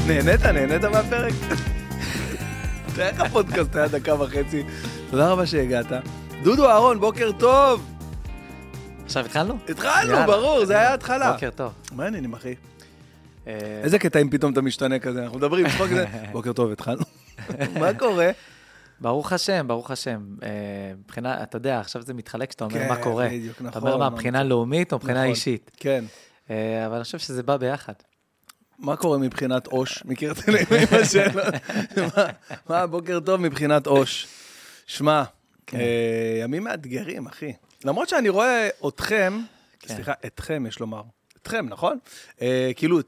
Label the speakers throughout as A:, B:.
A: נהנית מהפרק? תראה איך הפודקאסט היה דקה וחצי. תודה רבה שהגעת. דודו אהרון, בוקר טוב.
B: עכשיו התחלנו?
A: התחלנו, ברור, זה היה התחלה.
B: בוקר טוב.
A: מה העניינים, אחי? איזה קטע אם פתאום אתה משתנה כזה? אנחנו מדברים, בוקר טוב, התחלנו. מה קורה?
B: ברוך השם, ברוך השם. מבחינה, אתה יודע, עכשיו זה מתחלק שאתה אומר מה קורה. אתה אומר מה, מבחינה לאומית או מבחינה אישית.
A: כן.
B: אבל אני חושב שזה בא ביחד.
A: מה קורה מבחינת אוש? מכיר את אמא שלו? מה, בוקר טוב מבחינת אוש? שמע, ימים מאתגרים, אחי. למרות שאני רואה אתכם, סליחה, אתכם יש לומר, אתכם, נכון? כאילו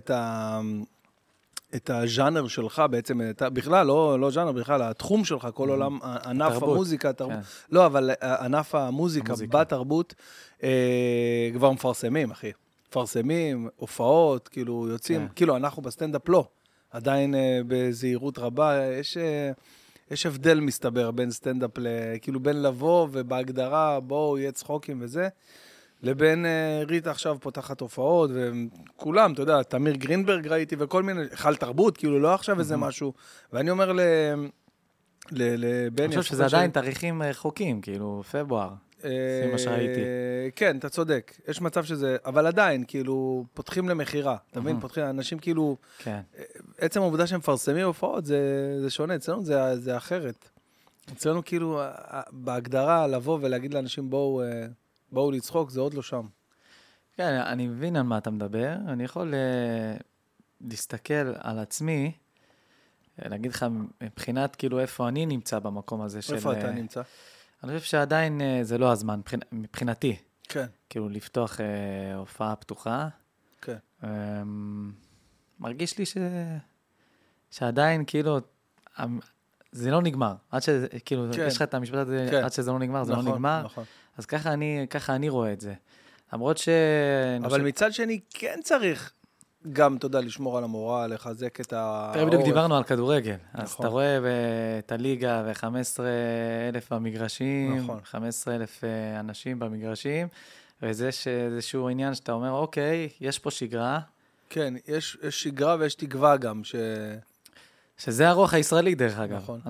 A: את הז'אנר שלך בעצם, בכלל, לא ז'אנר, בכלל, התחום שלך, כל עולם, ענף המוזיקה, לא, אבל ענף המוזיקה בתרבות, כבר מפרסמים, אחי. מפרסמים, הופעות, כאילו יוצאים, כאילו אנחנו בסטנדאפ לא, עדיין בזהירות רבה, יש הבדל מסתבר בין סטנדאפ, כאילו בין לבוא ובהגדרה בואו יהיה צחוקים וזה, לבין ריטה עכשיו פותחת הופעות, וכולם, אתה יודע, תמיר גרינברג ראיתי וכל מיני, חל תרבות, כאילו לא עכשיו איזה משהו, ואני אומר לבני...
B: אני חושב שזה עדיין תאריכים רחוקים, כאילו פברואר. זה מה שראיתי.
A: כן, אתה צודק. יש מצב שזה, אבל עדיין, כאילו, פותחים למחירה. אתה מבין? פותחים, אנשים כאילו, עצם העובדה שהם מפרסמים הופעות, זה שונה. אצלנו זה אחרת. אצלנו כאילו, בהגדרה, לבוא ולהגיד לאנשים, בואו לצחוק, זה עוד לא שם.
B: כן, אני מבין על מה אתה מדבר. אני יכול להסתכל על עצמי, להגיד לך מבחינת, כאילו, איפה אני נמצא במקום הזה של...
A: איפה אתה נמצא?
B: אני חושב שעדיין זה לא הזמן, מבחינתי.
A: כן.
B: כאילו לפתוח הופעה פתוחה.
A: כן.
B: מרגיש לי שעדיין כאילו, זה לא נגמר. עד שכאילו, יש לך את המשפט הזה, עד שזה לא נגמר, זה לא נגמר.
A: נכון.
B: אז ככה אני רואה את זה. למרות ש...
A: אבל מצד שני, כן צריך גם, אתה יודע, לשמור על המורל, לחזק את
B: תראה, בדיוק דיברנו על כדורגל. אז אתה רואה את הליגה ו15,000 במגרשים, 15,000 אנשים במגרשים, וזה איזשהו עניין שאתה אומר, אוקיי, יש פה שגרה.
A: כן, יש שגרה ויש תקווה גם.
B: שזה הרוח הישראלי דרך אגב.
A: נכון.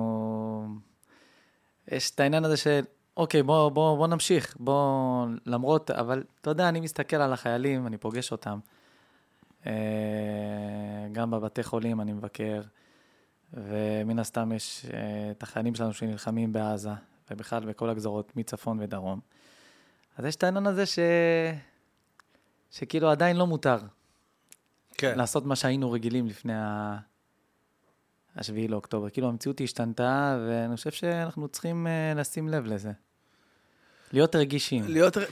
B: יש את העניין הזה של, אוקיי, בוא נמשיך, למרות, אבל אתה יודע, אני מסתכל על החיילים, אני פוגש אותם. גם בבתי חולים אני מבקר, ומן הסתם יש את החיילים שלנו שנלחמים בעזה, ובכלל בכל הגזרות מצפון ודרום. אז יש את העניין הזה שכאילו עדיין לא מותר לעשות מה שהיינו רגילים לפני השביעי לאוקטובר. כאילו המציאות השתנתה, ואני חושב שאנחנו צריכים לשים לב לזה. להיות רגישים.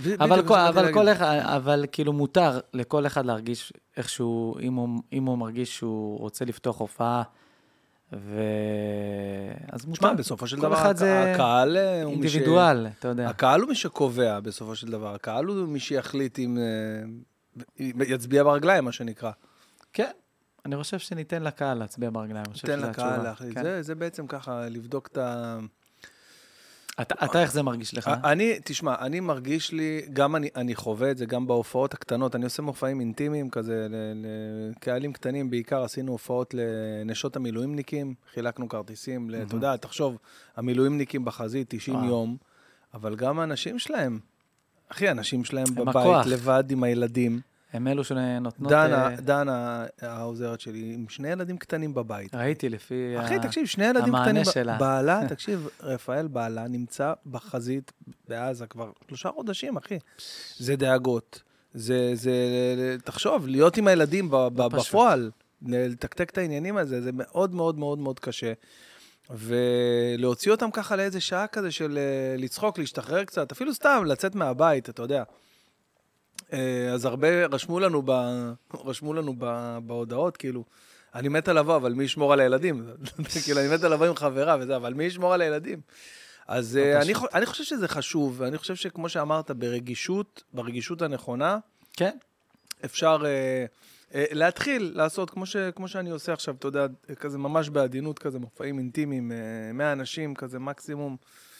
B: אבל כאילו מותר לכל אחד להרגיש איכשהו, אם הוא מרגיש שהוא רוצה לפתוח הופעה, אז מותר.
A: תשמע, בסופו של דבר, הקהל הוא
B: אינדיבידואל, אתה יודע.
A: הקהל הוא מי שקובע בסופו של דבר. הקהל הוא מי שיחליט אם יצביע ברגליים, מה שנקרא.
B: כן, אני חושב שניתן לקהל להצביע ברגליים.
A: ניתן לקהל להחליט. זה בעצם ככה, לבדוק את ה...
B: אתה איך זה מרגיש לך?
A: תשמע, אני מרגיש לי, גם אני חווה את זה, גם בהופעות הקטנות, אני עושה מופעים אינטימיים כזה, לקהלים קטנים, בעיקר עשינו הופעות לנשות המילואימניקים, חילקנו כרטיסים, אתה יודע, תחשוב, המילואימניקים בחזית 90 יום, אבל גם האנשים שלהם, אחי, האנשים שלהם בבית, לבד עם הילדים,
B: הם אלו שנותנות...
A: דנה, העוזרת שלי, עם שני ילדים קטנים בבית.
B: ראיתי לפי
A: אחי, תקשיב, שני ילדים קטנים... בעלה, תקשיב, רפאל בעלה נמצא בחזית בעזה כבר 3 חודשים, אחי. זה דאגות. תחשוב, להיות עם הילדים בפועל, לתקתק את העניינים הזה, זה מאוד מאוד מאוד מאוד קשה. ולהוציא אותם ככה לאיזה שעה כזה של לצחוק, להשתחרר קצת, אפילו סתם לצאת מהבית, אתה יודע. אז הרבה רשמו לנו בהודעות, כאילו, אני מת לבוא, אבל מי ישמור על הילדים? כאילו, אני מת לבוא עם חברה וזה, אבל מי ישמור על הילדים? אז אני חושב שזה חשוב, ואני חושב שכמו שאמרת, ברגישות הנכונה,
B: כן.
A: אפשר להתחיל לעשות, כמו שאני עושה עכשיו, אתה יודע, כזה ממש בעדינות, כזה מופעים אינטימיים, 100 אנשים, כזה מקסימום.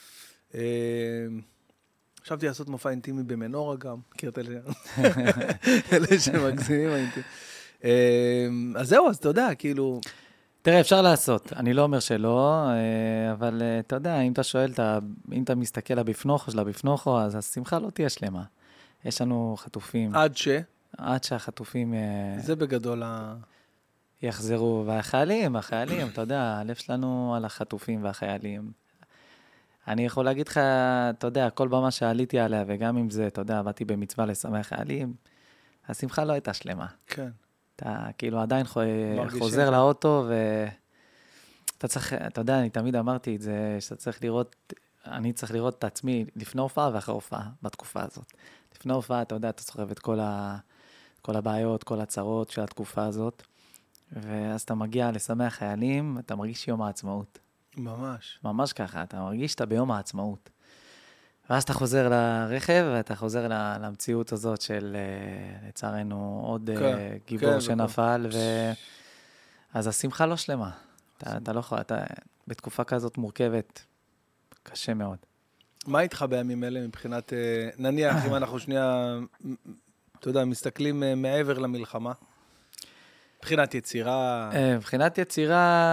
A: חשבתי לעשות מופע אינטימי במנורה גם, מכיר את אלה שמגזימים האינטימי. אז זהו, אז אתה יודע, כאילו...
B: תראה, אפשר לעשות. אני לא אומר שלא, אבל אתה יודע, אם אתה שואל, אם אתה מסתכל לבפנוכו של הבפנוכו, אז השמחה לא תהיה שלמה. יש לנו חטופים. עד שהחטופים...
A: זה בגדול
B: יחזרו. והחיילים, אתה יודע, הלב שלנו על החטופים והחיילים. אני יכול להגיד לך, אתה יודע, כל במה שעליתי עליה, וגם אם זה, אתה יודע, עבדתי במצווה לשמח חיילים, השמחה לא הייתה שלמה.
A: כן.
B: אתה כאילו עדיין חוזר לאוטו, ואתה צריך, אתה יודע, אני תמיד אמרתי את זה, שאתה צריך לראות, אני צריך לראות את עצמי לפני הופעה ואחרי הופעה, בתקופה הזאת. לפני הופעה, אתה יודע, אתה סוחב את כל הבעיות, כל הצרות של התקופה הזאת, ואז אתה מגיע לשמח חיילים, אתה מרגיש יום העצמאות.
A: ממש.
B: ממש ככה, אתה מרגיש שאתה ביום העצמאות. ואז אתה חוזר לרכב, ואתה חוזר למציאות הזאת של, לצערנו, עוד גיבור שנפל, אז השמחה לא שלמה. אתה לא יכול, בתקופה כזאת מורכבת, קשה מאוד.
A: מה איתך בימים אלה מבחינת, נניח, אם אנחנו שנייה, אתה יודע, מסתכלים מעבר למלחמה? מבחינת יצירה...
B: מבחינת יצירה,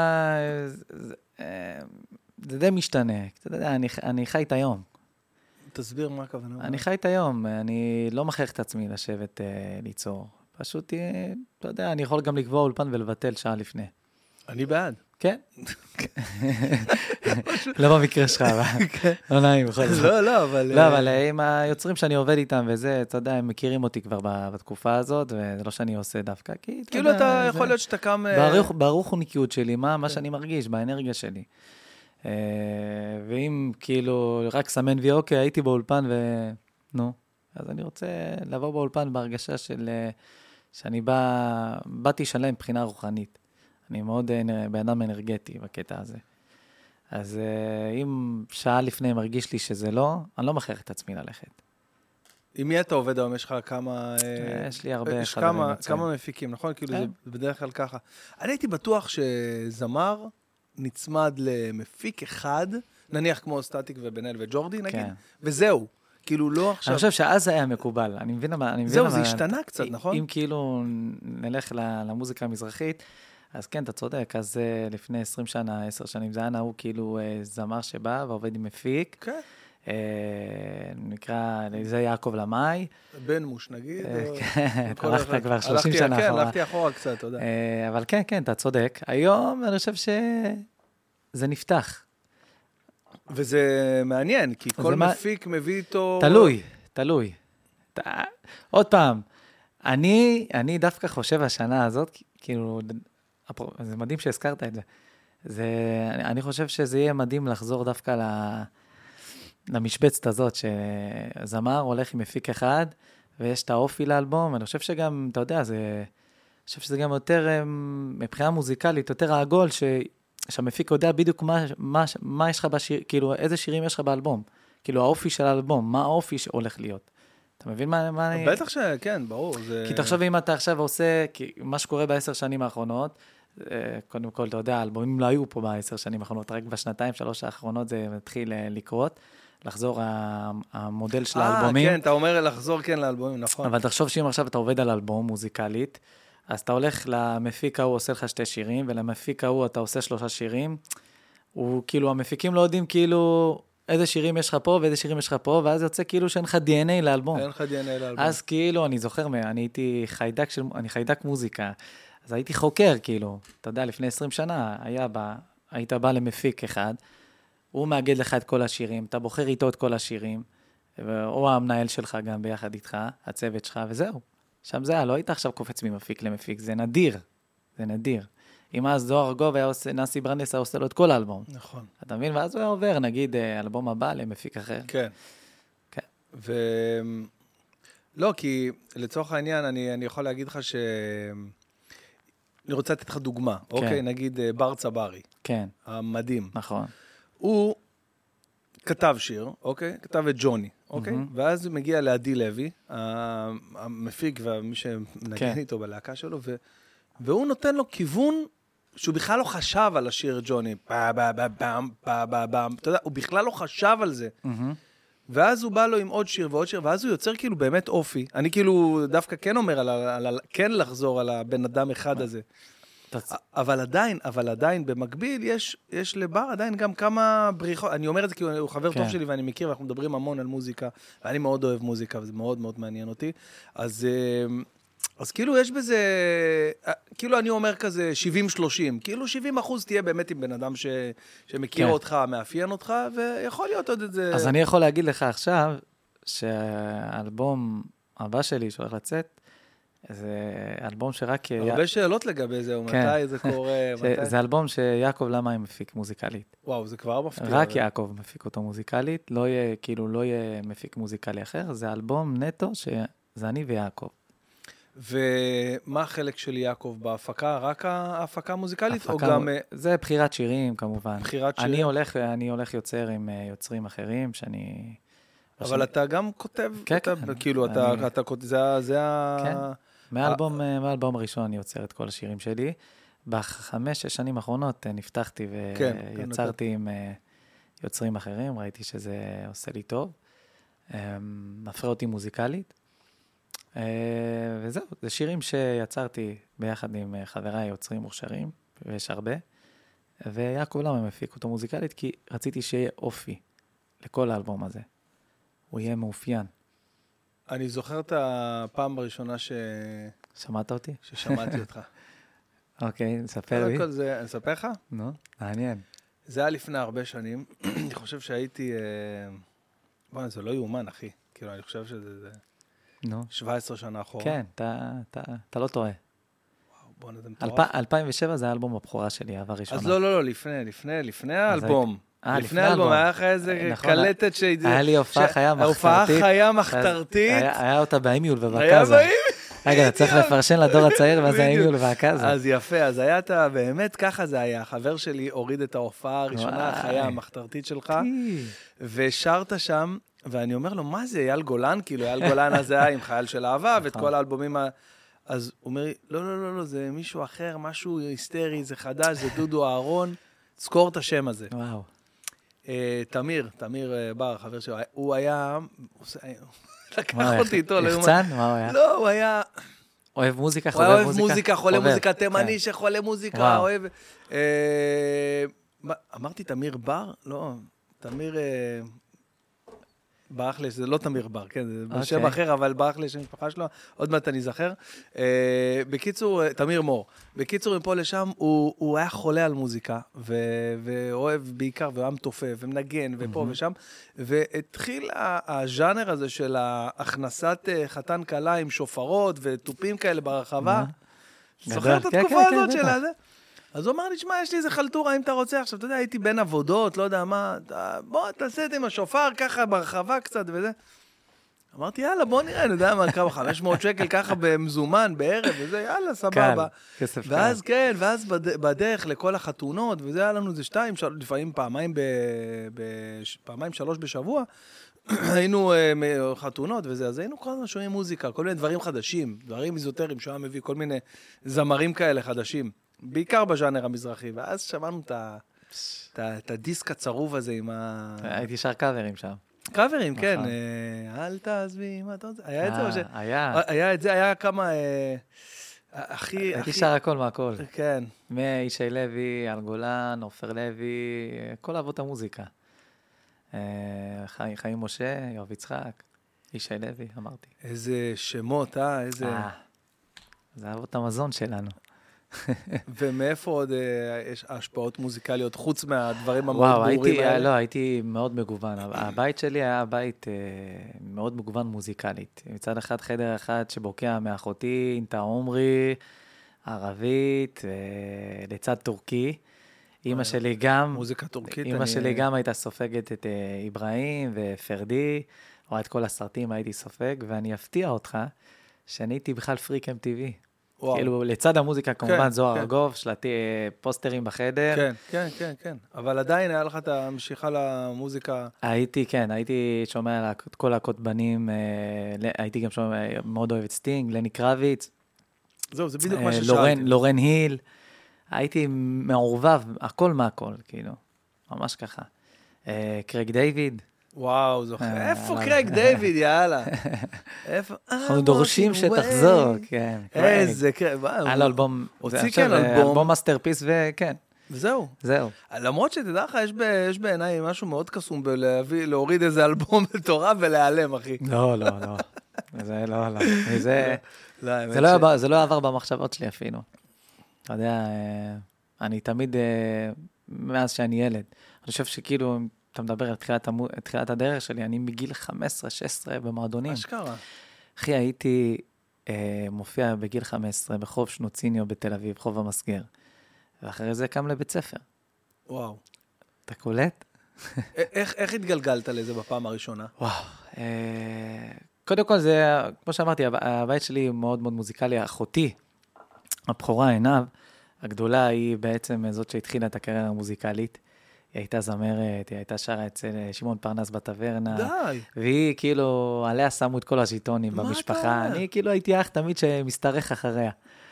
B: זה די משתנה. אתה יודע, אני חי את היום.
A: תסביר מה הכוונה.
B: אני חי את היום, אני לא מכריח את עצמי לשבת ליצור. פשוט, אתה יודע, אני יכול גם לקבוע אולפן ולבטל שעה לפני.
A: אני בעד.
B: כן? לא במקרה שלך, לא נעים.
A: לא, אבל...
B: לא, אבל עם היוצרים שאני עובד איתם וזה, אתה יודע, הם מכירים אותי כבר בתקופה הזאת, וזה לא שאני עושה דווקא.
A: כאילו אתה יכול להיות שאתה קם...
B: ברוחניקיות שלי, מה שאני מרגיש, באנרגיה שלי. ואם כאילו רק סמן וי אוקיי, הייתי באולפן נו, אז אני רוצה לבוא באולפן בהרגשה של שאני באתי שלם מבחינה רוחנית. אני מאוד באדם אנרגטי בקטע הזה. אז אם שעה לפני מרגיש לי שזה לא, אני לא מכריח את עצמי ללכת.
A: עם מי אתה עובד היום? יש לך כמה...
B: יש לי הרבה
A: חברים. כמה מפיקים, נכון? כאילו זה בדרך כלל ככה. אני הייתי בטוח שזמר נצמד למפיק אחד, נניח כמו סטטיק ובן-אל וג'ורדי, נגיד, וזהו. כאילו לא עכשיו...
B: אני חושב שאז היה מקובל. אני מבין
A: זהו, זה השתנה קצת, נכון?
B: אם כאילו נלך למוזיקה המזרחית, אז כן, אתה צודק, אז לפני 20 שנה, 10 שנים, זה היה נהוג כאילו זמר שבא ועובד עם מפיק.
A: כן.
B: נקרא, זה יעקב למאי.
A: בן מוש, נגיד.
B: כן, הלכת כבר 30 שנה אחורה.
A: כן, הלכתי אחורה קצת, אתה יודע.
B: אבל כן, כן, אתה צודק. היום אני חושב שזה נפתח.
A: וזה מעניין, כי כל מפיק מביא איתו...
B: תלוי. עוד פעם, אני דווקא חושב השנה הזאת, כאילו, זה מדהים שהזכרת את זה. אני חושב שזה יהיה מדהים לחזור דווקא למשבצת הזאת, שזמר הולך עם מפיק אחד, ויש את האופי לאלבום, ואני חושב שגם, אתה יודע, אני חושב שזה גם יותר, מבחינה מוזיקלית, יותר העגול, שהמפיק יודע בדיוק מה יש לך בשיר, כאילו, איזה שירים יש לך באלבום. כאילו, האופי של האלבום, מה האופי שהולך להיות. אתה מבין מה אני...
A: בטח שכן, ברור.
B: כי תחשוב, אם אתה עכשיו עושה, מה שקורה ב10 שנים האחרונות, קודם כל, אתה יודע, האלבומים לא היו פה ב10 שנים האחרונות, רק בשנתיים, 3 האחרונות זה מתחיל לקרות, לחזור המודל של האלבומים.
A: כן, אתה אומר לחזור כן לאלבומים, נכון.
B: אבל תחשוב שאם עכשיו אתה עובד על אלבום מוזיקלית, אז אתה הולך למפיק ההוא, עושה לך 2 שירים, ולמפיק ההוא אתה עושה 3 שירים, הוא כאילו, המפיקים לא יודעים כאילו איזה שירים יש לך פה ואיזה שירים יש לך פה, ואז יוצא כאילו שאין לך DNA לאלבום.
A: אין לך DNA לאלבום.
B: אז כאילו, אני זוכר, אני הייתי חיידק מוזיקה, אז הייתי חוקר, כאילו, אתה יודע, לפני 20 שנה, היית בא למפיק אחד, הוא מאגד לך את כל השירים, אתה בוחר איתו את כל השירים, או המנהל שלך גם ביחד איתך, הצוות שלך, וזהו. שם זה היה, לא היית עכשיו קופץ ממפיק למפיק, זה נדיר, זה נדיר. אם אז זוהר גוב היה עושה, נאסי ברנדס היה עושה לו את כל האלבום.
A: נכון.
B: אתה מבין? ואז הוא היה עובר, נגיד, אלבום הבא למפיק אחר.
A: כן.
B: כן.
A: לא, כי לצורך העניין, אני יכול להגיד לך אני רוצה לתת לך דוגמה, אוקיי? נגיד בר צברי.
B: כן.
A: המדהים.
B: נכון.
A: הוא כתב שיר, אוקיי? כתב את ג'וני, אוקיי? ואז הוא מגיע לעדי לוי, המפיק ומי שנגן איתו בלהקה שלו, והוא נותן לו כיוון שהוא בכלל לא חשב על השיר ג'וני. אתה יודע, הוא בכלל לא חשב על זה. ואז הוא בא לו עם עוד שיר ועוד שיר, ואז הוא יוצר כאילו באמת אופי. אני כאילו דווקא כן אומר, כן לחזור על הבן אדם אחד הזה. אבל עדיין, במקביל, יש לבר עדיין גם כמה בריחות. אני אומר את זה כי הוא חבר טוב שלי ואני מכיר, ואנחנו מדברים המון על מוזיקה, ואני מאוד אוהב מוזיקה, וזה מאוד מאוד מעניין אותי. אז כאילו יש בזה, כאילו אני אומר כזה 70-30, כאילו 70% תהיה באמת עם בן אדם שמכיר אותך, מאפיין אותך, ויכול להיות עוד את זה.
B: אז אני יכול להגיד לך עכשיו, שהאלבום הבא שלי שהולך לצאת, זה אלבום שרק...
A: הרבה שאלות לגבי זה, מתי זה קורה,
B: זה אלבום שיעקב למה מפיק מוזיקלית.
A: וואו, זה כבר מפתיע.
B: רק יעקב מפיק אותו מוזיקלית, לא יהיה מפיק מוזיקלי אחר, זה אלבום נטו שזה אני ויעקב.
A: ומה החלק של יעקב בהפקה? רק ההפקה המוזיקלית או גם...
B: זה בחירת שירים כמובן.
A: בחירת שירים?
B: אני הולך יוצר עם יוצרים אחרים שאני...
A: אבל אתה גם כותב?
B: כן.
A: כאילו, אתה כותב, זה ה...
B: כן. מהאלבום הראשון אני יוצר את כל השירים שלי. ב5-6 שנים האחרונות נפתחתי ויצרתי עם יוצרים אחרים, ראיתי שזה עושה לי טוב. מפרה אותי מוזיקלית. וזהו, זה שירים שיצרתי ביחד עם חבריי יוצרים מוכשרים, ויש הרבה. ויעקב למה מפיק אותו מוזיקלית? כי רציתי שיהיה אופי לכל האלבום הזה. הוא יהיה מאופיין.
A: אני זוכר את הפעם הראשונה
B: שמעת אותי?
A: ששמעתי אותך.
B: אוקיי, נספר לי.
A: קודם כל זה, נספר לך?
B: נו, מעניין.
A: זה היה לפני הרבה שנים. אני חושב שהייתי... בוא'נה, זה לא יאומן, אחי. כאילו, אני חושב שזה...
B: נו.
A: 17 שנה אחורה.
B: כן, אתה לא טועה.
A: וואו, בוא'נה, זה מטורף.
B: 2007 זה האלבום הבכורה שלי, אהבה ראשונה.
A: אז לא, לפני האלבום. לפני האלבום, היה לך איזה קלטת
B: היה לי הופעה חיה מחתרתית.
A: הופעה חיה מחתרתית.
B: היה אותה באימיול ובקאזה. רגע, צריך לפרשן לדור הצעיר, ואז האימיול והקאזה.
A: אז יפה, אז היה אתה, באמת ככה זה היה. חבר שלי הוריד את ההופעה הראשונה, החיה המחתרתית שלך, ושרת שם, ואני אומר לו, מה זה, אייל גולן? כאילו, אייל גולן הזה היה עם חייל של אהבה, ואת כל האלבומים אז הוא אומר לי, לא, זה מישהו אחר, משהו היסטרי, זה חדש, זה דודו אהרון, זכור את השם הזה.
B: וואו.
A: תמיר בר, חבר שלו, הוא היה, לקח אותי איתו.
B: יחצן? מה הוא היה?
A: לא, הוא היה...
B: אוהב מוזיקה,
A: חולה מוזיקה? הוא אוהב מוזיקה, חולה מוזיקה, תימני שחולה מוזיקה, אוהב... אמרתי תמיר בר? לא, תמיר... ברח לי, זה לא תמיר בר, כן, זה בשם אחר, אבל ברח לי שם משפחה שלו, עוד מעט אני זכר. בקיצור, תמיר מור. בקיצור, מפה לשם, הוא היה חולה על מוזיקה, ואוהב בעיקר, והוא היה מתופף, ומנגן, ופה ושם, והתחיל הז'אנר הזה של הכנסת חתן קלה עם שופרות וטופים כאלה ברחבה. זוכר את התקופה הזאת של הזה? אז הוא אמר לי, שמע, יש לי איזה חלטורה, אם אתה רוצה עכשיו, אתה יודע, הייתי בין עבודות, לא יודע מה, בוא, תעשה את עם השופר, ככה ברחבה קצת וזה. אמרתי, יאללה, בוא נראה, אני יודע מה, כמה 500 שקל ככה במזומן, בערב וזה, יאללה, סבבה.
B: כסף קל.
A: ואז כן, ואז בדרך לכל החתונות, וזה היה לנו איזה 2, לפעמים פעמיים 3 בשבוע, היינו חתונות וזה, אז היינו כל הזמן שומעים מוזיקה, כל מיני דברים חדשים, דברים איזוטריים, שהוא היה מביא כל מיני זמרים כאלה חדשים. בעיקר בז'אנר המזרחי, ואז שמענו את הדיסק הצרוב הזה עם ה...
B: הייתי שר קאברים שם.
A: קאברים, כן. אל תעזבי, מה אתה רוצה? היה את זה או ש...
B: היה.
A: היה את זה, היה כמה...
B: הייתי שר הכל מהכל.
A: כן.
B: מישי לוי, אל גולן, עופר לוי, כל אבות המוזיקה. חיים משה, יואב יצחק, ישי לוי, אמרתי.
A: איזה שמות, איזה...
B: זה אבות המזון שלנו.
A: ומאיפה עוד יש השפעות מוזיקליות, חוץ מהדברים המאוד ברורים האלה?
B: לא, הייתי מאוד מגוון. הבית שלי היה בית מאוד מגוון מוזיקלית. מצד אחד חדר אחד שבוקע מאחותי, אינטה עומרי, ערבית, לצד טורקי. אמא שלי גם...
A: מוזיקה טורקית.
B: אמא שלי גם הייתה סופגת את איברהים ופרדי, או את כל הסרטים הייתי סופג, ואני אפתיע אותך שאני הייתי בכלל פריק MTV. כאילו, לצד המוזיקה, כמובן, זוהר ארגוב, שלטי פוסטרים בחדר.
A: כן. אבל עדיין היה לך את המשיכה למוזיקה.
B: הייתי שומע את כל להקות בנים, הייתי גם שומע, מאוד אוהב את סטינג, לני קרביץ.
A: זהו, זה בדיוק מה ששאלתי.
B: לורן היל. הייתי מעורבב, הכל מהכל, כאילו. ממש ככה. קרייג דיוויד,
A: וואו, זוכר. איפה קרייג דיוויד, יאללה?
B: אנחנו דורשים שתחזור, כן.
A: איזה קרייג.
B: היה לו אלבום,
A: הוציא כן אלבום.
B: אלבום מאסטרפיס, וכן.
A: וזהו.
B: זהו.
A: למרות שתדע לך, יש בעיניי משהו מאוד קסום להוריד איזה אלבום מטורף ולהיעלם, אחי.
B: לא. זה לא עבר במחשבות שלי אפילו. אתה יודע, אני תמיד, מאז שאני ילד, אני חושב שכאילו, אתה מדבר על תחילת הדרך שלי, אני מגיל 15-16 במועדונים.
A: מה שקרה?
B: אחי, הייתי מופיע בגיל 15 בחוב שנוציניו בתל אביב, חוב המסגר. ואחרי זה קם לבית ספר.
A: וואו.
B: אתה קולט?
A: איך התגלגלת לזה בפעם הראשונה?
B: וואו. קודם כל זה, כמו שאמרתי, הבית שלי מאוד מאוד מוזיקלי. אחותי, הבכורה עיניו, הגדולה היא בעצם זאת שהתחילה את הקריירה המוזיקלית. היא הייתה זמרת, היא הייתה שרה אצל שמעון פרנס בטברנה.
A: די.
B: והיא כאילו, עליה שמו את כל הז'יטונים במשפחה. אני כאילו הייתי אח תמיד שמסתרך אחריה.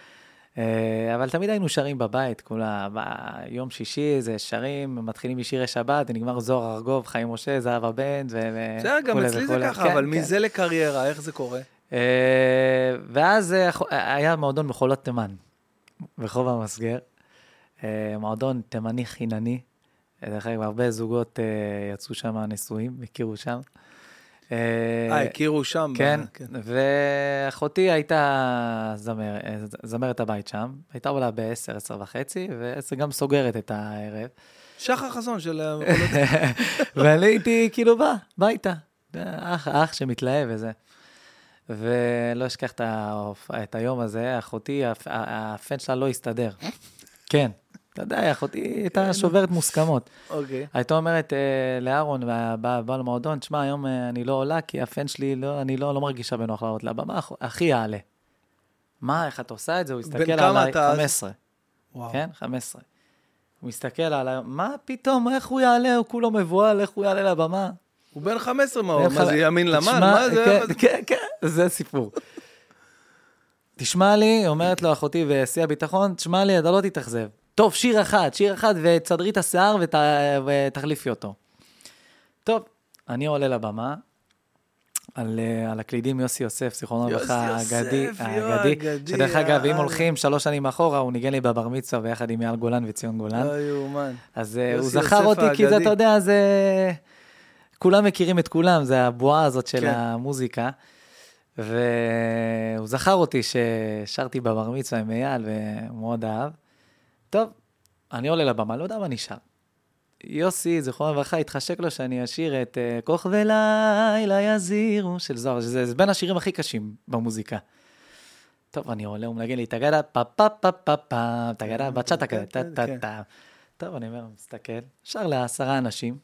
B: אבל תמיד היינו שרים בבית, כולה, ביום שישי זה שרים, מתחילים משירי שבת, ונגמר זוהר ארגוב, חיים משה, זהבה בן,
A: בסדר, גם אצלי זה ככה, אבל מזה לקריירה, איך זה קורה?
B: ואז היה מועדון בחולות תימן, ברחוב המסגר, מועדון תימני חינני, דרך אגב, הרבה זוגות יצאו שם נשואים, הכירו שם.
A: הכירו שם.
B: כן, ואחותי הייתה זמרת הבית שם, הייתה עולה ב-10, 10 וחצי, ו10 גם סוגרת את הערב.
A: שחר חסון של...
B: ואני הייתי כאילו ביתה, אח שמתלהב וזה. ולא אשכח את היום הזה, אחותי, הפן שלה לא הסתדר. כן. אתה יודע, אחותי הייתה שוברת מוסכמות.
A: אוקיי.
B: הייתה אומרת לארון, בא למועדון, תשמע, היום אני לא עולה, כי הפן שלי, אני לא מרגישה בנוח לעלות לבמה, אחי יעלה. מה, איך את עושה את זה? הוא הסתכל עליי, 15.
A: וואו.
B: כן, 15. הוא מסתכל עליי, מה פתאום, איך הוא יעלה? הוא כולו מבועל, איך הוא יעלה לבמה?
A: הוא בן 15, מה זה ימין למן? מה זה?
B: כן, זה סיפור. תשמע לי, אומרת לו אחותי בשיא הביטחון, תשמע לי, אתה לא תתאכזב. טוב, שיר אחד, ותסדרי את השיער ותחליפי אותו. טוב, אני עולה לבמה, על הקלידים יוסי יוסף, זיכרונו לברכה, האגדי, שדרך אגב, אם הולכים 3 שנים אחורה, הוא ניגן לי בבר מצווה, ביחד עם יעל גולן וציון גולן.
A: לא יאומן.
B: אז הוא זכר אותי, כי זה, אתה יודע, זה... כולם מכירים את כולם, זה הבועה הזאת של המוזיקה. והוא זכר אותי ששרתי בבר מצווה עם אייל, ומאוד אהב. טוב, אני עולה לבמה, לא יודע מה נשאר. יוסי, זכרונו לברכה, התחשק לו שאני אשיר את כוכבי לילה יזירו של זוהר, שזה בין השירים הכי קשים במוזיקה. טוב, אני עולה, הוא מנגן לי, תגדה, פה, תגדה, בצ'ה, תגדה, טוב, אני אומר, מסתכל, שר ל10 אנשים,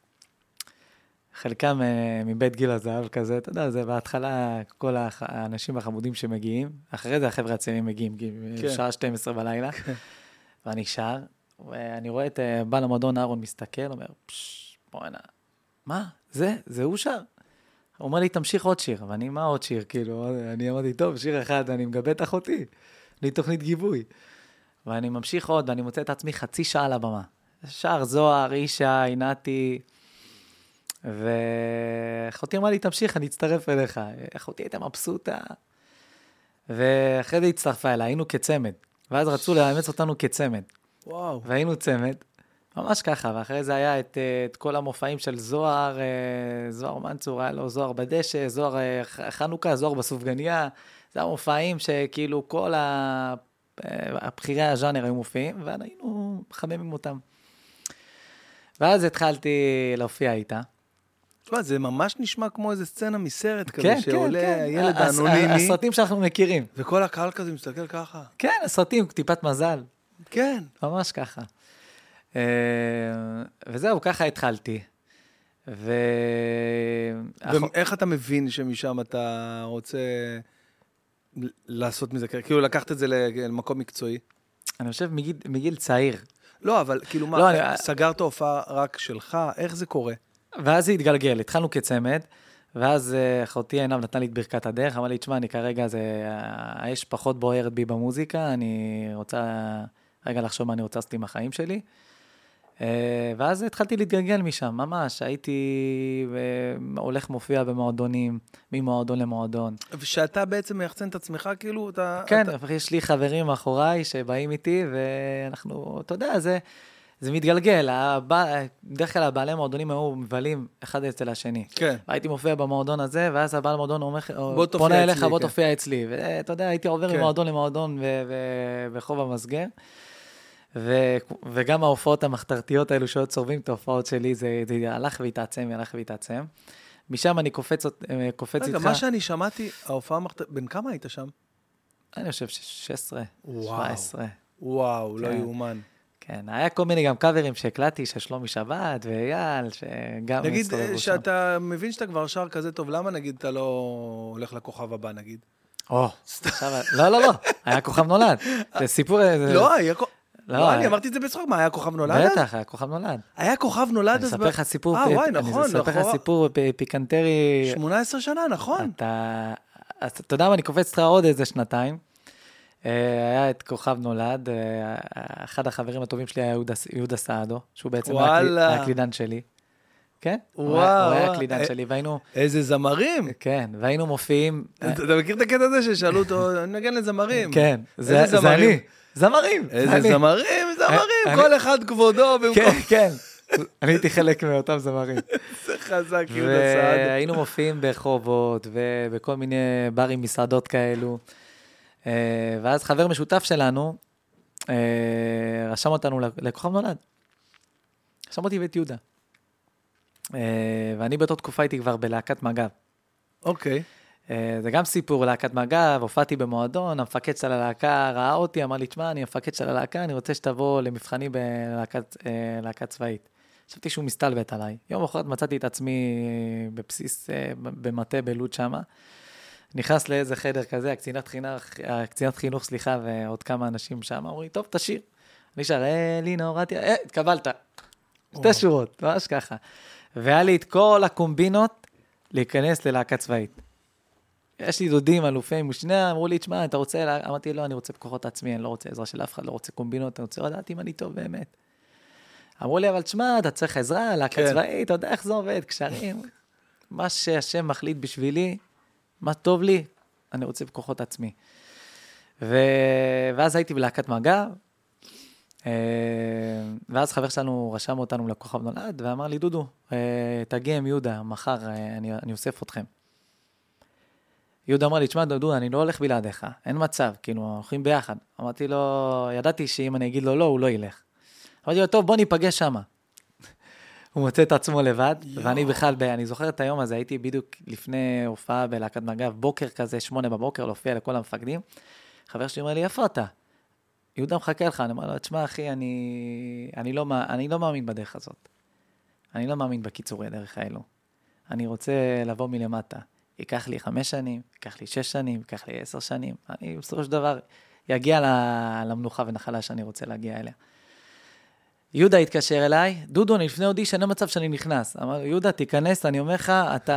B: חלקם מבית גיל הזהב כזה, אתה יודע, זה בהתחלה כל האנשים החמודים שמגיעים, אחרי זה החבר'ה הצעירים מגיעים, שעה 12 בלילה, ואני שר, ואני רואה את בעל המועדון אהרון מסתכל, אומר, בוא'נה, מה? זה הוא שר? הוא אומר לי, תמשיך עוד שיר, ואני, מה עוד שיר? כאילו, אני אמרתי, טוב, שיר אחד, אני מגבה את אחותי, לי תוכנית גיבוי. ואני ממשיך עוד, ואני מוצא את עצמי 0.5 שעה על הבמה. שר זוהר, אישה, עינתי, ואחותי אמרה לי, תמשיך, אני אצטרף אליך. אחותי הייתה מבסוטה, ואחרי זה הצטרפה אליי, היינו כצמד, ואז רצו לאמץ אותנו כצמד.
A: וואו.
B: והיינו צמד, ממש ככה, ואחרי זה היה את כל המופעים של זוהר, זוהר מנצור, היה לו זוהר בדשא, זוהר חנוכה, זוהר בסופגניה, זה המופעים שכאילו כל הבחירי הז'אנר היו מופיעים, והיינו מחממים אותם. ואז התחלתי להופיע איתה.
A: תשמע, זה ממש נשמע כמו איזה סצנה מסרט כזה, שעולה הילד האנונימי.
B: הסרטים שאנחנו מכירים.
A: וכל הקהל כזה מסתכל ככה.
B: כן, הסרטים, טיפת מזל.
A: כן.
B: ממש ככה. וזהו, ככה התחלתי.
A: ואיך אתה מבין שמשם אתה רוצה לעשות מזה? כאילו לקחת את זה למקום מקצועי?
B: אני חושב מגיל צעיר.
A: לא, אבל כאילו מה, סגרת הופעה רק שלך? איך זה קורה?
B: ואז זה התגלגל, התחלנו כצמד, ואז אחותי עינב נתנה לי את ברכת הדרך, אמרה לי, תשמע, אני כרגע, האש פחות בוערת בי במוזיקה, אני רוצה רגע לחשוב מה אני רוצה לעשות עם החיים שלי. ואז התחלתי להתגלגל משם, ממש, הייתי הולך מופיע במועדונים, ממועדון למועדון.
A: ושאתה בעצם מייחצן את עצמך, כאילו,
B: כן, יש לי חברים מאחוריי שבאים איתי, ואנחנו, אתה יודע, זה מתגלגל, בדרך כלל הבעלי מועדונים היו מבלים אחד אצל השני.
A: כן.
B: הייתי מופיע במועדון הזה, ואז הבעל מועדון פונה אליך, בוא תופיע אצלי. ואתה יודע, הייתי עובר ממועדון למועדון בחוב המסגר. וגם ההופעות המחתרתיות האלו שעוד צורבים את ההופעות שלי, זה הלך והתעצם. משם אני קופץ איתך.
A: רגע, מה שאני שמעתי, ההופעה המחתרתית, בין כמה היית שם?
B: אני חושב 16, 17.
A: וואו, לא יאומן.
B: כן, היה כל מיני גם קאברים שהקלטתי, של שלומי שבת ואייל, שגם
A: נגיד, שאתה מבין שאתה כבר שר כזה טוב, למה נגיד אתה לא הולך לכוכב הבא, נגיד?
B: לא, היה כוכב נולד. זה סיפור...
A: לא, אני אמרתי את זה בצחוק, מה, היה כוכב נולד?
B: בטח, היה כוכב נולד.
A: היה כוכב נולד?
B: אני אספר לך סיפור...
A: נכון.
B: אני אספר לך סיפור פיקנטרי...
A: 18 שנה, נכון.
B: אתה יודע מה, אני קופץ לך עוד איזה שנתיים. היה את כוכב נולד, אחד החברים הטובים שלי היה יהודה סעדו, שהוא בעצם הקלידן שלי. כן? הוא היה הקלידן שלי, והיינו...
A: איזה זמרים.
B: כן, והיינו מופיעים...
A: אתה מכיר את הקטע הזה ששאלו אותו, אני נגן לזמרים.
B: כן, זה אני. זמרים.
A: איזה זמרים, כל אחד כבודו.
B: כן, אני הייתי חלק מאותם זמרים.
A: זה חזק, יהודה סעדו.
B: והיינו מופיעים ברחובות, ובכל מיני ברים, מסעדות כאלו. ואז חבר משותף שלנו, רשם אותנו לכוכב נולד. רשם אותי ואת יהודה. ואני באותה תקופה הייתי כבר בלהקת מג"ב.
A: אוקיי.
B: זה גם סיפור, להקת מג"ב, הופעתי במועדון, המפקד של הלהקה ראה אותי, אמר לי, תשמע, אני המפקד של הלהקה, אני רוצה שתבוא למבחני בלהקת צבאית. חשבתי שהוא מסתלבט עליי. יום אחר מצאתי את עצמי בבסיס, במטה בלוד שמה. נכנס לאיזה חדר כזה, הקצינת חינוך, ועוד כמה אנשים שם, אמרו לי, טוב, תשאיר. אני שר, לינור, התקבלת. שתי שורות, ממש ככה. והיה לי את כל הקומבינות להיכנס ללהקה צבאית. יש לי דודים, אלופים, ושני אמרו לי, תשמע, אתה רוצה, אמרתי, לא, אני רוצה בכוחות עצמי, אני לא רוצה עזרה של אף אחד, לא רוצה קומבינות, אני רוצה לדעת אם אני טוב באמת. אמרו לי, אבל תשמע, אתה צריך עזרה, להקה צבאית, אתה יודע איך זה עובד, קשרים. מה שהשם מחליט בשבילי, מה טוב לי, אני רוצה בכוחות עצמי. ואז הייתי בלהקת מג"ב, ואז חבר שלנו רשם אותנו לכוכב נולד, ואמר לי, דודו, תגיע עם יהודה, מחר אני אוסף אתכם. יהודה אמר לי, תשמע, דודו, אני לא הולך בלעדיך, אין מצב, כאילו, הולכים ביחד. אמרתי לו, ידעתי שאם אני אגיד לו לא, הוא לא ילך. אמרתי לו, טוב, בוא ניפגש שמה. הוא מוצא את עצמו לבד, ואני בכלל, אני זוכר את היום הזה, הייתי בדיוק לפני הופעה בלהקת מג"ב, בוקר כזה, 8 בבוקר, להופיע לכל המפקדים. חבר שלי אומר לי, איפה אתה? יהודה מחכה לך, אני אומר לו, תשמע אחי, אני לא מאמין בדרך הזאת. אני לא מאמין בקיצורי דרך האלו. אני רוצה לבוא מלמטה. ייקח לי 5 שנים, ייקח לי 6 שנים, ייקח לי 10 שנים. אני בסופו של דבר יגיע למנוחה ונחלה שאני רוצה להגיע אליה. יהודה התקשר אליי, דודו, אני לפני אודישן, אין מצב שאני נכנס. אמר, יהודה, תיכנס, אני אומר לך,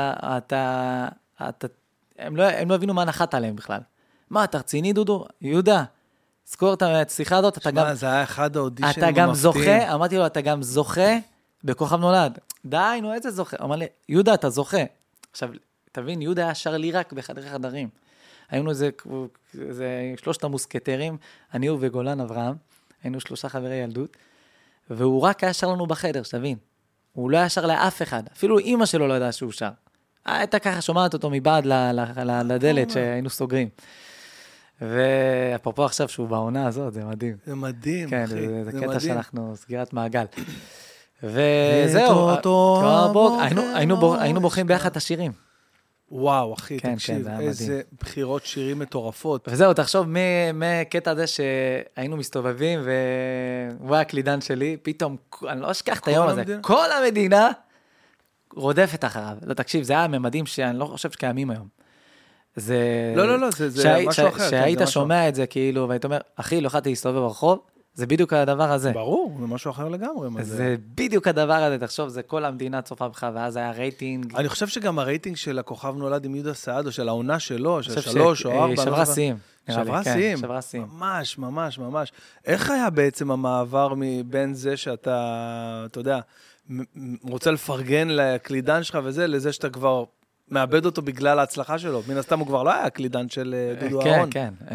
B: הם לא הבינו מה נחת עליהם בכלל. מה, אתה רציני, דודו? יהודה, זכור את השיחה הזאת, אתה גם...
A: זה היה אחד האודישנים
B: המפתיעים. אתה גם זוכה, אמרתי לו, אתה גם זוכה בכוכב נולד. די, נו, איזה זוכה? אמר לי, יהודה, אתה זוכה. עכשיו, תבין, יהודה היה שר לי רק בחדרי חדרים. היינו איזה 3 המוסקטרים, אני הוא וגולן אברהם, היינו 3 חברי ילדות, והוא רק היה שר לנו בחדר, שתבין. הוא לא היה שר לאף אחד, אפילו אמא שלו לא ידעה שהוא שר. הייתה ככה שומעת אותו מבעד לדלת שהיינו סוגרים. ואפרופו עכשיו שהוא בעונה הזאת, זה מדהים.
A: זה מדהים,
B: כן,
A: אחי.
B: זה קטע שאנחנו סגירת מעגל. וזהו, היינו בוחרים ביחד את השירים.
A: וואו, אחי, תקשיב, איזה בחירות שירים מטורפות.
B: וזהו, תחשוב, מקטע הזה שהיינו מסתובבים, והוא היה הקלידן שלי, פתאום, אני לא אשכח את היום הזה, כל המדינה רודפת אחריו. לא, תקשיב, זה היה ממדים שאני לא חושב שקיימים היום.
A: לא, זה משהו אחר.
B: שהיית שומע את זה כאילו, והיית אומר, אחי, לא יכולתי להסתובב ברחוב, זה בדיוק הדבר הזה.
A: ברור, זה משהו אחר לגמרי.
B: זה בדיוק הדבר הזה, תחשוב, זה כל המדינה צופה בך, ואז היה רייטינג.
A: אני חושב שגם הרייטינג של הכוכב נולד עם יהודה סעד, או של העונה שלו, של 3 או 4.
B: שברה שיאים.
A: שברה שיאים. ממש, ממש, ממש. איך היה בעצם המעבר מבין זה שאתה, אתה יודע, רוצה לפרגן לקלידן שלך וזה, לזה שאתה כבר מאבד אותו בגלל ההצלחה שלו? מן הסתם הוא כבר לא היה הקלידן של דודו אהרון.
B: כן, כן.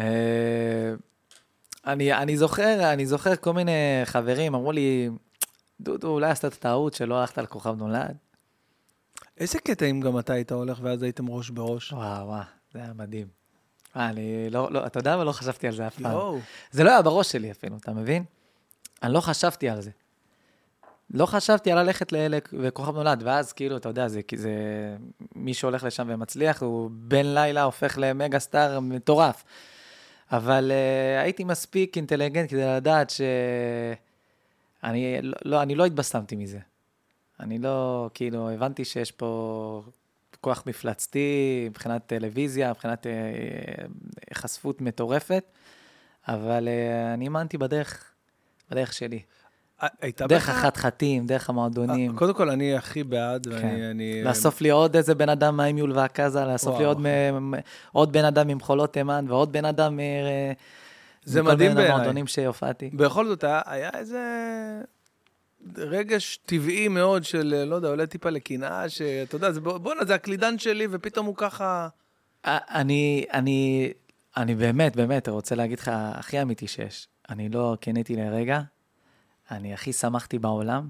B: אני זוכר כל מיני חברים, אמרו לי, דודו, אולי עשת את הטעות שלא הלכת לכוכב נולד.
A: איזה קטע אם גם אתה היית הולך ואז הייתם ראש בראש?
B: וואו, זה היה מדהים. אתה יודע, אבל לא חשבתי על זה אף פעם. זה לא היה בראש שלי אפילו, אתה מבין? אני לא חשבתי על זה. לא חשבתי על ללכת לכוכב נולד, ואז כאילו, אתה יודע, זה מי שהולך לשם ומצליח, הוא בין לילה הופך למגה סטאר מטורף. אבל הייתי מספיק אינטליגנט כדי לדעת אני לא התבשמתי מזה. אני לא, כאילו, הבנתי שיש פה כוח מפלצתי, מבחינת טלוויזיה, מבחינת חשפות מטורפת, אבל אני האמנתי בדרך שלי. דרך החתחתים, דרך המועדונים.
A: קודם כל, אני הכי בעד.
B: לאסוף לי עוד איזה בן אדם מהימיול והקזה, לאסוף לי עוד בן אדם עם חולות תימן, ועוד בן אדם
A: זה מדהים בעיניי.
B: המועדונים שהופעתי.
A: בכל זאת, היה איזה רגש טבעי מאוד של, לא יודע, עולה טיפה לקנאה, שאתה יודע, בוא'נה, זה הקלידן שלי, ופתאום הוא ככה...
B: אני באמת רוצה להגיד לך, הכי אמיתי שיש. אני לא קניתי לרגע, אני הכי שמחתי בעולם.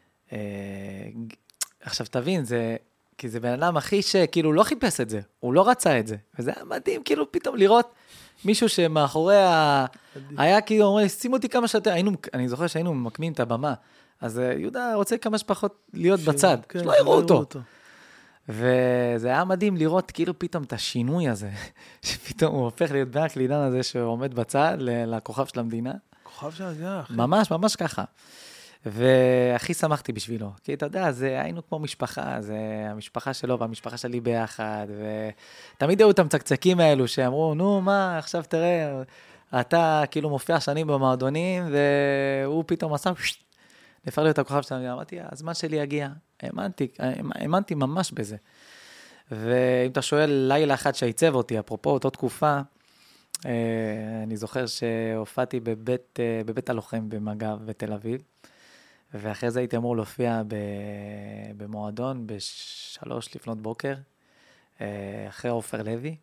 B: עכשיו תבין, כי זה בן אדם הכי שכאילו לא חיפש את זה, הוא לא רצה את זה, וזה היה מדהים כאילו פתאום לראות מישהו שמאחורי היה כאילו אומר, שימו אותי כמה שיותר, אני זוכר שהיינו ממקמים את הבמה, אז יהודה רוצה כמה שפחות להיות בצד, שלא יראו אותו. וזה היה מדהים לראות כאילו פתאום את השינוי הזה, שפתאום הוא הופך להיות בהקלידן הזה שעומד בצד לכוכב של המדינה.
A: כוכב של המדינה, אחי.
B: ממש ככה. והכי שמחתי בשבילו, כי אתה יודע, היינו כמו משפחה, זה המשפחה שלו והמשפחה שלי ביחד, ותמיד היו את המצקצקים האלו שאמרו, נו מה, עכשיו תראה, אתה כאילו מופיע שנים במועדונים, והוא פתאום עשה, נפר לי את הכוכב שלנו, אמרתי, הזמן שלי יגיע, האמנתי ממש בזה. ואם אתה שואל לילה אחד שהייצב אותי, אפרופו אותו תקופה, אני זוכר שהופעתי בבית הלוחם במג"ב בתל אביב, ואחרי זה הייתי אמור להופיע במועדון ב3 לפנות בוקר, אחרי עופר לוי.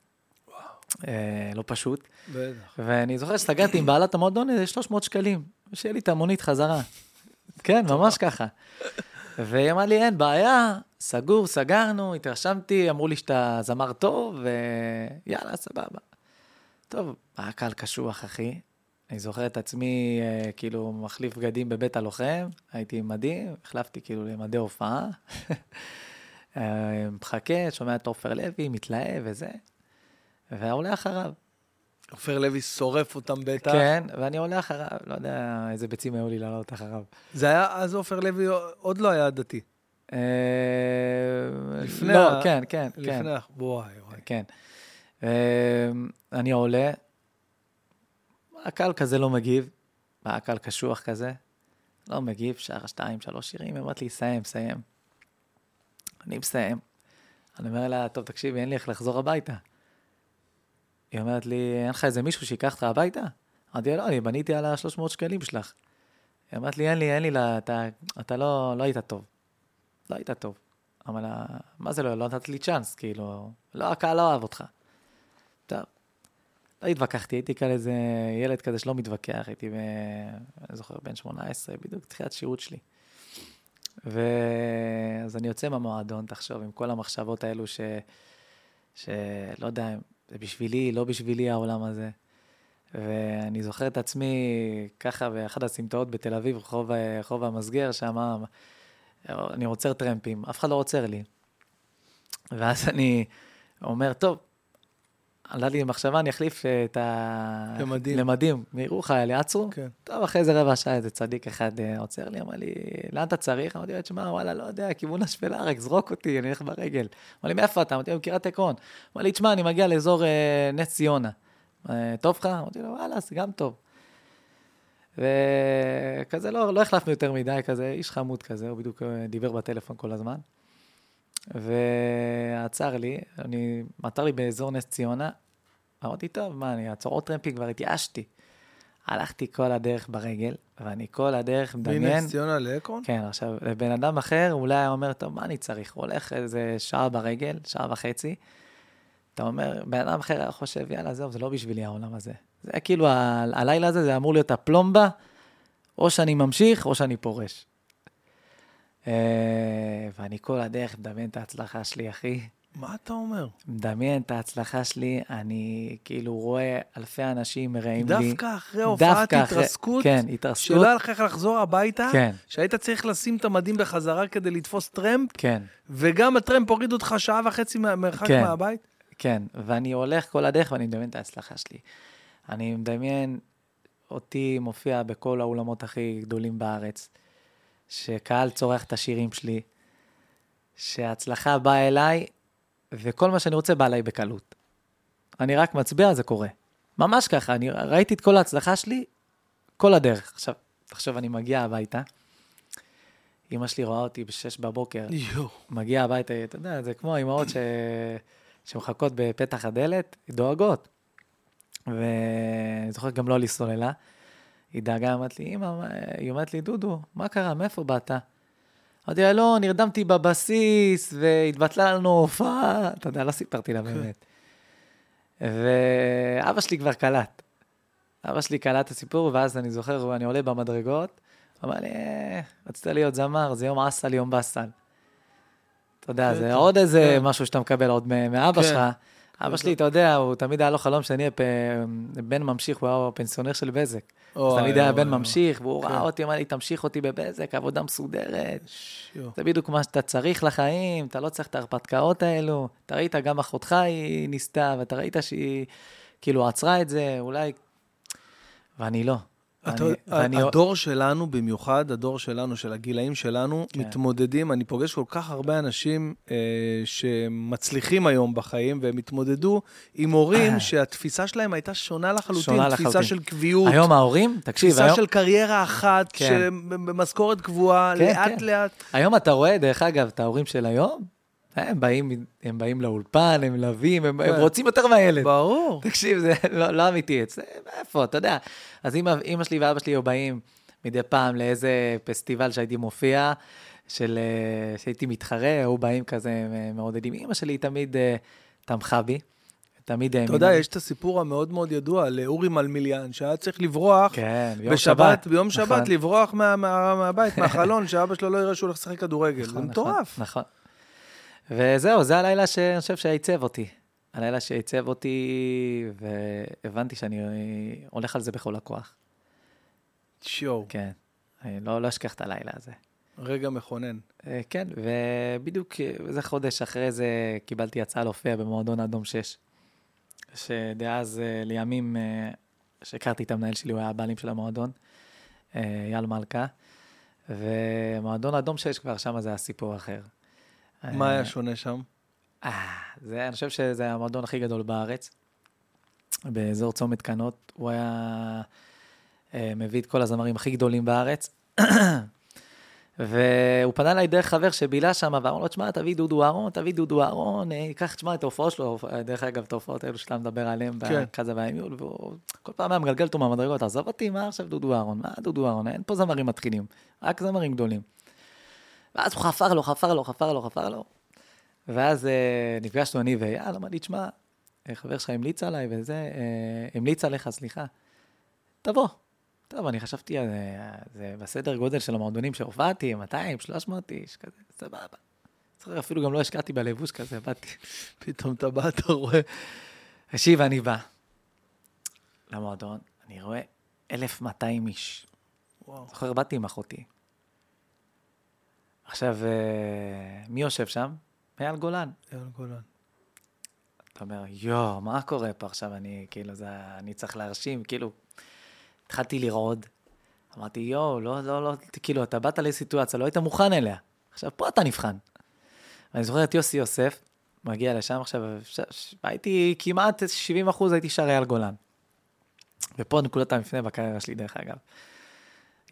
B: לא פשוט. בטח. ואני זוכר שסגרתי עם בעלת המועדון 300 שקלים, שיהיה לי את המונית חזרה. כן, ממש ככה. והיא אמרה לי, אין בעיה, סגרנו, התרשמתי, אמרו לי שאתה זמר טוב, ויאללה, סבבה. טוב, היה קהל קשוח, אחי. אני זוכר את עצמי, כאילו, מחליף בגדים בבית הלוחם, הייתי מדהים, החלפתי כאילו למדי הופעה, מחכה, שומע את עופר לוי, מתלהב וזה, ועולה אחריו.
A: עופר לוי שורף אותם בטח.
B: כן, ואני עולה אחריו, לא יודע איזה ביצים היו לי לעלות אחריו.
A: זה היה, אז עופר לוי עוד לא היה דתי. לפני,
B: לא, כן.
A: לפני, וואי.
B: כן. אני עולה, הקהל כזה לא מגיב, הקהל קשוח כזה, לא מגיב, שער 2, 3 שירים, אמרת לי, סיים. אני מסיים. אני אומר לה, טוב, תקשיבי, אין לי איך לחזור הביתה. היא אומרת לי, אין לך איזה מישהו שיקח אותך הביתה? אמרתי, לא, אני בניתי על 300 שקלים שלך. היא אומרת לי, אין לי, אתה לא היית טוב. לא היית טוב. אבל מה זה לא נתת לי צ'אנס, כאילו, לא, הקהל לא אוהב אותך. טוב. לא התווכחתי, הייתי כאן איזה ילד כזה שלא מתווכח, הייתי, אני זוכר, בן 18, בדיוק תחילת שירות שלי. אז אני יוצא מהמועדון, תחשוב, עם כל המחשבות האלו שלא יודע, זה בשבילי, לא בשבילי העולם הזה. ואני זוכר את עצמי ככה, באחד הסמטאות בתל אביב, רחוב המסגר, שם אני עוצר טרמפים, אף אחד לא עוצר לי. ואז אני אומר, טוב, עלה לי מחשבה, אני אחליף את למדים. מירוך היה עצרו. כן. טוב, אחרי זה רבע שעה, איזה צדיק אחד עוצר לי, אמר לי, לאן אתה צריך? אמרתי, תשמע, וואלה, לא יודע, כיוון השפלה, רק זרוק אותי, אני הולך ברגל. אמר לי, מאיפה אתה? אמרתי, בקירת עקרון. אמר לי, תשמע, אני מגיע לאזור נס ציונה. טוב לך? אמרתי לו, וואלה, זה גם טוב. וכזה לא החלפנו יותר מדי, כזה איש חמוד כזה, הוא בדיוק דיבר בטלפון כל הזמן. ועצר לי, מטר לי באזור נס ציונה, אמרתי, טוב, מה, אני אעצור עוד טרמפים, כבר התייאשתי. הלכתי כל הדרך ברגל, ואני כל הדרך מדמיין...
A: מנס ציונה לאקרון?
B: כן, עכשיו, לבן אדם אחר, אולי היה אומר, טוב, מה אני צריך? הוא הולך איזה שעה ברגל, שעה וחצי, אתה אומר, בן אדם אחר חושב, יאללה, זהו, זה לא בשבילי העולם הזה. זה כאילו, הלילה הזה, זה אמור להיות הפלומבה, או שאני ממשיך, או שאני פורש. ואני כל הדרך מדמיין את ההצלחה שלי, אחי.
A: מה אתה אומר?
B: מדמיין את ההצלחה שלי, אני כאילו רואה אלפי אנשים מראים לי.
A: דווקא אחרי הופעת התרסקות,
B: כן, התרסקות.
A: שלא היה לך איך לחזור הביתה,
B: כן.
A: שהיית צריך לשים את המדים בחזרה כדי לתפוס טרמפ,
B: כן.
A: וגם הטרמפ הוריד אותך שעה וחצי מרחק
B: כן.
A: מהבית.
B: כן, ואני הולך כל הדרך ואני מדמיין את ההצלחה שלי. אני מדמיין אותי מופיע בכל האולמות הכי גדולים בארץ, שקהל צורך את השירים שלי, שההצלחה באה אליי, וכל מה שאני רוצה בא אליי בקלות. אני רק מצביע, זה קורה. ממש ככה, אני ראיתי את כל ההצלחה שלי, כל הדרך. עכשיו, תחשוב, אני מגיע הביתה, אמא שלי רואה אותי ב6 בבוקר, מגיע הביתה, אתה יודע, זה כמו אמהות שמחכות בפתח הדלת, דואגות. ואני זוכר גם לא לסוללה, היא דאגה, אמרת לי, אמא, היא אומרת לי, דודו, מה קרה, מאיפה באת? אמרתי לה, לא, נרדמתי בבסיס, והתבטלה לנו הופעה, אתה יודע, לא סיפרתי לה באמת. ואבא שלי כבר קלט. אבא שלי קלט את הסיפור, ואז אני זוכר, אני עולה במדרגות, אמר לי, רצית להיות זמר, זה יום עסל, יום בסל. אתה יודע, זה עוד איזה משהו שאתה מקבל עוד מאבא שלך. אבא שלי, אתה יודע, הוא תמיד היה לו חלום שאני אהיה בן ממשיך, הוא היה פנסיונר של בזק. אז תמיד היה בן ממשיך, והוא ראה אותי, אמר לי, תמשיך אותי בבזק, עבודה מסודרת. זה בדיוק מה שאתה צריך לחיים, אתה לא צריך את ההרפתקאות האלו. אתה ראית, גם אחותך היא ניסתה, ואתה ראית שהיא כאילו עצרה את זה, אולי... ואני לא.
A: הדור שלנו, במיוחד, הדור שלנו, של הגילאים שלנו, מתמודדים, אני פוגש כל כך הרבה אנשים שמצליחים היום בחיים, והם התמודדו עם הורים שהתפיסה שלהם הייתה שונה לחלוטין, תפיסה של קביעות.
B: היום ההורים, תקשיב,
A: תפיסה של קריירה אחת, במשכורת קבועה, לאט לאט.
B: היום אתה רואה, דרך אגב, את ההורים של היום, הם באים לאולפן, הם מלווים, הם רוצים יותר מהילד.
A: ברור.
B: תקשיב, זה לא אמיתי. איפה, אתה יודע. אז אמא שלי ואבא שלי היו באים מדי פעם לאיזה פסטיבל שהייתי מופיע, שהייתי מתחרה, היו באים כזה מעודדים. אמא שלי תמיד תמכה בי. תמיד...
A: אתה יודע, יש את הסיפור המאוד מאוד ידוע, לאורי מלמיליאן, שהיה צריך לברוח בשבת, ביום שבת, לברוח מהבית, מהחלון, שאבא שלו לא יראה שהוא הולך לשחק כדורגל. זה מטורף.
B: נכון. וזהו, זה הלילה שאני חושב שהעיצב אותי. הלילה שהעיצב אותי, והבנתי שאני הולך על זה בכל הכוח.
A: שואו.
B: כן, לא אשכח את הלילה הזה.
A: רגע מכונן.
B: כן, ובדיוק איזה חודש אחרי זה קיבלתי הצעה להופיע במועדון אדום 6, שדאז לימים שהכרתי את המנהל שלי, הוא היה הבעלים של המועדון, יאל מלכה, ומועדון אדום 6 כבר שם זה הסיפור אחר.
A: מה היה שונה שם?
B: אני חושב שזה המועדון הכי גדול בארץ, באזור צומת קנות, הוא היה מביא את כל הזמרים הכי גדולים בארץ, והוא פנה אליי דרך חבר שבילה שם, ואמר לו, תשמע, תביא דודו אהרון, קח, תשמע, את ההופעות שלו, דרך אגב, את ההופעות האלו שאתה מדבר עליהם, בכזה והמיול, והוא כל פעם היה מגלגל אותו מהמדרגות, עזוב אותי, מה עכשיו דודו אהרון? מה דודו אהרון? אין פה זמרים מתחילים, רק זמרים גדולים. ואז הוא חפר לו, ואז נפגשנו אני ויאל, אמר לי, תשמע, חבר שלך המליץ עליי, וזה, המליץ עליך, סליחה, תבוא. טוב, אני חשבתי, זה בסדר גודל של המועדונים שהופעתי, 200, 300 איש, כזה, סבבה. אפילו גם לא השקעתי בלבוש כזה, באתי.
A: פתאום אתה בא, אתה רואה.
B: תקשיב, אני בא למועדון, אני רואה 1,200 איש. זוכר, באתי עם אחותי. עכשיו, מי יושב שם? אייל גולן.
A: אייל גולן.
B: אתה אומר, מה קורה פה עכשיו? אני צריך להרשים, כאילו, התחלתי לרעוד. אמרתי, לא, כאילו, אתה באת לסיטואציה, לא היית מוכן אליה. עכשיו, פה אתה נבחן. ואני זוכר את יוסי יוסף, מגיע לשם עכשיו, הייתי כמעט 70% הייתי שר אייל גולן. ופה נקודת המפנה בקריירה שלי, דרך אגב.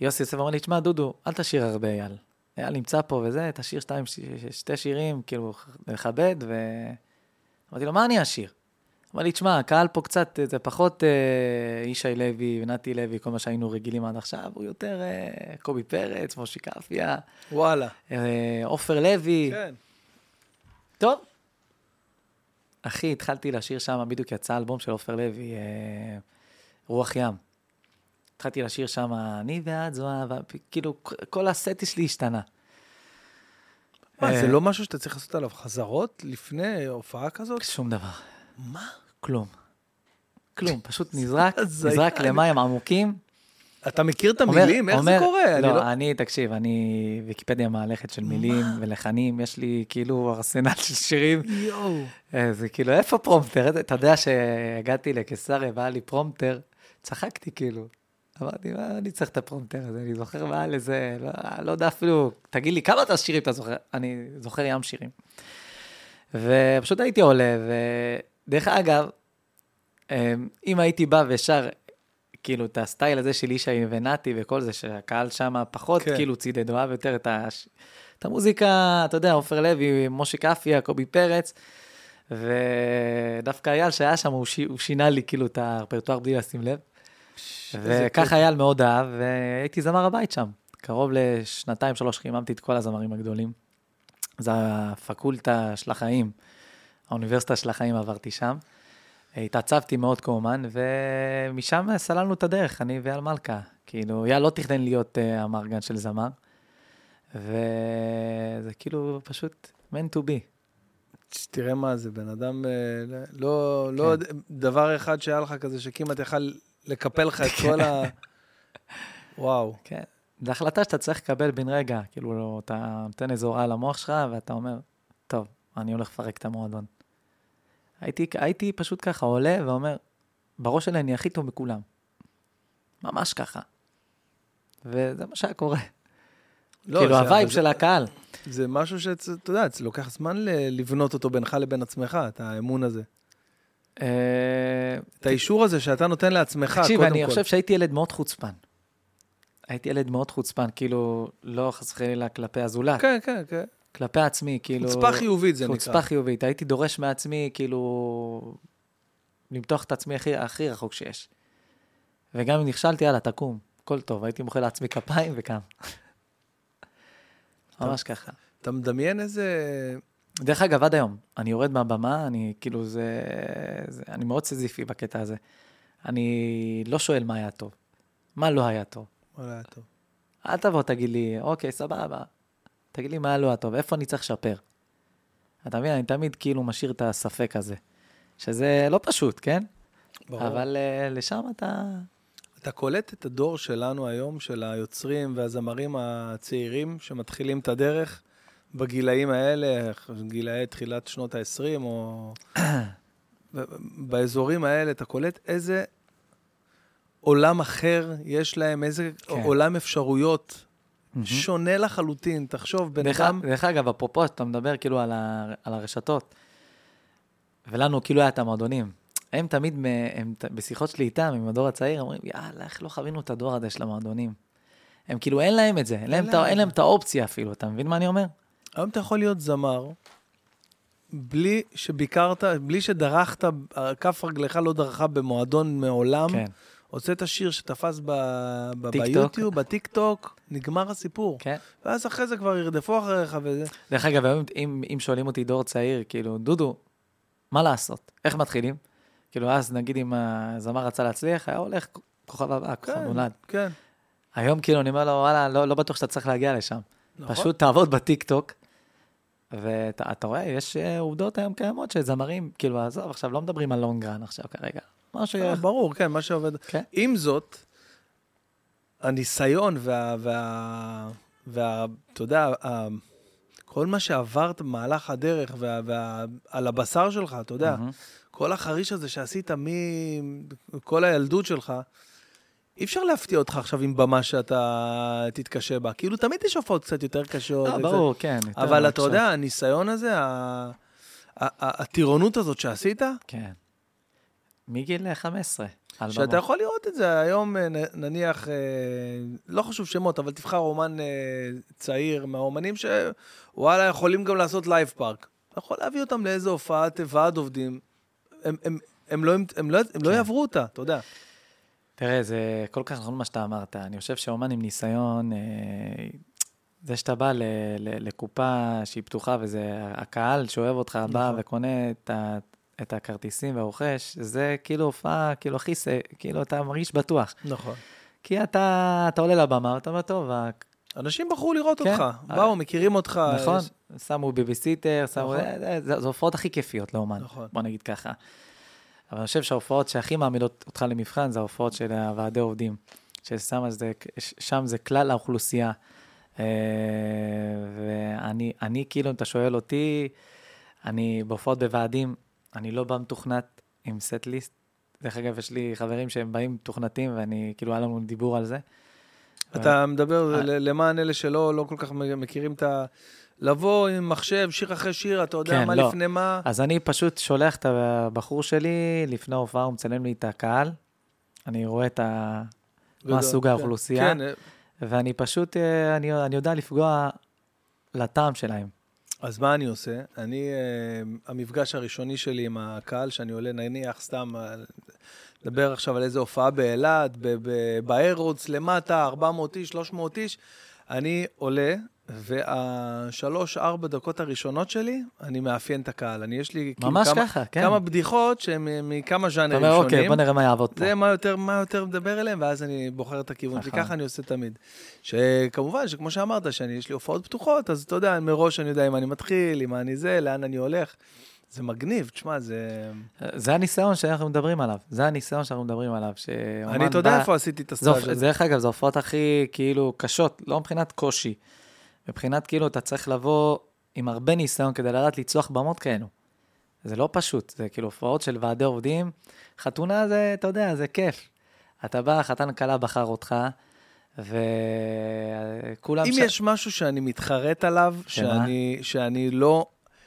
B: יוסי יוסף אמר לי, תשמע, דודו, אל תשאיר הרבה, אייל. אייל נמצא פה וזה, תשאיר שתי שירים, כאילו, לכבד, אמרתי לו, מה אני אשאיר? אמר לי, תשמע, הקהל פה קצת, זה פחות ישי לוי ונתי לוי, כל מה שהיינו רגילים עד עכשיו, הוא יותר קובי פרץ, מושי קפיה.
A: וואלה.
B: עופר לוי.
A: כן.
B: טוב. אחי, התחלתי לשיר שם, בדיוק יצא אלבום של עופר לוי, רוח ים. התחלתי לשיר שם, אני ואת זוהה, כאילו, כל הסטי שלי השתנה.
A: מה, זה לא משהו שאתה צריך לעשות עליו חזרות לפני הופעה כזאת?
B: שום דבר.
A: מה?
B: כלום. כלום, פשוט נזרק למים עמוקים.
A: אתה מכיר את המילים? איך זה קורה?
B: לא, תקשיב, אני ויקיפדיה מהלכת של מילים ולחנים, יש לי כאילו ארסנל של שירים.
A: יואו.
B: זה כאילו, איפה פרומפטר? אתה יודע שהגעתי לקיסריה והיה לי פרומפטר, צחקתי כאילו. אמרתי, מה אני צריך את הפרומפטר הזה? אני זוכר מה לזה, לא יודע אפילו, תגיד לי, כמה אתה שירים אתה זוכר? אני זוכר ים שירים. ופשוט הייתי עולה, ודרך אגב, אם הייתי בא ושר, כאילו, את הסטייל הזה של ישי ונתי וכל זה, שהקהל שם פחות, כאילו, צידד, אוהב יותר את המוזיקה, אתה יודע, עופר לוי, מושי קפיה, קובי פרץ, ודווקא אייל שהיה שם, הוא שינה לי, כאילו, את הרפרטואר בלי לשים לב, וככה אייל מאוד אהב, והייתי זמר הבית שם, קרוב לשנתיים, 3, חיממתי את כל הזמרים הגדולים, זה הפקולטה של החיים, האוניברסיטה של החיים עברתי שם, התעצבתי מאוד כאומן, ומשם סללנו את הדרך, אני ואייל מלכה. כאילו, אייל לא תכנן להיות המארגן של זמר, וזה כאילו פשוט meant to be.
A: תראה מה זה, בן אדם, לא דבר אחד שהיה לך כזה, שכמעט יכל לקפל לך את כל ה... וואו.
B: כן, זו החלטה שאתה צריך לקבל בן רגע, כאילו, אתה נותן איזו הוראה למוח שלך, ואתה אומר, טוב, אני הולך לפרק את המועדון. הייתי פשוט ככה עולה ואומר, בראש שלי אני הכי טוב מכולם. ממש ככה. וזה מה שהיה קורה. כאילו הווייב של הקהל.
A: זה משהו שאתה יודע, זה לוקח זמן לבנות אותו בינך לבין עצמך, את האמון הזה. את האישור הזה שאתה נותן לעצמך.
B: תקשיב, אני חושב שהייתי ילד מאוד חוצפן. הייתי ילד מאוד חוצפן, כאילו לא חסכי לה כלפי הזולת.
A: כן, כן, כן.
B: כלפי עצמי, כאילו...
A: חוצפה חיובית זה נקרא.
B: חוצפה חיובית. הייתי דורש מעצמי, כאילו, למתוח את עצמי הכי רחוק שיש. וגם אם נכשלתי, יאללה, תקום. הכל טוב. הייתי מוחה לעצמי כפיים וכאן. ממש ככה.
A: אתה מדמיין איזה...
B: דרך אגב, עד היום, אני יורד מהבמה, אני כאילו אני מאוד סזיפי בקטע הזה. אני לא שואל מה היה טוב. מה לא היה טוב?
A: מה לא היה טוב?
B: אל תבוא, תגיד לי, אוקיי, סבבה. תגיד לי מה לא הטוב, איפה אני צריך לשפר? אתה מבין, אני תמיד כאילו משאיר את הספק הזה, שזה לא פשוט, כן? ברור. אבל לשם
A: אתה קולט את הדור שלנו היום, של היוצרים והזמרים הצעירים, שמתחילים את הדרך בגילאים האלה, גילאי תחילת שנות ה-20, או באזורים האלה, אתה קולט איזה עולם אחר יש להם, איזה עולם אפשרויות, שונה לחלוטין, תחשוב בן אדם...
B: דרך אגב, אפרופו, אתה מדבר כאילו על הרשתות, ולנו כאילו היה את המועדונים. הם תמיד, בשיחות שלי איתם, עם הדור הצעיר, אומרים, יאללה, איך לא חווינו את הדור הזה של המועדונים? הם כאילו, אין להם את זה, אין להם את האופציה אפילו, אתה מבין מה אני אומר?
A: היום אתה יכול להיות זמר, בלי שביקרת, בלי שדרכת, כף רגלך לא דרכה במועדון מעולם, כן. הוצאת שיר שתפס ביוטיוב, בטיק-טוק, נגמר הסיפור. כן. ואז אחרי זה כבר ירדפו אחריך וזה.
B: דרך אגב, אם שואלים אותי דור צעיר, כאילו, דודו, מה לעשות? איך מתחילים? כאילו, אז נגיד אם הזמר רצה להצליח, היה הולך כוכב הבא, כוכב נולד.
A: כן.
B: היום כאילו אני אומר לו, וואלה, לא בטוח שאתה צריך להגיע לשם. פשוט תעבוד בטיק-טוק, ואתה רואה, יש עובדות היום קיימות שזמרים, כאילו, עזוב, עכשיו לא מדברים על לונגרן עכשיו כרגע.
A: ברור, כן, מה שעובד. עם זאת, הניסיון אתה יודע, כל מה שעברת במהלך הדרך על הבשר שלך, אתה יודע, כל החריש הזה שעשית מכל הילדות שלך, אי אפשר להפתיע אותך עכשיו עם במה שאתה תתקשה בה. כאילו, תמיד יש הופעות קצת יותר קשות.
B: ברור, כן.
A: אבל אתה יודע, הניסיון הזה, הטירונות הזאת שעשית,
B: כן. מגיל 15.
A: שאתה יכול לראות את זה, היום נניח, לא חשוב שמות, אבל תבחר אומן צעיר מהאומנים שוואלה יכולים גם לעשות לייב פארק. אתה יכול להביא אותם לאיזו הופעת ועד עובדים, הם לא יעברו אותה, אתה יודע.
B: תראה, זה כל כך נכון מה שאתה אמרת. אני חושב שאומן עם ניסיון, זה שאתה בא לקופה שהיא פתוחה, וזה הקהל שאוהב אותך, בא וקונה את הכרטיסים והרוכש, זה כאילו הופעה, כאילו הכי, כאילו אתה מרגיש בטוח.
A: נכון. כי
B: אתה עולה לבמה, ואתה אומר, טוב,
A: אנשים בחרו לראות אותך, באו, מכירים אותך.
B: נכון, שמו ביביסיטר, זה ההופעות הכי כיפיות לאומן, בוא נגיד ככה. אבל אני חושב שההופעות שהכי מעמידות אותך למבחן, זה ההופעות של הוועדי עובדים, ששם זה כלל האוכלוסייה. ואני כאילו, אם אתה שואל אותי, אני בהופעות בוועדים, אני לא בא מתוכנת עם סט ליסט. דרך אגב, יש לי חברים שהם באים מתוכנתים, ואני, כאילו, היה לנו דיבור על זה.
A: אתה מדבר למען אלה שלא כל כך מכירים את לבוא עם מחשב, שיר אחרי שיר, אתה יודע מה לפני מה.
B: אז אני פשוט שולח את הבחור שלי, לפני ההופעה, הוא מצלם לי את הקהל, אני רואה מה סוג האוכלוסייה, ואני פשוט, אני יודע לפגוע לטעם שלהם.
A: אז מה אני עושה? המפגש הראשוני שלי עם הקהל, שאני עולה נניח סתם, לדבר עכשיו על איזו הופעה באלעד, באיירודס למטה, 400 איש, 300 איש, אני עולה, וה3-4 דקות הראשונות שלי, אני מאפיין את הקהל. יש לי כמה בדיחות שהן מכמה ז'אנרים שונים.
B: אתה אומר, אוקיי, בוא נראה מה יעבוד פה.
A: זה מה יותר מדבר אליהם, ואז אני בוחר את הכיוון שלי. ככה אני עושה תמיד. שכמובן, שכמו שאמרת, שיש לי הופעות פתוחות, אז אתה יודע, מראש אני יודע אם אני מתחיל, אם אני זה, לאן אני הולך. זה מגניב, תשמע, זה...
B: זה הניסיון שאנחנו מדברים עליו.
A: אני אתה יודע איפה עשיתי את הסטאז' הזה.
B: דרך אגב, זה הופעות הכי כאילו קשות, לא מבחינת קושי. מבחינת כאילו אתה צריך לבוא עם הרבה ניסיון כדי לדעת לצלוח במות כאלו. זה לא פשוט, זה כאילו הופעות של ועדי עובדים. חתונה זה, אתה יודע, זה כיף. אתה בא, חתן קלה בחר אותך, וכולם...
A: אם יש משהו שאני מתחרט עליו, שאני לא...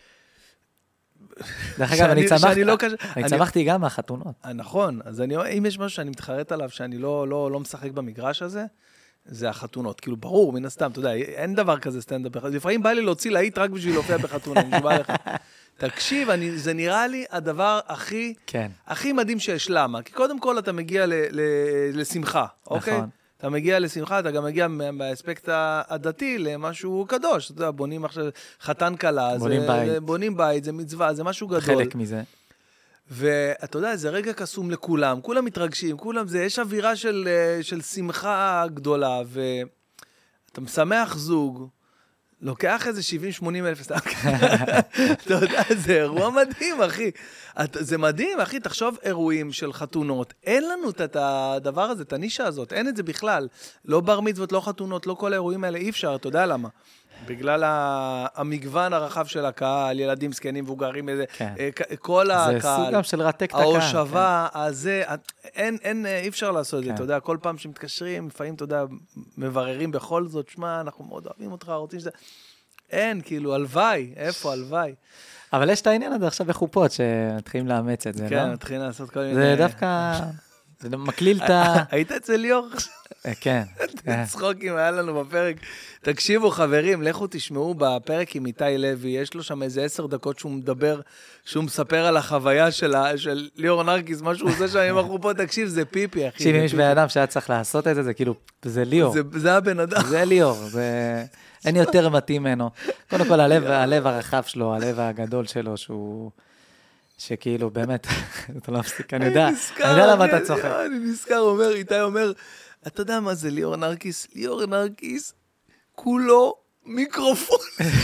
B: דרך אגב, אני צמחתי גם מהחתונות.
A: נכון, אז אם יש משהו שאני מתחרט עליו, שאני לא משחק במגרש הזה, זה החתונות. כאילו, ברור, מן הסתם, אתה יודע, אין דבר כזה סטנדאפ. לפעמים בא לי להוציא להיט רק בשביל להופיע בחתונה, אני בא לך. תקשיב, זה נראה לי הדבר הכי מדהים שיש. למה? כי קודם כל אתה מגיע לשמחה, אוקיי? אתה מגיע לשמחה, אתה גם מגיע באספקט הדתי למשהו קדוש. אתה יודע, בונים עכשיו חתן קלה, בונים בית, זה מצווה, זה משהו גדול.
B: חלק מזה.
A: ואתה יודע, זה רגע קסום לכולם, כולם מתרגשים, יש אווירה של שמחה גדולה, ואתה משמח זוג, לוקח איזה 70-80 אלף, אתה יודע, זה אירוע מדהים, אחי. זה מדהים, אחי, תחשוב אירועים של חתונות, אין לנו את הדבר הזה, את הנישה הזאת, אין את זה בכלל. לא בר מצוות, לא חתונות, לא כל האירועים האלה, אי אפשר, אתה יודע למה. בגלל המגוון הרחב של הקהל, ילדים זקנים מבוגרים, כל הקהל,
B: זה סוג גם של רתק את הקהל.
A: ההושבה, הזה, אי אפשר לעשות את זה, אתה יודע, כל פעם שמתקשרים, לפעמים, אתה יודע, מבררים בכל זאת, שמה, אנחנו מאוד אוהבים אותך, רוצים שזה... אין, כאילו, הלוואי, איפה הלוואי?
B: אבל יש את העניין הזה עכשיו בחופות, שמתחילים לאמץ את זה, לא?
A: כן, מתחילים לעשות כל מיני...
B: זה דווקא... זה מקליל את ה...
A: היית אצל ליאור?
B: כן.
A: צחוקים היה לנו בפרק. תקשיבו חברים, לכו תשמעו בפרק עם איתי לוי, יש לו שם איזה 10 דקות שהוא מדבר, שהוא מספר על החוויה של ליאור נרקיס, מה שהוא עושה שם עם החופות, תקשיב, זה פיפי, אחי.
B: תקשיב, אם יש בן אדם שהיה צריך לעשות את זה, זה כאילו, זה ליאור.
A: זה הבן אדם.
B: זה ליאור, אין יותר מתאים ממנו. קודם כל, הלב הרחב שלו, הלב הגדול שלו, שכאילו, באמת, אתה לא מפסיק, אני יודע למה אתה צוחק.
A: אני נזכר, איתי אומר, אתה יודע מה זה ליאור נרקיס? ליאור נרקיס, כולו מיקרופון.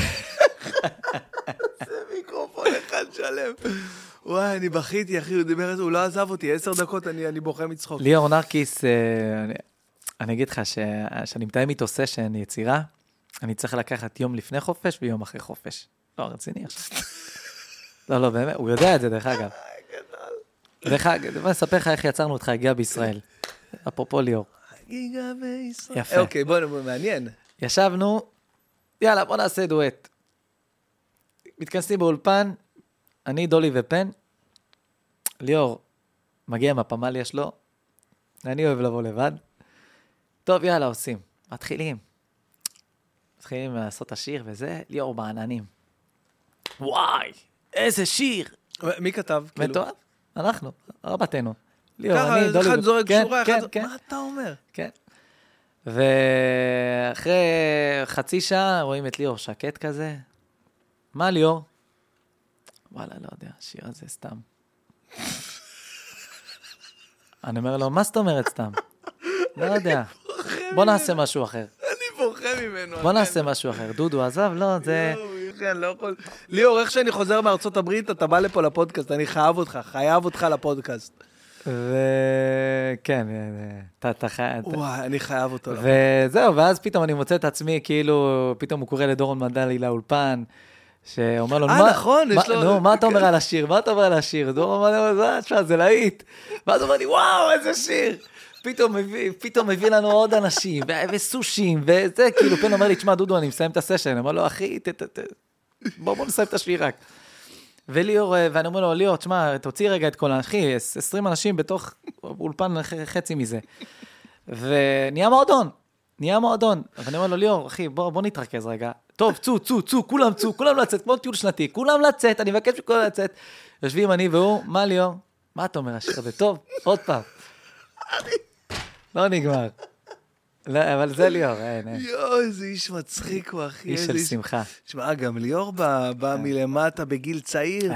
A: זה מיקרופון אחד שלם. וואי, אני בכיתי, אחי, הוא דיבר את זה, הוא לא עזב אותי, 10 דקות אני בוכה מצחוק.
B: ליאור נרקיס, אני אגיד לך שאני מתאם איתו סשן יצירה, אני צריך לקחת יום לפני חופש ויום אחרי חופש. לא, רציני עכשיו. לא, באמת, הוא יודע את זה, דרך אגב. דרך אגב, אני אספר לך איך יצרנו אותך הגיע בישראל. אפרופו ליאור.
A: הגיע בישראל.
B: יפה.
A: אוקיי, בוא, מעניין.
B: ישבנו, יאללה, בוא נעשה דואט. מתכנסים באולפן, אני, דולי ופן. ליאור, מגיע מהפמליה שלו, אני אוהב לבוא לבד. טוב, יאללה, עושים. מתחילים לעשות השיר וזה, ליאור בעננים. וואי, איזה שיר.
A: מי כתב?
B: מטורף, אנחנו, רבתנו.
A: ככה, אחד זורק שורה, מה אתה אומר?
B: כן. ואחרי חצי שעה רואים את ליאור שקט כזה. מה ליאור? וואלה, לא יודע, השיר הזה סתם. אני אומר לו, מה זאת אומרת סתם? לא יודע. בוא נעשה משהו אחר.
A: אני בוכה ממנו.
B: בוא נעשה משהו אחר. דודו, עזב, לא, זה...
A: ליאור, איך שאני חוזר מארצות הברית, אתה בא לפה לפודקאסט, אני חייב אותך לפודקאסט.
B: וכן, אתה חייב...
A: וואי, אני חייב אותו.
B: וזהו, ואז פתאום אני מוצא את עצמי, כאילו, פתאום הוא קורא לדורון מדלי לאולפן, שאומר לו,
A: נכון, יש לו...
B: מה אתה אומר על השיר? מה אתה אומר על השיר? דורון מדלי, זה להיט. ואז הוא אומר לי, וואו, איזה שיר. פתאום מביא לנו עוד אנשים, וסושים, וזה, כאילו, פן אומר לי, תשמע, דודו, אני מסיים את הסשן. אני אומר לו, אחי, בוא נסיים את השיר רק. וליאור, ואני אומר לו, ליאור, תשמע, תוציא רגע את כל האחי, 20 אנשים בתוך אולפן חצי מזה. ונהיה מועדון. ואני אומר לו, ליאור, אחי, בוא נתרכז רגע. טוב, צו, כולם לצאת, כמו טיול שנתי, כולם לצאת, אני מבקש מכולם לצאת. יושבים אני והוא, מה ליאור? מה אתה אומר, השיר הזה? טוב, עוד פעם. לא נגמר. לא, אבל זה ליאור,
A: יואו, איזה איש מצחיק הוא, אחי.
B: איש של שמחה.
A: שמע, גם ליאור בא מלמטה בגיל צעיר.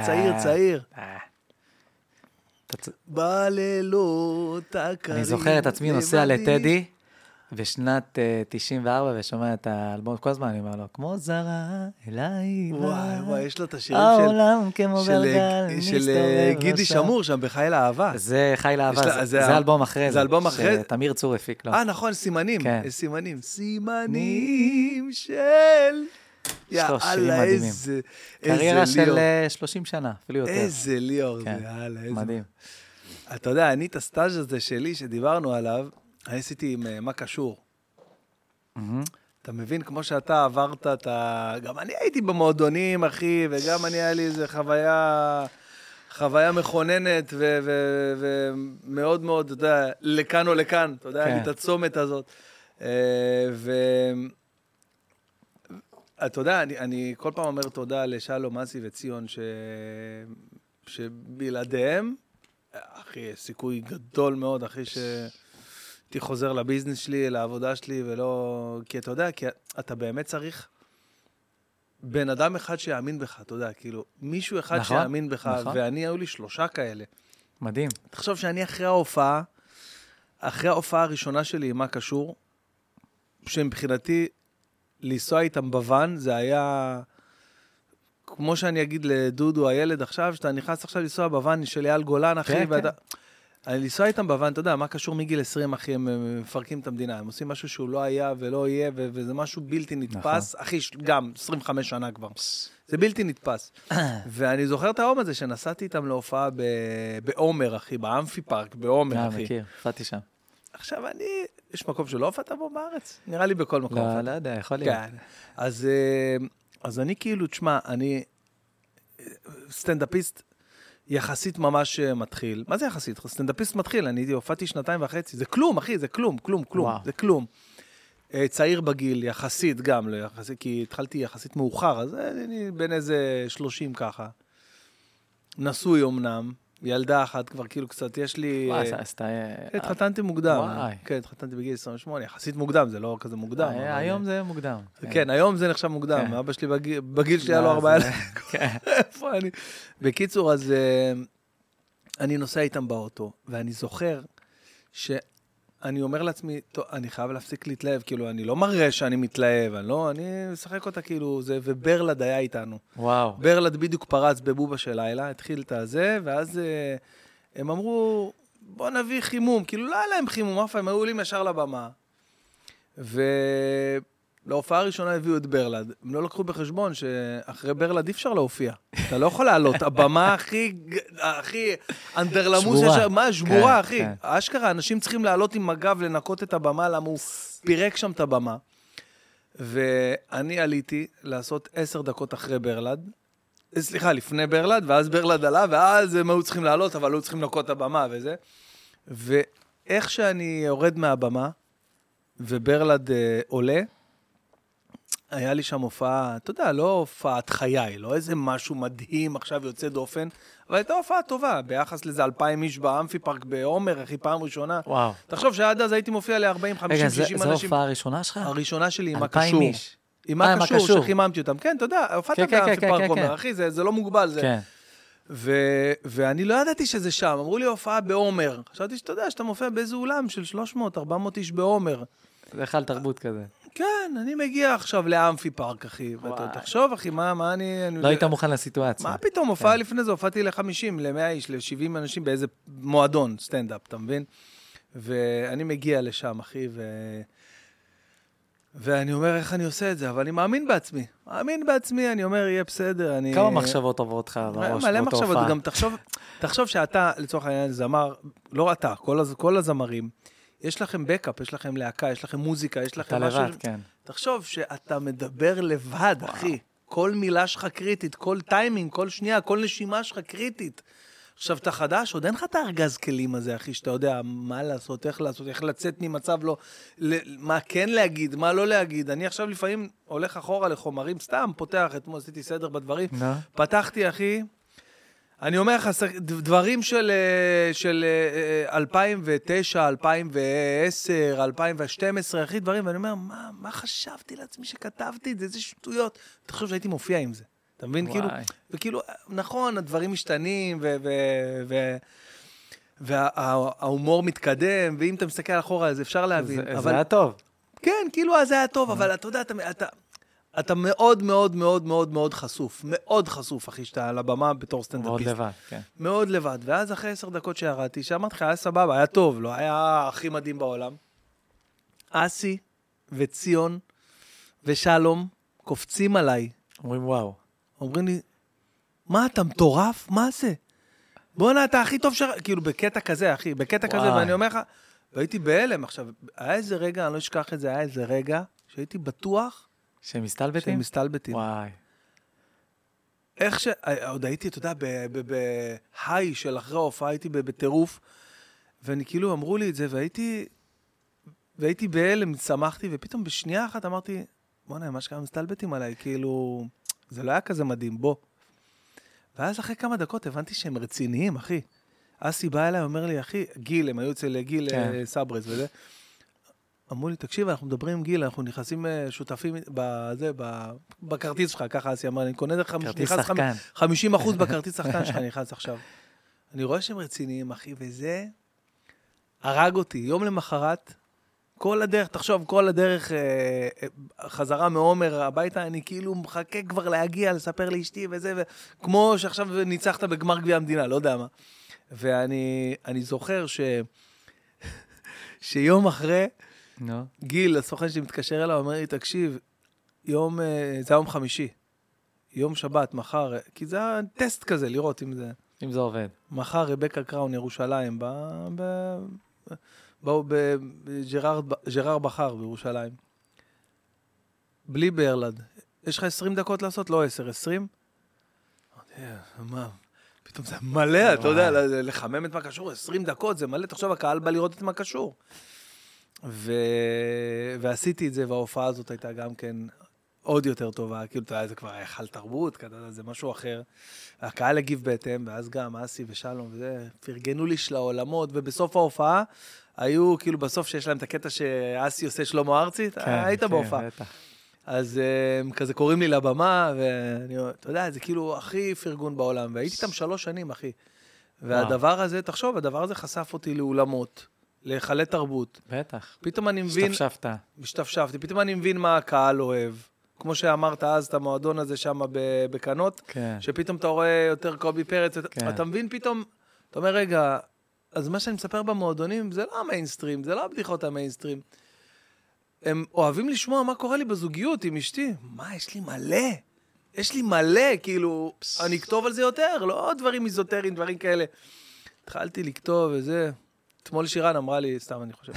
A: בלילות הקרים.
B: אני זוכר את עצמי נוסע לטדי, בשנת 94, ושומע את האלבום, כל הזמן אני אומר לו, כמו זרה אליי.
A: וואי, יש לו את השירים
B: העולם כמו גלגל,
A: של גידי שמור שם, בחיל האהבה.
B: זה חיל האהבה, זה אלבום אחרי זה.
A: זה אלבום אחרי?
B: שתמיר צור הפיק לו.
A: נכון, סימנים. סימנים של...
B: יאללה, איזה קריירה של 30 שנה, אפילו יותר.
A: איזה ליאור זה, יאללה, איזה...
B: מדהים.
A: אתה יודע, אני את הסטאז' הזה שלי, שדיברנו עליו, עשיתי עם מה קשור. אתה מבין, כמו שאתה עברת, גם אני הייתי במועדונים, אחי, וגם אני היה לי איזו חוויה מכוננת, ומאוד מאוד, אתה יודע, לכאן או לכאן, אתה יודע, את הצומת הזאת. אתה יודע, אני כל פעם אומר תודה לשלום אסי וציון, שבלעדיהם, אחי, סיכוי גדול מאוד, אחי, שהייתי חוזר לביזנס שלי, לעבודה שלי, ולא... כי אתה יודע, כי אתה באמת צריך בן אדם אחד שיאמין בך, אתה יודע, כאילו, מישהו אחד שיאמין בך, ואני, היו לי 3 כאלה.
B: מדהים.
A: תחשוב שאני אחרי ההופעה הראשונה שלי, מה קשור, שמבחינתי, לנסוע איתם בוון, זה היה, כמו שאני אגיד לדודו, הילד עכשיו, שאתה נכנס עכשיו לנסוע בוון של אייל גולן, אחי, אני לנסוע איתם בוון, אתה יודע, מה קשור מגיל 20, אחי, הם מפרקים את המדינה, הם עושים משהו שהוא לא היה ולא יהיה, וזה משהו בלתי נתפס, אחי, גם 25 שנה כבר, זה בלתי נתפס. ואני זוכר את היום הזה, שנסעתי איתם להופעה בעומר, אחי, באמפי פארק, בעומר, אחי.
B: מכיר, הופעתי שם.
A: עכשיו יש מקום שלא הופעת בו בארץ? נראה לי בכל מקום.
B: לא יודע, יכול להיות.
A: אז אני כאילו, תשמע, אני סטנדאפיסט יחסית ממש מתחיל. מה זה יחסית? סטנדאפיסט מתחיל, אני הופעתי 2.5, זה כלום, אחי, זה כלום, זה כלום. צעיר בגיל, יחסית גם, כי התחלתי יחסית מאוחר, אז אני בין איזה 30 ככה. נשוי אומנם. ילדה אחת כבר כאילו קצת, יש לי... התחתנתי מוקדם. כן, התחתנתי בגיל 28, יחסית מוקדם, זה לא כזה מוקדם.
B: היום זה מוקדם.
A: כן, היום זה נחשב מוקדם. אבא שלי בגיל שלי היה לו 4 ילדים. איפה אני? בקיצור, אז אני נוסע איתם באוטו, ואני זוכר שאני אומר לעצמי, טוב, אני חייב להפסיק להתלהב, כאילו, אני לא מראה שאני מתלהב, אני משחק אותה כאילו, וברלד היה איתנו.
B: וואו.
A: ברלד בדיוק פרץ בבובה של לילה, התחיל את הזה, ואז הם אמרו, בוא נביא חימום, כאילו לא היה להם חימום, אף הם היו לי ישר לבמה. ולהופעה הראשונה הביאו את ברלד. הם לא לקחו בחשבון שאחרי ברלד אי אפשר להופיע. אתה לא יכול לעלות, הבמה הכי אנדרלמוס, שבורה, אחי. אשכרה, אנשים צריכים לעלות עם מגב, לנקות את הבמה, למה הוא פירק שם את הבמה. ואני עליתי לעשות 10 דקות אחרי ברלד, סליחה, לפני ברלד, ואז ברלד עלה, ואז הם היו צריכים לעלות, אבל היו צריכים לנקות את הבמה וזה. ואיך שאני יורד מהבמה, וברלד עולה, היה לי שם הופעה, אתה יודע, לא הופעת חיי, לא איזה משהו מדהים, עכשיו יוצא דופן, אבל הייתה הופעה טובה, ביחס לזה 2,000 איש באמפי פארק בעומר, אחי, פעם ראשונה.
B: וואו.
A: תחשוב שעד אז הייתי מופיע ל-40, 50, 60 אנשים.
B: רגע, זו ההופעה הראשונה שלך?
A: הראשונה שלי עם
B: 2,000
A: הקשור.
B: איש.
A: עם הקשור שחיממתי אותם. כן, אתה יודע, הופעת באמפי פארק עומר, אחי, זה לא מוגבל, זה.
B: כן.
A: ואני לא ידעתי שזה שם, אמרו לי הופעה בעומר. חשבתי שאתה יודע, שאתה מופיע באיזה אולם של 300, 400 איש בעומר.
B: זה חל תרבות כזה.
A: כן, אני מגיע עכשיו לאמפי פארק, אחי. תחשוב, אחי, מה אני...
B: לא היית מוכן לסיטואציה.
A: מה פתאום, הופעה לפני זה, הופעתי ל-50, ל-100 איש, ל-70 אנשים באיזה מועדון, סטנדאפ, אתה מבין? ואני מגיע לשם, אחי, ואני אומר, איך אני עושה את זה? אבל אני מאמין בעצמי, אני אומר, יהיה בסדר, אני...
B: כמה מחשבות עוברות לך בראש?
A: מלא מחשבות, גם תחשוב שאתה, לצורך העניין, זמר, לא אתה, כל הזמרים, יש לכם בקאפ, יש לכם להקה, יש לכם מוזיקה, יש לכם
B: משהו... אתה לבד, כן.
A: תחשוב שאתה מדבר לבד, אחי. כל מילה שלך קריטית, כל טיימינג, כל שנייה, כל נשימה שלך קריטית. עכשיו, אתה חדש, עוד אין לך את הארגז כלים הזה, אחי, שאתה יודע מה לעשות, איך לצאת ממצב לא... מה כן להגיד, מה לא להגיד. אני עכשיו לפעמים הולך אחורה לחומרים, סתם פותח, אתמול עשיתי סדר בדברים. פתחתי, אחי, אני אומר לך, דברים של 2009, 2010, 2012, אחי, דברים, ואני אומר, מה חשבתי לעצמי שכתבתי את זה? איזה שטויות. אתה חושב שהייתי מופיע עם זה. אתה מבין? כאילו, וכאילו, נכון, הדברים משתנים, וההומור מתקדם, ואם אתה מסתכל אחורה, אז אפשר להבין.
B: זה היה טוב.
A: כן, כאילו, אז זה היה טוב, אבל אתה יודע, אתה מאוד מאוד מאוד מאוד מאוד חשוף, מאוד חשוף, אחי, שאתה על הבמה בתור סטנדאפיסט.
B: מאוד לבד, כן.
A: מאוד לבד, ואז אחרי 10 דקות שירדתי, שאמרתי לך, היה סבבה, היה טוב, לא היה הכי מדהים בעולם. אסי וציון ושלום קופצים עליי.
B: אומרים וואו.
A: אומרים לי, מה, אתה מטורף? מה זה? בוא'נה, אתה הכי טוב כאילו, בקטע כזה, אחי, בקטע כזה, ואני אומר לך, והייתי בהלם. עכשיו, היה איזה רגע, אני לא אשכח את זה, היה איזה רגע, שהייתי בטוח,
B: שהם מסתלבטים?
A: שהם מסתלבטים.
B: וואי.
A: איך עוד הייתי, אתה יודע, בהיי של אחרי ההופעה, הייתי בטירוף, ואני כאילו אמרו לי את זה, והייתי בהלם, שמחתי, ופתאום בשנייה אחת אמרתי, בוא'נה, מה שכמה מסתלבטים עליי, כאילו, זה לא היה כזה מדהים, בוא. ואז אחרי כמה דקות הבנתי שהם רציניים, אחי. אסי בא אליי, אומר לי, אחי, גיל, הם היו אצל גיל סברס וזה, אמרו לי, תקשיב, אנחנו מדברים עם גיל, אנחנו נכנסים שותפים בכרטיס שלך, ככה אסי אמר, אני קונה לך, נכנס 50% בכרטיס שחקן שלך, נכנס עכשיו. אני רואה שהם רציניים, אחי, וזה הרג אותי. יום למחרת, כל הדרך, תחשוב, כל הדרך חזרה מעומר הביתה, אני כאילו מחכה כבר להגיע, לספר לאשתי וזה, כמו שעכשיו ניצחת בגמר גביע המדינה, לא יודע מה. ואני זוכר שיום אחרי, גיל, הסוכן שמתקשר אליו, אומר לי, תקשיב, זה יום חמישי, יום שבת, מחר, כי זה היה טסט כזה, לראות אם זה
B: עובד.
A: מחר רבקה קראון, ירושלים, באו בג'רר בחר בירושלים. בלי ברלד. יש לך 20 דקות לעשות? לא 10, 20? מה? פתאום זה מלא, אתה יודע, לחמם את מה קשור, 20 דקות, זה מלא, תחשוב, הקהל בא לראות את מה קשור. ועשיתי את זה, וההופעה הזאת הייתה גם כן עוד יותר טובה, כאילו, זה כבר היה חל תרבות, זה משהו אחר. הקהל הגיב בהתאם, ואז גם אסי ושלום, וזה, פרגנו לי של העולמות, ובסוף ההופעה, היו, כאילו, בסוף שיש להם את הקטע שאסי עושה שלמה ארצי, היית בהופעה. אז כזה קוראים לי לבמה, ואתה יודע, זה כאילו הכי פרגון בעולם, והייתי איתם 3 שנים, אחי. והדבר הזה, תחשוב, הדבר הזה חשף אותי לאולמות, להיכלי תרבות.
B: בטח.
A: פתאום אני מבין... השתפשפתי. פתאום אני מבין מה הקהל אוהב. כמו שאמרת אז, את המועדון הזה שם בקנות, שפתאום אתה רואה יותר קובי פרץ, אתה מבין פתאום, אתה אומר, רגע, אז מה שאני מספר במועדונים, זה לא המיינסטרים, זה לא הבדיחות המיינסטרים. הם אוהבים לשמוע מה קורה לי בזוגיות עם אשתי. מה, יש לי מלא, כאילו, אני אכתוב על זה יותר, לא דברים איזוטריים, דברים כאלה. התחלתי לכתוב וזה. אתמול שירן אמרה לי, סתם אני חושב,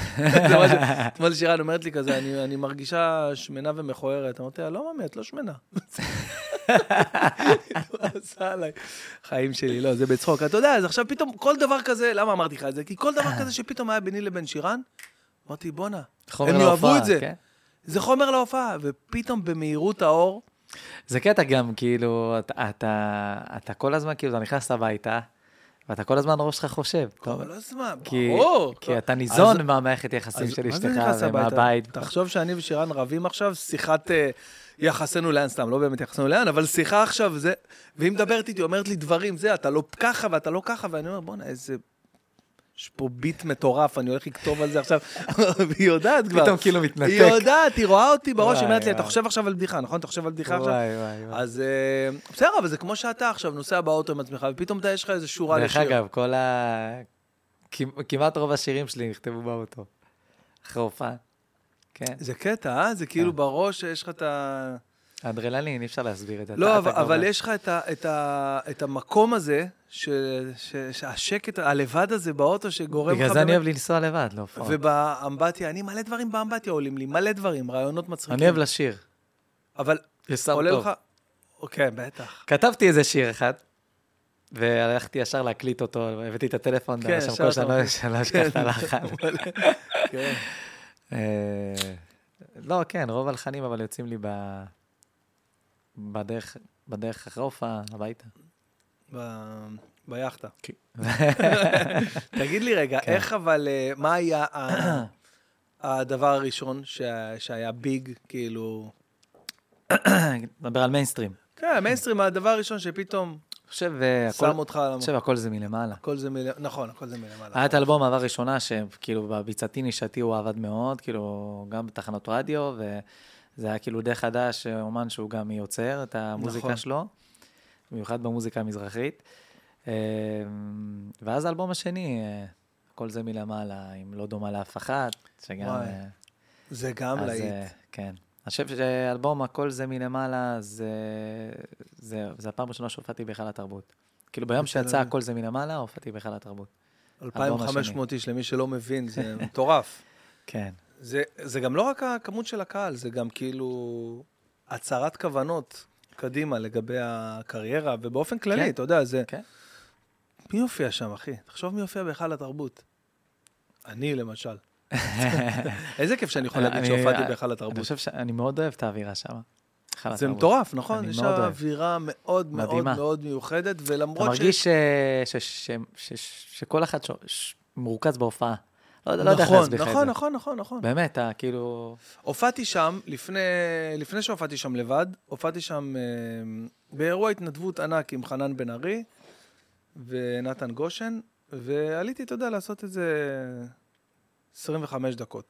A: שירן אומרת לי כזה, אני מרגישה שמנה ומכוערת. אמרתי, לא ממי, את לא שמנה. עשה עליי. חיים שלי, לא, זה בצחוק. אתה יודע, אז עכשיו פתאום כל דבר כזה, למה אמרתי לך את זה? כי כל דבר כזה שפתאום היה ביני לבין שירן, אמרתי, בונה, הם יאהבו את זה. זה חומר להופעה, ופתאום במהירות האור.
B: זה קטע גם, כאילו, אתה כל הזמן, כאילו, אתה נכנס הביתה, ואתה כל הזמן ראש שלך חושב.
A: כל הזמן, ברור.
B: כי אתה ניזון מהמערכת יחסים של אשתך ומהבית.
A: תחשוב שאני ושירן רבים עכשיו, שיחת יחסנו לאן סתם, לא באמת יחסנו לאן, אבל שיחה עכשיו, והיא מדברת איתי, אומרת לי דברים, אתה לא ככה ואתה לא ככה, ואני אומר, בוא'נה, איזה... יש פה ביט מטורף, אני הולך לכתוב על זה עכשיו, והיא יודעת כבר.
B: פתאום כאילו מתנתק.
A: היא יודעת, היא רואה אותי בראש, היא אומרת לי, אתה חושב עכשיו על בדיחה, נכון? אתה חושב על בדיחה עכשיו?
B: וואי.
A: אז בסדר, אבל זה כמו שאתה עכשיו נוסע באוטו עם עצמך, ופתאום יש לך איזו שורה לשיר.
B: דרך אגב, כמעט רוב השירים שלי נכתבו באוטו. אחרי הופעה. כן.
A: זה קטע, זה כאילו בראש, יש לך את ה...
B: האדרנלין, אי אפשר להסביר את זה.
A: לא, אבל יש לך את המקום הזה, שהשקט, הלבד הזה באוטו שגורם לך...
B: בגלל זה אני אוהב לנסוע לבד, לא פעם.
A: ובאמבטיה, אני מלא דברים באמבטיה עולים לי, מלא דברים, רעיונות מצחיקים.
B: אני אוהב לשיר.
A: אבל עולה לך... אוקיי, בטח.
B: כתבתי איזה שיר אחד, והלכתי ישר להקליט אותו, הבאתי את הטלפון, שם כל שאני לא אשכח את הלחן.
A: כן.
B: לא, כן, רוב הלחנים אבל יוצאים לי בדרך אחרי הופעה הביתה.
A: ביחדה. תגיד לי רגע, איך אבל, מה היה הדבר הראשון שהיה ביג, כאילו...
B: נדבר על מיינסטרים.
A: כן, מיינסטרים, הדבר הראשון שפתאום שם אותך על המוח.
B: אני חושב, הכל זה מלמעלה.
A: נכון, הכל זה מלמעלה.
B: היה את האלבום העבר ראשונה, שכאילו בביצתי נישתי הוא עבד מאוד, כאילו גם בתחנות רדיו, וזה היה כאילו די חדש, אומן שהוא גם יוצר את המוזיקה שלו, במיוחד במוזיקה המזרחית. ואז האלבום השני, הכל זה מלמעלה, אם לא דומה לאף אחת, שגם...
A: זה גם להיט.
B: כן. אני חושב שאלבום הכל זה מלמעלה, זה הפעם ראשונה שהופעתי בהיכל התרבות. כאילו ביום שיצא הכל זה מלמעלה, הופעתי בהיכל התרבות.
A: 2,500 איש, למי שלא מבין, זה מטורף.
B: כן.
A: זה גם לא רק הכמות של הקהל, זה גם כאילו הצהרת כוונות קדימה לגבי הקריירה, ובאופן כללי, אתה יודע, זה... מי יופיע שם, אחי? תחשוב מי יופיע בהיכל התרבות. אני, למשל. איזה כיף שאני יכול להגיד שהופעתי בהיכל התרבות.
B: אני חושב שאני מאוד אוהב את האווירה שם.
A: זה מטורף, נכון? יש אווירה מאוד מאוד מאוד מיוחדת, ולמרות
B: אתה מרגיש שכל אחד מרוכז בהופעה. לא יודע איך להסביר לך את זה.
A: נכון.
B: באמת, כאילו...
A: הופעתי שם, לפני שהופעתי שם לבד, הופעתי שם באירוע התנדבות ענק עם חנן בן ארי ונתן גושן, ועליתי, אתה יודע, לעשות את זה 25 דקות.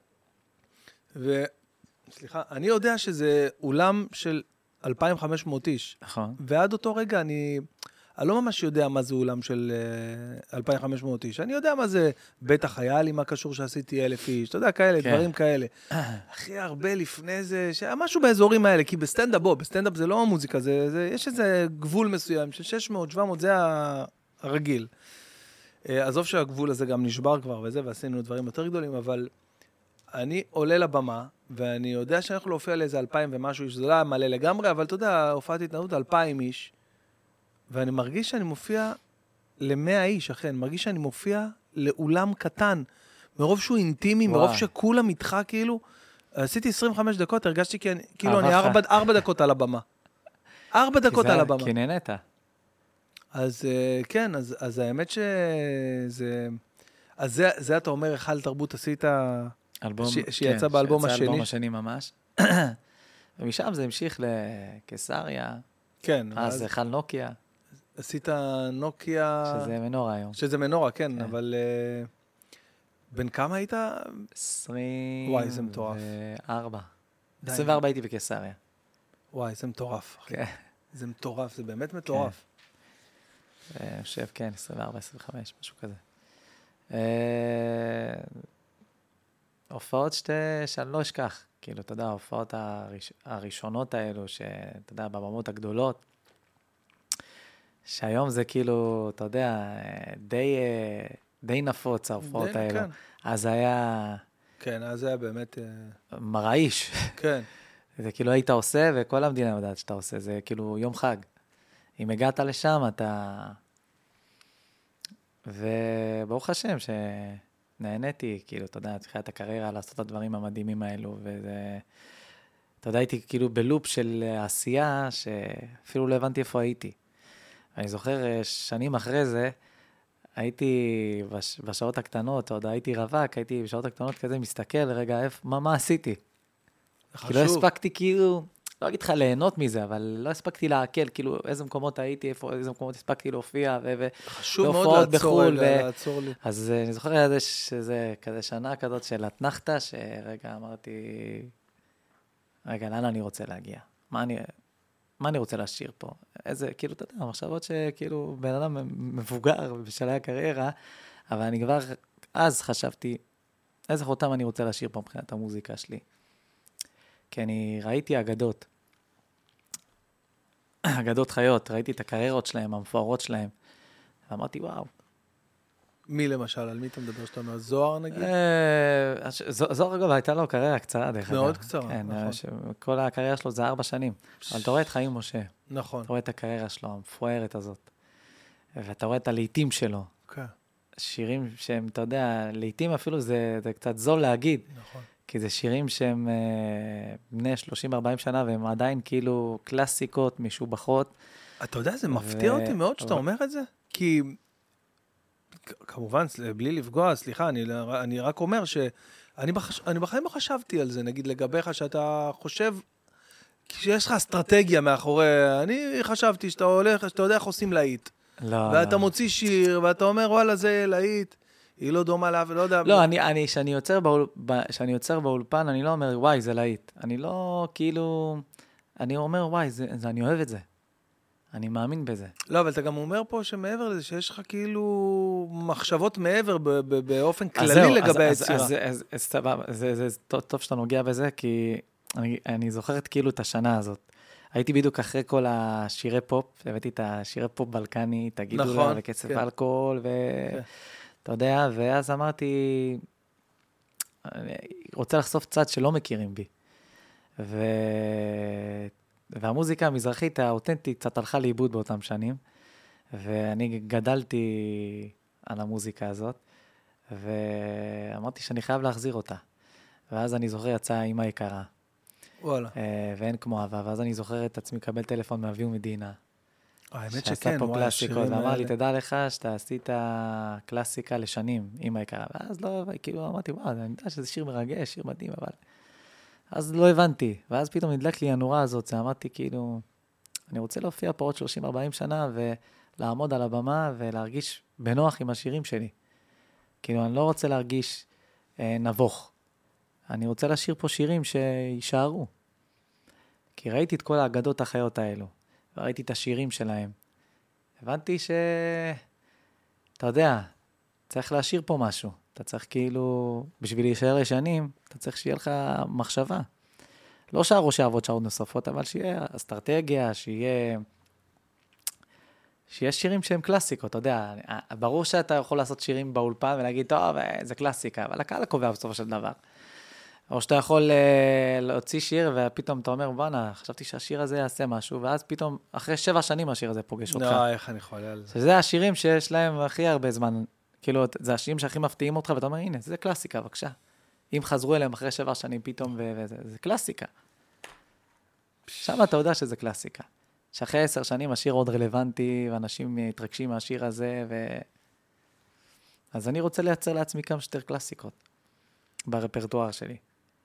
A: סליחה, אני יודע שזה אולם של 2,500 איש.
B: נכון.
A: ועד אותו רגע אני לא ממש יודע מה זה אולם של 2,500 איש. אני יודע מה זה בית החייל, עם הקשור שעשיתי 1,000 איש. אתה יודע, כאלה, דברים כאלה. הכי הרבה לפני זה, משהו באזורים האלה, כי בסטנדאפ זה לא המוזיקה, יש איזה גבול מסוים של 600, 700, זה הרגיל. עזוב שהגבול הזה גם נשבר כבר וזה, ועשינו דברים יותר גדולים, אבל אני עולה לבמה, ואני יודע שאני יכול להופיע לאיזה 2,000 ומשהו איש, זה לא היה מלא לגמרי, אבל אתה יודע, הופעתי התנדבות 2,000 איש, ואני מרגיש שאני מופיע ל100 איש, אחי, אני מרגיש שאני מופיע לאולם קטן, מרוב שהוא אינטימי, מרוב שכולם איתך כאילו, עשיתי 25 דקות, הרגשתי כאילו אני 4 דקות על הבמה. 4 דקות על הבמה.
B: כי נהנית.
A: אז כן, אז האמת שזה... אז זה אתה אומר, היכל תרבות עשית... שיצא באלבום השני.
B: שיצא באלבום השני ממש. ומשם זה המשיך לקיסריה.
A: כן.
B: אז היכל נוקיה.
A: עשית נוקיה...
B: שזה מנורה היום.
A: שזה מנורה, כן, אבל... בן כמה היית?
B: 24.
A: וואי, זה מטורף.
B: 24 הייתי בקיסריה.
A: וואי, זה מטורף. זה מטורף, זה באמת מטורף.
B: אני חושב, כן, 24, 25, משהו כזה. הופעות שאני לא אשכח, כאילו, אתה יודע, ההופעות הראשונות האלו, שאתה יודע, בבמות הגדולות, שהיום זה כאילו, אתה יודע, די נפוץ ההופעות האלו. אז היה...
A: כן, אז היה באמת...
B: מרעיש.
A: כן.
B: זה כאילו היית עושה, וכל המדינה יודעת שאתה עושה, זה כאילו יום חג. אם הגעת לשם, אתה... וברוך השם שנהניתי, כאילו, אתה יודע, צריכה את הקריירה לעשות את הדברים המדהימים האלו, וזה... אתה יודע, הייתי כאילו בלופ של עשייה, שאפילו לא הבנתי איפה הייתי. אני זוכר שנים אחרי זה, הייתי בשעות הקטנות, עוד הייתי רווק, הייתי בשעות הקטנות כזה מסתכל, רגע, מה עשיתי? כי לא הספקתי כאילו, לא אגיד לך ליהנות מזה, אבל לא הספקתי להקל, כאילו איזה מקומות הייתי, איזה מקומות הספקתי להופיע,
A: חשוב מאוד לעצור לי.
B: אז אני זוכר שזה כזה שנה כזאת של התנחתה, שרגע אמרתי, רגע, לאן אני רוצה להגיע? מה אני רוצה להשאיר פה? איזה, כאילו, אתה יודע, מחשבות שכאילו בן אדם מבוגר בשלהי הקריירה, אבל אני כבר אז חשבתי, איזה חותם אני רוצה להשאיר פה מבחינת המוזיקה שלי. כי אני ראיתי אגדות חיות, ראיתי את הקריירות שלהם, המפוארות שלהם, ואמרתי, וואו.
A: מי למשל? על מי אתה מדבר שאתה אומר? זוהר נגיד?
B: זוהר אגב, הייתה לו קריירה קצרה, דרך אגב.
A: מאוד קצרה, נכון.
B: כל הקריירה שלו זה 4 שנים. אבל אתה רואה את חיים משה.
A: נכון.
B: אתה רואה את הקריירה שלו, המפוארת הזאת. ואתה רואה את הלעיתים שלו.
A: כן.
B: שירים שהם, אתה יודע, לעיתים אפילו זה קצת זול להגיד.
A: נכון.
B: כי זה שירים שהם בני 30-40 שנה, והם עדיין כאילו קלאסיקות, משובחות. אתה
A: יודע, זה מפתיע אותי מאוד שאתה אומר את זה, כי... כמובן, בלי לפגוע, סליחה, אני רק אומר שאני בחיים לא חשבתי על זה, נגיד לגביך, שאתה חושב, שיש לך אסטרטגיה מאחורי, אני חשבתי שאתה הולך, שאתה יודע איך עושים להיט.
B: לא,
A: ואתה מוציא שיר, ואתה אומר, וואלה, זה להיט, היא לא דומה לה, ולא יודע.
B: לא, כשאני יוצר באולפן, אני לא אומר, וואי, זה להיט. אני לא, כאילו, אני אומר, וואי, אני אוהב את זה. אני מאמין בזה.
A: לא, אבל אתה גם אומר פה שמעבר לזה, שיש לך כאילו מחשבות מעבר באופן כללי לגבי היצירה.
B: אז סבבה, זה טוב שאתה נוגע בזה, כי אני זוכרת כאילו את השנה הזאת. הייתי בדיוק אחרי כל השירי פופ, הבאתי את השירי פופ בלקני, את הגידולה וקצב אלכוהול, ואתה יודע, ואז אמרתי, אני רוצה לחשוף צד שלא מכירים בי. והמוזיקה המזרחית האותנטית קצת הלכה לאיבוד באותם שנים, ואני גדלתי על המוזיקה הזאת, ואמרתי שאני חייב להחזיר אותה. ואז אני זוכר יצאה אמא יקרה.
A: וואלה.
B: ואין כמו אהבה, ואז אני זוכר את עצמי קבל טלפון מאביהו מדינה.
A: האמת
B: שעשה
A: שכן,
B: פה קלאסיקות, ואמר לי, תדע לך שאתה עשית קלאסיקה לשנים, אמא יקרה. ואז לא, כאילו אמרתי, וואו, אני יודע שזה שיר מרגש, שיר מדהים, אבל... אז לא הבנתי, ואז פתאום נדלק לי הנורה הזאת, אמרתי כאילו, אני רוצה להופיע פה עוד 30-40 שנה, ולעמוד על הבמה, ולהרגיש בנוח עם השירים שלי. כאילו, אני לא רוצה להרגיש נבוך. אני רוצה לשיר פה שירים שישארו. כי ראיתי את כל האגדות החיות האלו, וראיתי את השירים שלהם. הבנתי אתה יודע, צריך להשאיר פה משהו. אתה צריך כאילו, בשביל להישאר ישנים, אתה צריך שיהיה לך מחשבה. לא שהראש יעבוד שעות נוספות, אבל שיהיה אסטרטגיה, שיהיה שירים שהם קלאסיקות, אתה יודע. ברור שאתה יכול לעשות שירים באולפן ולהגיד, טוב, זה קלאסיקה, אבל הקהל הקובע בסופו של דבר. או שאתה יכול להוציא שיר, ופתאום אתה אומר, בואנה, חשבתי שהשיר הזה יעשה משהו, ואז פתאום, אחרי 7 שנים השיר הזה פוגש אותך.
A: לא, איך אני יכול על זה.
B: שזה השירים שיש להם הכי הרבה זמן, כאילו, זה השירים שהכי מפתיעים אותך, ואתה אומר, הנה, זה קלאסיקה, בבקשה. אם חזרו אליהם אחרי 7 שנים פתאום, זה קלאסיקה. שם אתה יודע שזה קלאסיקה. שאחרי 10 שנים השיר עוד רלוונטי, ואנשים מתרגשים מהשיר הזה, אז אני רוצה לייצר לעצמי כמה שיותר קלאסיקות ברפרטואר שלי.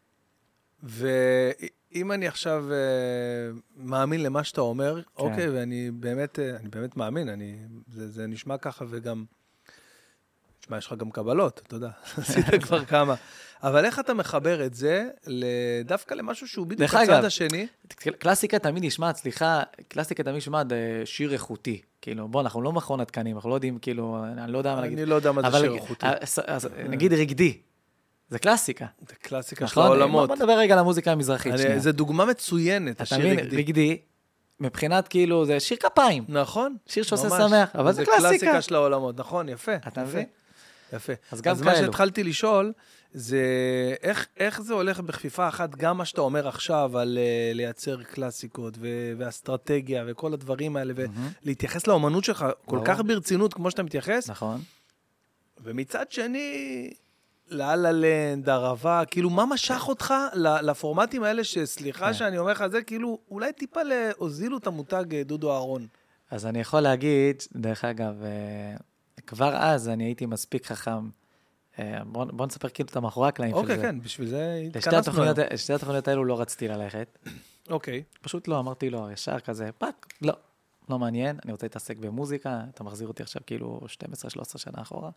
A: ואם אני עכשיו מאמין למה שאתה אומר, אוקיי, ואני באמת מאמין, זה נשמע ככה וגם, נשמע, יש לך גם קבלות, אתה יודע, עשית כבר כמה. אבל איך אתה מחבר את זה דווקא למשהו שהוא בדיוק בצד השני?
B: קלאסיקה תמיד נשמע, קלאסיקה תמיד נשמע שיר איכותי. כאילו, בוא, אנחנו לא מכון עדכנים, אנחנו לא יודעים, כאילו, אני לא יודע מה להגיד.
A: אני לא יודע מה זה שיר איכותי.
B: נגיד רגדי. זה קלאסיקה.
A: זה קלאסיקה של העולמות.
B: בוא נדבר רגע על המוזיקה המזרחית.
A: זה דוגמה מצוינת, השיר רגדי.
B: רגדי, מבחינת כאילו, זה שיר כפיים.
A: נכון.
B: שיר שעושה שמח, אבל זה קלאסיקה.
A: זה קלאסיקה של העולמות, נכון, יפה.
B: אתה מבין?
A: יפה.
B: אז גם
A: אז מה שהתחלתי לשאול, זה איך זה הולך בכפיפה אחת, גם מה שאתה אומר עכשיו על לייצר קלאסיקות ואסטרטגיה וכל הדברים האלה, ולהתייחס לאומנות שלך כל כך ברצינות כמו שאתה מתייחס.
B: נכון.
A: ומצד שני, ללה-לנד, ערבה, כאילו מה משך אותך לפורמטים האלה שסליחה שאני אומר לך זה, כאילו אולי טיפה להוזילו את המותג דודו אהרון.
B: אז אני יכול להגיד, דרך אגב, כבר אז אני הייתי מספיק חכם, בוא נספר כאילו את המאחורי הקלעים של זה.
A: אוקיי, כן, בשביל זה
B: התכנסנו. לשתי התוכניות האלו לא רציתי ללכת.
A: אוקיי. פשוט
B: לא, אמרתי לו, ישר כזה, פאק, לא מעניין, אני רוצה להתעסק במוזיקה, אתה מחזיר אותי עכשיו כאילו 12-13 שנה אחורה.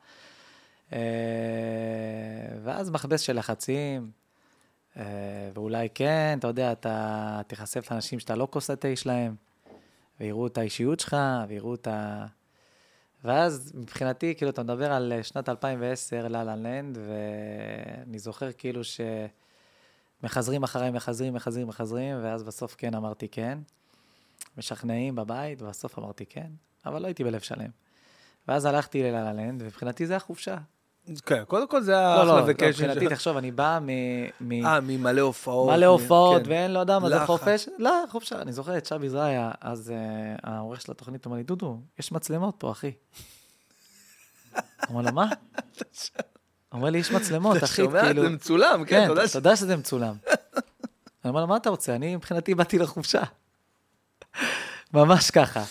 B: ואז מכבס של לחצים, ואולי כן, אתה יודע, אתה תחשף לאנשים שאתה לא כוס התה שלהם, ויראו את האישיות שלך, ויראו את ה... ואז מבחינתי, כאילו, אתה מדבר על שנת 2010, לה-לה-לנד, ואני זוכר כאילו שמחזרים אחריי, מחזרים, ואז בסוף כן אמרתי כן, משכנעים בבית, ובסוף אמרתי כן, אבל לא הייתי בלב שלם. ואז הלכתי ללה-לה-לנד, ובבחינתי זה החופשה.
A: כן, קודם כל זה האחלה וקשן.
B: מבחינתי, תחשוב, אני בא
A: ממלא הופעות.
B: מלא הופעות, ואין, לא יודע מה זה חופש. לא, חופשה. אני זוכר את שבי זרעיה, אז העורך של התוכנית אומר לי, דודו, יש מצלמות פה, אחי. אומר לו, מה? אומר לי, יש מצלמות, אחי.
A: אתה שומע, זה מצולם, כן,
B: אתה יודע שזה מצולם. אני אומר לו, מה אתה רוצה? אני מבחינתי באתי לחופשה. ממש ככה.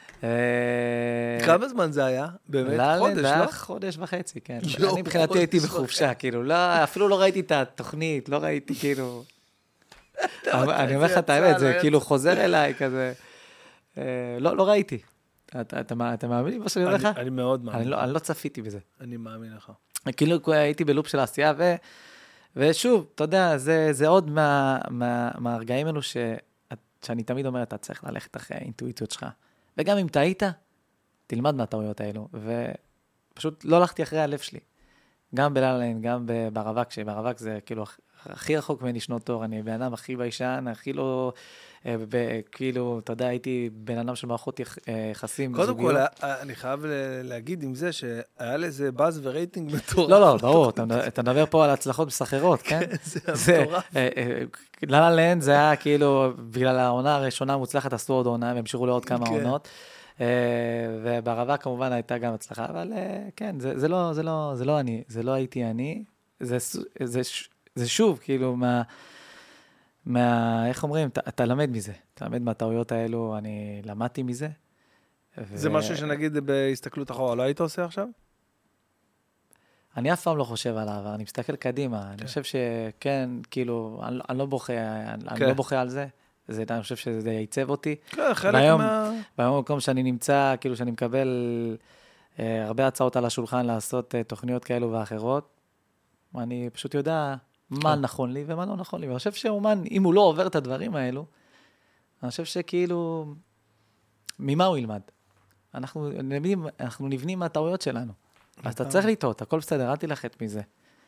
A: כמה זמן זה היה? באמת? חודש, לא?
B: חודש וחצי, כן. אני מבחינתי הייתי בחופשה, כאילו, אפילו לא ראיתי את התוכנית, לא ראיתי כאילו... אני אומר לך את האמת, זה כאילו חוזר אליי כזה. לא ראיתי. אתה מאמין לי מה שאני אומר לך?
A: אני מאוד מאמין.
B: אני לא צפיתי בזה.
A: אני מאמין לך.
B: כאילו הייתי בלופ של העשייה, ושוב, אתה יודע, זה עוד מהרגעים האלו שאני תמיד אומר, אתה צריך ללכת אחרי האינטואיציות שלך. וגם אם טעית, תלמד מהטעויות האלו, ופשוט לא הלכתי אחרי הלב שלי. גם בלה-לה-לנד, גם ברווק, שברווק זה כאילו הכי רחוק ממני שנות תור, אני בן אדם הכי ביישן, הכי לא, כאילו, אתה יודע, הייתי בן אדם של מערכות יחסים.
A: קודם כל, אני חייב להגיד עם זה שהיה לזה באז ורייטינג מטורף.
B: לא, ברור, אתה מדבר פה על הצלחות מסחררות, כן?
A: זה מטורף.
B: לה-לה-לנד זה היה כאילו, בגלל העונה הראשונה המוצלחת, עשו עוד עונה, והמשיכו לעוד כמה עונות. וברבה כמובן הייתה גם הצלחה, אבל כן, זה לא אני, זה לא הייתי אני, זה שוב, כאילו, איך אומרים, אתה למד מזה, אתה למד מהטעויות האלו, אני למדתי מזה.
A: זה משהו שנגיד בהסתכלות אחורה, לא היית עושה עכשיו?
B: אני אף פעם לא חושב עליו, אני מסתכל קדימה, אני חושב שכן, כאילו, אני לא בוכה על זה, אני חושב שזה ייצב אותי.
A: כן, חלק
B: ביום במקום שאני נמצא, כאילו שאני מקבל הרבה הצעות על השולחן לעשות תוכניות כאלו ואחרות, אני פשוט יודע מה נכון לי ומה לא נכון לי. ואני חושב שאומן, אם הוא לא עובר את הדברים האלו, אני חושב שכאילו, ממה הוא ילמד? אנחנו נבנים מהטעויות שלנו. אז אתה צריך לטעות, הכל בסדר, אל תלחץ מזה.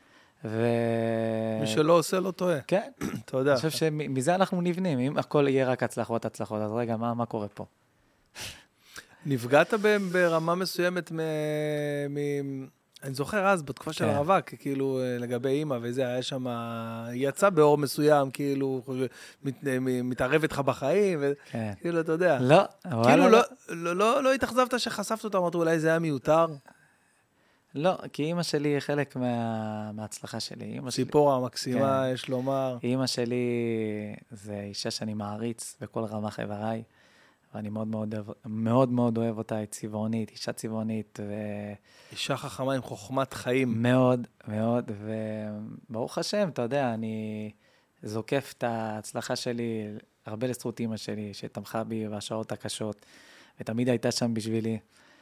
A: מי שלא עושה לא טועה.
B: כן.
A: אתה יודע.
B: אני חושב שמזה אנחנו נבנים. אם הכל יהיה רק הצלחות, אז רגע, מה קורה פה?
A: נפגעת ברמה מסוימת אני זוכר אז, בתקופה של הרווק, כאילו לגבי אימא וזה, היה שם, יצא באור מסוים, כאילו, מתערבת לך בחיים, כאילו, אתה יודע.
B: לא.
A: כאילו, לא התאכזבת שחשפת אותה, אמרת, אולי זה היה מיותר?
B: לא, כי אימא שלי היא חלק מההצלחה שלי.
A: ציפורה המקסימה, יש לומר.
B: אימא שלי זה אישה שאני מעריץ בכל רמ"ח איבריי, ואני מאוד מאוד אוהב אותה, היא צבעונית, אישה צבעונית.
A: אישה חכמה עם חוכמת חיים.
B: מאוד, מאוד, וברוך השם, אתה יודע, אני זוקף את ההצלחה שלי, הרבה לזכות אימא שלי, שתמכה בי בשעות הקשות, ותמיד הייתה שם בשבילי.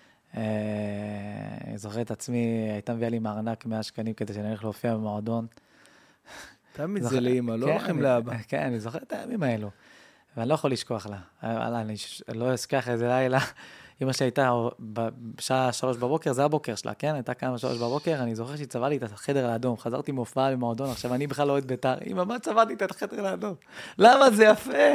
B: זוכר את עצמי, הייתה מביאה לי מארנק 100 שקלים כדי שאני הולך להופיע במועדון.
A: תמיד זה לאמא, לא הולכים לאבא.
B: כן, אני זוכר את הימים האלו. ואני לא יכול לשכוח לה. אני לא אשכח איזה לילה. אמא שלי הייתה בשעה 3 בבוקר, זה הבוקר שלה, כן? הייתה קמה 3 בבוקר, אני זוכר שהיא צבעה לי את החדר לאדום. חזרתי מהופעה במועדון, עכשיו אני בכלל לא אוהד בית"ר. אמא, מה צבעתי את החדר לאדום? למה זה יפה?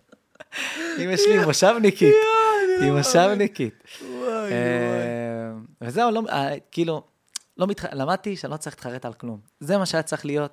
B: אמא שלי מושבניקית. היא מושבניקית. וזהו, כאילו, למדתי שאני לא צריך להתחרט על כלום. זה מה שהיה צריך להיות.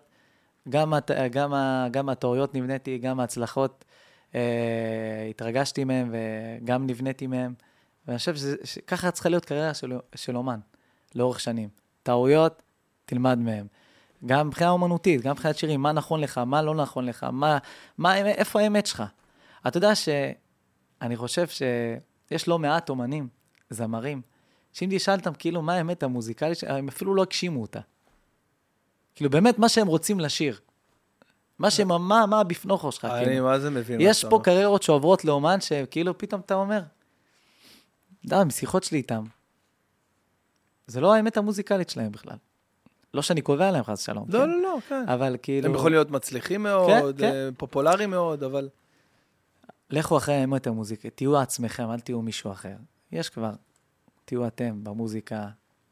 B: גם התיאוריות נבניתי, גם ההצלחות התרגשתי מהם, וגם נבניתי מהם. ואני חושב שככה צריכה להיות קריירה של אומן, לאורך שנים. טעויות, תלמד מהם. גם מבחינה אומנותית, גם מבחינת שירים, מה נכון לך, מה לא נכון לך, איפה האמת שלך. אתה יודע שאני חושב שיש לא מעט אומנים, זמרים, שאם תשאל אותם כאילו מה האמת המוזיקלית, הם אפילו לא הגשימו אותה. כאילו באמת מה שהם רוצים לשיר. מה בפנוכו שלך.
A: אני מה זה מבין.
B: יש פה קריירות שעוברות לאומן, שכאילו פתאום אתה אומר, משיחות שלי איתם, זה לא האמת המוזיקלית שלהם בכלל. לא שאני קובע להם חס שלום.
A: לא, כן.
B: אבל כאילו...
A: הם יכולים להיות מצליחים מאוד, פופולריים מאוד, אבל...
B: לכו אחרי האמת המוזיקלית, תהיו עצמכם, אל תהיו מישהו אחר. יש כבר, תהיו אתם במוזיקה,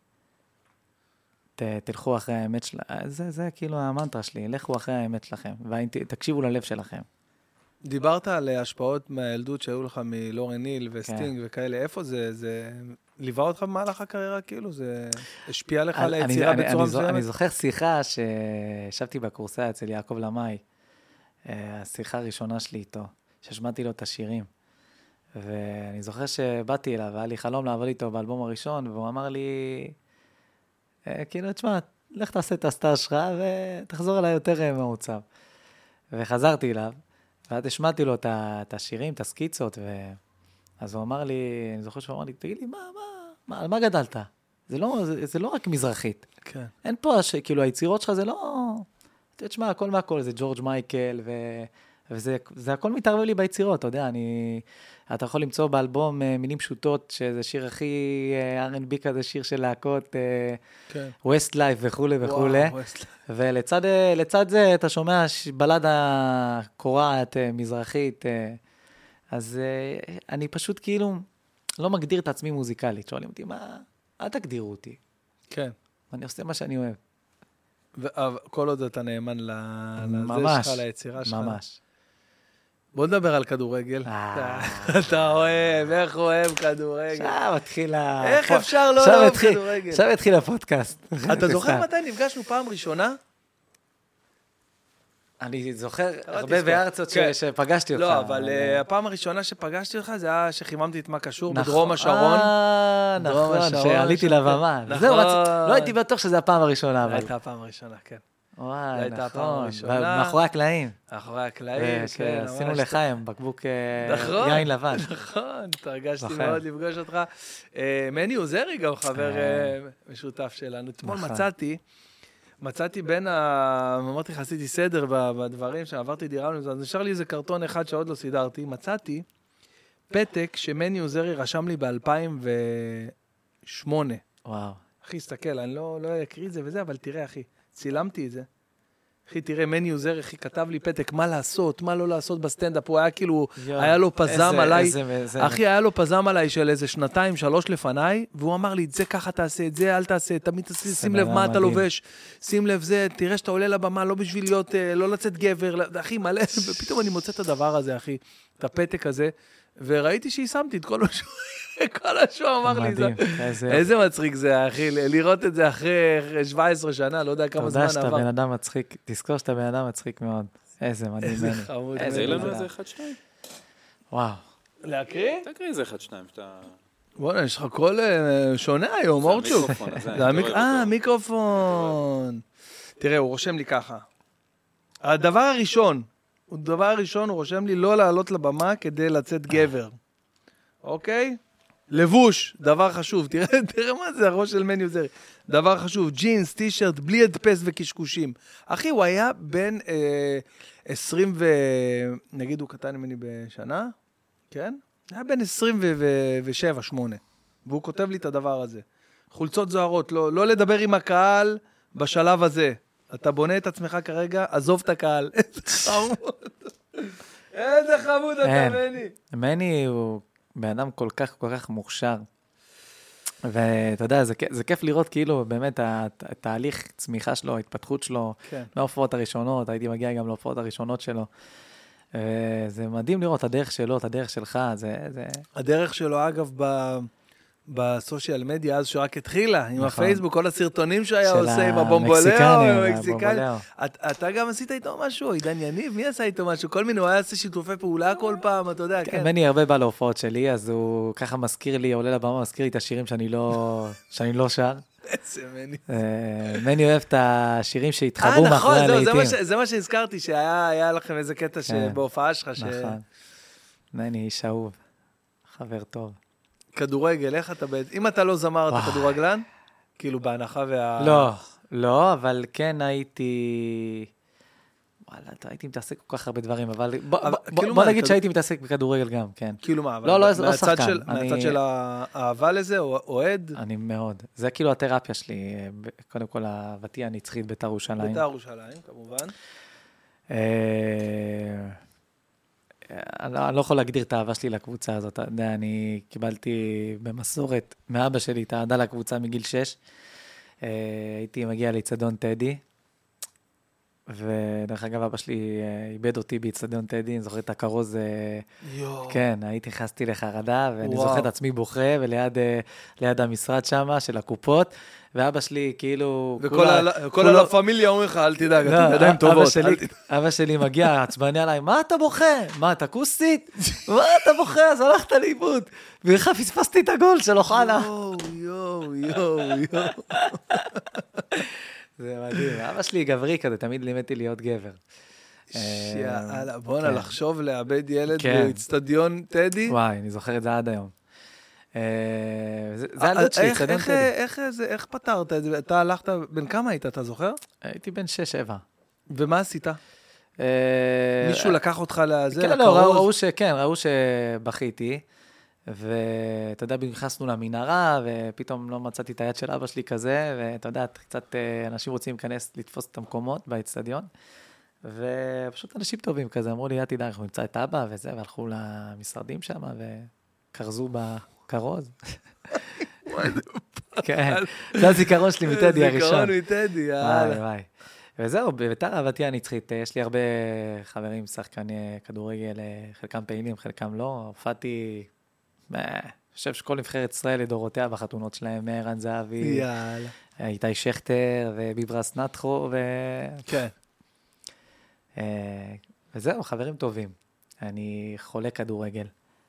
B: תלכו אחרי האמת שלה. זה כאילו המנטרה שלי, לכו אחרי האמת שלכם, ותקשיבו ללב שלכם.
A: דיברת על השפעות מהילדות שהיו לך מלורן היל וסטינג וכאלה, איפה זה ליווה אותך במהלך הקריירה, כאילו? זה השפיע לך על היצירה בצורה מסוימת?
B: אני זוכר שיחה שישבתי בקורסה אצל יעקב למאי, השיחה הראשונה שלי איתו, ששמעתי לו את השירים. ואני זוכר שבאתי אליו, והיה לי חלום לעבוד איתו באלבום הראשון, והוא אמר לי, כאילו, תשמע, לך תעשה את הסטאז' שלך, ותחזור אליי יותר מעוצב. וחזרתי אליו, ואז השמעתי לו את השירים, את הסקיצות, אז הוא אמר לי, אני זוכר שהוא אמר לי, תגיד לי, על מה גדלת? זה לא רק מזרחית.
A: כן.
B: אין פה, כאילו, היצירות שלך זה לא... תשמע, הכל מהכל, זה ג'ורג' מייקל, וזה הכל מתערבב לי ביצירות, אתה יודע, אתה יכול למצוא באלבום מילים פשוטות, שזה שיר הכי R&B כזה, שיר של להקות, West Life וכו' וכו'. ולצד זה אתה שומע בלדה קורעת, מזרחית, אז אני פשוט כאילו לא מגדיר את עצמי מוזיקלית. שואלים אותי, אל תגדירו אותי.
A: כן.
B: אני עושה מה שאני אוהב.
A: וכל עוד אתה נאמן לזה שלך, ליצירה שלך.
B: ממש.
A: בוא נדבר על כדורגל. אתה אוהב, איך אוהב כדורגל.
B: עכשיו התחיל
A: איך אפשר לא לאהוב כדורגל?
B: עכשיו התחיל הפודקאסט.
A: אתה זוכר מתי נפגשנו פעם ראשונה?
B: אני זוכר הרבה בארצות שפגשתי אותך.
A: לא, אבל הפעם הראשונה שפגשתי אותך, זה היה שחיממתי את מה קשור בדרום השרון.
B: נכון, שעליתי לבמה. זהו, לא הייתי בטוח שזה הפעם הראשונה.
A: הייתה הפעם הראשונה, כן.
B: וואי, נכון. מאחורי הקלעים.
A: מאחורי הקלעים, כן.
B: עשינו לחיים, בקבוק יין לבן.
A: נכון, תרגשתי מאוד לפגוש אותך. מני עוזרי גם חבר משותף שלנו. אתמול מצאתי בין אמרתי לך, עשיתי סדר בדברים, שעברתי דירה, אז נשאר לי איזה קרטון אחד שעוד לא סידרתי, מצאתי פתק שמני עוזרי רשם לי ב-2008.
B: וואו.
A: אחי, הסתכל, אני לא אקריא את זה וזה, אבל תראה, אחי, צילמתי את זה. אחי, תראה, מני עוזרי, אחי, כתב לי פתק, מה לעשות, מה לא לעשות בסטנדאפ, הוא היה כאילו, היה לו פזם עליי, אחי, היה לו פזם עליי של איזה 2-3 לפניי, והוא אמר לי, את זה ככה תעשה, את זה אל תעשה, תמיד שים לב מה אתה לובש, שים לב זה, תראה שאתה עולה לבמה, לא בשביל להיות, לא לצאת גבר, אחי, מלא, ופתאום אני מוצא את הדבר הזה, אחי, את הפתק הזה, וראיתי שהשמתי את כל השוע אמר לי, איזה מצחיק זה, אחי, לראות את זה אחרי 17 שנה, לא יודע כמה זמן עבר.
B: תודה שאתה בן אדם מצחיק, תזכור שאתה בן אדם מצחיק מאוד. איזה מדהים.
A: איזה חמוד.
C: איזה לנו איזה 1-2.
B: וואו.
A: להקריא?
C: תקריא איזה 1-2 שאתה...
A: בוא'נה, יש לך קול שונה היום, אורצ'וק. זה המיקרופון. תראה, הוא רושם לי ככה. הדבר הראשון הוא רושם לי לא לעלות לבמה כדי לצאת גבר. אוקיי? לבוש, דבר חשוב. תראה מה זה הראש של מני עוזרי. דבר חשוב, ג'ינס, טישרט, בלי הדפס וקשקושים. אחי, הוא היה בין 20 נגיד הוא קטן ממני בשנה, כן? היה בין 27-8. והוא כותב לי את הדבר הזה. חולצות זוהרות, לא לדבר עם הקהל בשלב הזה. אתה בונה את עצמך כרגע, עזוב את הקהל. איזה חמוד. איזה חמוד אתה, מני.
B: מני הוא בן אדם כל כך מוכשר. ואתה יודע, זה כיף לראות כאילו באמת התהליך צמיחה שלו, ההתפתחות שלו, מההופעות הראשונות, הייתי מגיע גם להופעות הראשונות שלו. זה מדהים לראות את הדרך שלו, את הדרך שלך.
A: הדרך שלו, אגב, בסושיאל מדיה, אז שרק התחילה, עם הפייסבוק, כל הסרטונים שהיה עושה, עם הבומבולאו, עם המקסיקני. אתה גם עשית איתו משהו, עידן יניב, מי עשה איתו משהו? כל מיני, הוא היה עושה שיתופי פעולה כל פעם, אתה יודע, כן.
B: מני הרבה בא להופעות שלי, אז הוא ככה מזכיר לי, עולה לבמה, מזכיר לי את השירים שאני לא שר.
A: איזה מני.
B: מני אוהב את השירים שהתחברו מאחורי הלעיתים.
A: נכון, זה מה שהזכרתי, שהיה לכם איזה קטע בהופעה שלך.
B: נכון. מני איש אהוב, חבר טוב.
A: כדורגל, איך אתה אם אתה לא זמר, אתה כדורגלן? כאילו בהנחה
B: לא, אבל כן הייתי... וואלה, הייתי מתעסק כל כך הרבה דברים, אבל בוא נגיד שהייתי מתעסק בכדורגל גם, כן.
A: כאילו מה?
B: לא שחקן.
A: מהצד של האהבה לזה, אוהד?
B: אני מאוד. זה כאילו התרפיה שלי, קודם כל אהבתי הנצחית בית"ר ירושלים.
A: בית"ר ירושלים, כמובן.
B: אני לא יכול להגדיר את האהבה שלי לקבוצה הזאת. אתה יודע, אני קיבלתי במסורת מאבא שלי את האהדה לקבוצה מגיל 6. הייתי מגיע לאצטדיון טדי, ודרך אגב, אבא שלי איבד אותי באצטדיון טדי, אני זוכר את הכרוז, כן, הייתי חסתי לחרדה, ואני זוכר את עצמי בוכה, וליד המשרד שם, של הקופות, ואבא שלי כאילו...
A: וכל הפמיליה אומר לך, אל תדאג, אתה ידיים טובות.
B: אבא שלי מגיע, עצבני עליי, מה אתה בוכה? מה, אתה כוסית? מה אתה בוכה? אז הלכת לאיבוד. ואיך פספסתי את הגול של אוחנה.
A: יואו.
B: זה מדהים. אבא שלי גברי כזה, תמיד לימדתי להיות גבר.
A: יאללה, בוא'נה, לחשוב לאבד ילד באצטדיון טדי.
B: וואי, אני זוכר את זה עד היום. זה הלוד שלי, אצטדיון טדי.
A: איך פתרת את זה? אתה הלכת, בן כמה היית, אתה זוכר?
B: הייתי בן 6-7.
A: ומה עשית? מישהו לקח אותך לזה,
B: כן, לא, ראו שבכיתי. ואתה יודע, נכנסנו למנהרה, ופתאום לא מצאתי את היד של אבא שלי כזה, ואתה יודע, קצת אנשים רוצים להיכנס, לתפוס את המקומות באצטדיון, ופשוט אנשים טובים כזה, אמרו לי, תדע, אנחנו נמצא את אבא וזה, והלכו למשרדים שם, וקרזו בכרוז. כן, זה הזיכרון שלי מטדי הראשון.
A: זיכרון מטדי, יאללה.
B: וואי. וזהו, בית"ר אהבתי הנצחית, יש לי הרבה חברים, שחקני כדורגל, חלקם פעילים, חלקם לא, הופעתי... אני חושב שכל נבחרת ישראל לדורותיה בחתונות שלהם, ערן זהבי, איתי שכטר וביברס נטחו,
A: כן.
B: וזהו, חברים טובים. אני חולה כדורגל.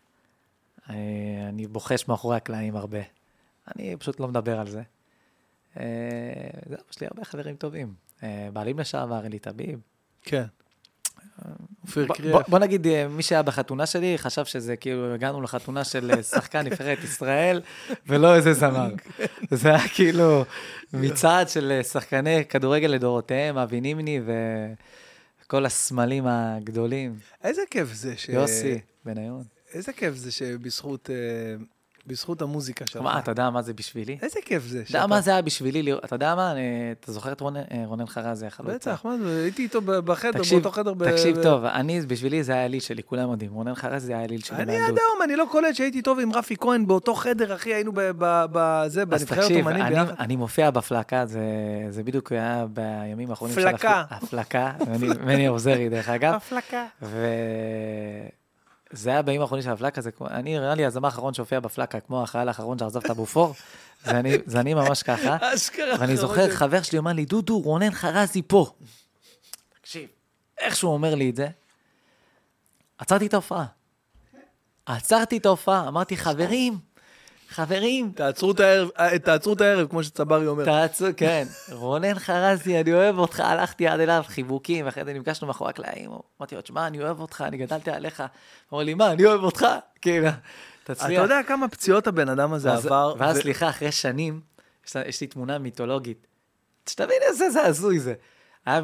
B: אני בוחש מאחורי הקלעים הרבה. אני פשוט לא מדבר על זה. זהו, יש לי הרבה חברים טובים. בעלים לשעבר, אלי טביב.
A: כן.
B: בוא נגיד, מי שהיה בחתונה שלי, חשב שזה כאילו, הגענו לחתונה של שחקן נבחרת ישראל, ולא איזה זמר. זה היה כאילו מצעד של שחקני כדורגל לדורותיהם, אבי נימני וכל הסמלים הגדולים.
A: איזה כיף זה
B: יוסי, בניון.
A: איזה כיף זה בזכות המוזיקה שלך.
B: אתה יודע מה זה בשבילי?
A: איזה כיף זה.
B: אתה יודע מה זה היה בשבילי? אתה יודע מה? אתה זוכר את רונן חרזי?
A: בטח, מה זה? הייתי איתו בחדר, באותו חדר.
B: תקשיב טוב, בשבילי זה היה הליל שלי, כולם יודעים. רונן חרזי זה היה הליל שלי בילדות.
A: אני עד היום, אני לא קולט שהייתי טוב עם רפי כהן באותו חדר, אחי, היינו בזה, בנבחרת אומנים ביחד.
B: אני מופיע בפלקה, זה בדיוק היה בימים האחרונים של הפלקה. מני עוזרי דרך אגב.
A: הפלקה.
B: זה היה בימים האחרונים של הפלקה, אני נראה לי הזמר האחרון שהופיע בפלקה, כמו החייל האחרון שעזב את הבופור, זה אני ממש ככה. ואני זוכר, חבר שלי אומר לי, דודו, רונן חרזי פה. תקשיב, איך שהוא אומר לי את זה, עצרתי את ההופעה. אמרתי, חברים.
A: תעצרו את הערב, כמו שצברי אומר.
B: כן. רונן חרזי, אני אוהב אותך, הלכתי עד אליו, חיבוקים, ואחרי זה נפגשנו מאחורי הקלעים. אמרתי לו, תשמע, אני אוהב אותך, אני גדלתי עליך. הוא אומר לי, מה, אני אוהב אותך? כן, תצליח.
A: אתה יודע כמה פציעות הבן אדם הזה עבר?
B: ואז סליחה, אחרי שנים, יש לי תמונה מיתולוגית. שתבין איזה זה הזוי זה. היה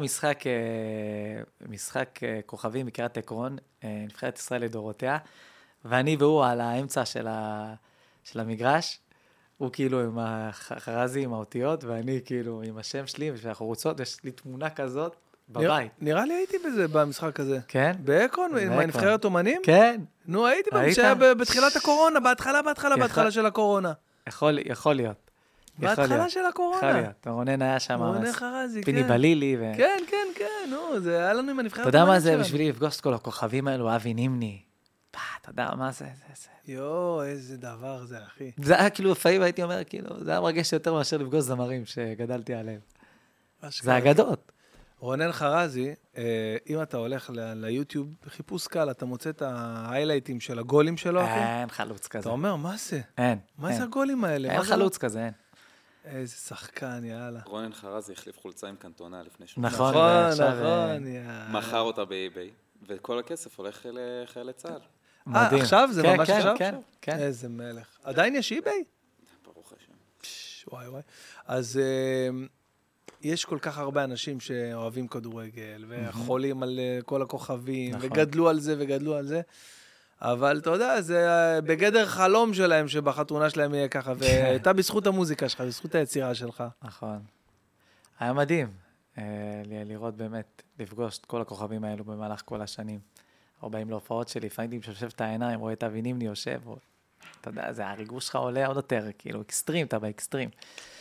B: משחק כוכבים מקריית עקרון, נבחרת ישראל לדורותיה, ואני והוא על האמצע של המגרש, הוא כאילו עם החרזי, עם האותיות, ואני כאילו עם השם שלי, ואנחנו רוצות, יש לי תמונה כזאת בבית.
A: נראה לי הייתי בזה, במשחק הזה.
B: כן?
A: באקרון, עם הנבחרת אומנים?
B: כן.
A: נו, הייתי שהיה בתחילת הקורונה, בהתחלה של הקורונה.
B: יכול להיות.
A: בהתחלה של הקורונה.
B: יכול להיות. רונן היה שם.
A: רונן חרזי, כן.
B: פיני בלילי.
A: כן, נו, זה היה לנו עם הנבחרת
B: אתה יודע מה זה בשבילי לפגוש את כל הכוכבים האלו, אבי נימני. אתה אתה יודע מה זה?
A: יואו, איזה דבר זה, אחי.
B: זה היה כאילו, לפעמים הייתי אומר, כאילו, זה היה מרגש יותר מאשר לפגוש זמרים שגדלתי עליהם. זה אגדות.
A: רונן חרזי, אם אתה הולך ליוטיוב, בחיפוש קל, אתה מוצא את ההיילייטים של הגולים שלו, אחי?
B: אין חלוץ כזה.
A: אתה אומר, מה זה?
B: אין.
A: מה זה הגולים האלה?
B: אין חלוץ כזה, אין.
A: איזה שחקן, יאללה.
C: רונן חרזי החליף חולצה עם קנטונה לפני שהוא.
B: נכון,
A: יאללה.
C: מכר אותה באי-ביי, וכל הכסף הולך לחיילי צה"ל.
B: מדהים.
A: עכשיו? זה ממש עכשיו?
B: כן.
A: איזה מלך. עדיין יש אי-ביי?
C: ברוך השם.
A: וואי. אז יש כל כך הרבה אנשים שאוהבים כדורגל, וחולים על כל הכוכבים, וגדלו על זה, אבל אתה יודע, זה בגדר חלום שלהם, שבחתונה שלהם יהיה ככה, והייתה בזכות המוזיקה שלך, בזכות היצירה שלך.
B: נכון. היה מדהים לראות באמת, לפגוש את כל הכוכבים האלו במהלך כל השנים. או באים להופעות שלי, לפעמים משפשף את העיניים, רואה את אבי נימני יושב, אתה יודע, זה הריגוש שלך עולה עוד יותר, כאילו אקסטרים, אתה באקסטרים.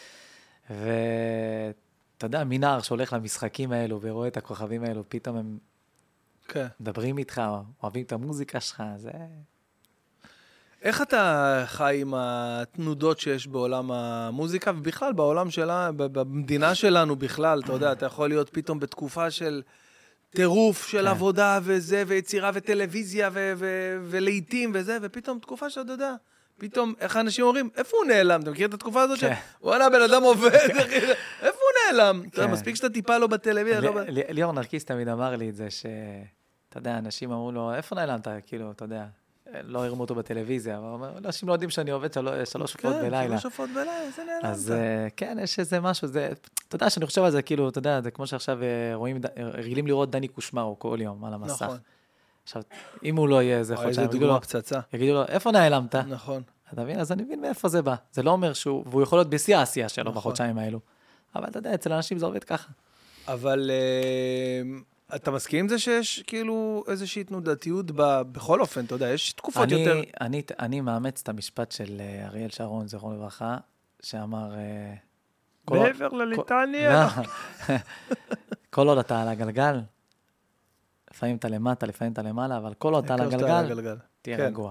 B: ואתה יודע, מנער שהולך למשחקים האלו ורואה את הכוכבים האלו, פתאום הם מדברים איתך, אוהבים את המוזיקה שלך, זה...
A: איך אתה חי עם התנודות שיש בעולם המוזיקה, ובכלל בעולם שלה, במדינה שלנו בכלל, אתה יודע, אתה יכול להיות פתאום בתקופה של טירוף של עבודה וזה, ויצירה וטלוויזיה ולעיתים וזה, ופתאום תקופה שאתה יודע, פתאום, איך האנשים אומרים, איפה הוא נעלם? אתה מכיר את התקופה הזאת? וואלה, בן אדם עובד, איפה הוא נעלם? מספיק שאתה טיפה לו בטלוויזיה.
B: ליאור נרקיס תמיד אמר לי את זה, שאתה יודע, אנשים אמרו לו, איפה נעלמת? כאילו, אתה יודע, לא הרמו אותו בטלוויזיה, אבל הוא אומר, אנשים לא יודעים שאני עובד 3 שופעות בלילה.
A: כן, 3 שופעות בלילה, זה נעלמת.
B: אז כן, יש איזה משהו, אתה יודע, שאני חושב על זה, כאילו, אתה יודע, זה כמו שעכשיו רגילים לראות דני קושמרו כל יום על המסך.
A: נכון.
B: עכשיו, אם הוא לא יהיה איזה חודשיים, יגידו לו, איפה נעלמת?
A: נכון.
B: אתה מבין? אז אני מבין מאיפה זה בא. זה לא אומר והוא יכול להיות בשיא העשייה שלו בחודשיים האלו. אבל אתה יודע, אצל אנשים זה עובד ככה.
A: אבל אתה מסכים עם זה שיש כאילו איזושהי תנודתיות בכל אופן, אתה יודע, יש תקופות יותר...
B: אני מאמץ את המשפט של אריאל שרון, זכרון לברכה, שאמר...
A: מעבר לליטניה.
B: כל עוד אתה על הגלגל, לפעמים אתה למטה, לפעמים אתה למעלה, אבל כל עוד אתה על הגלגל, תהיה רגוע.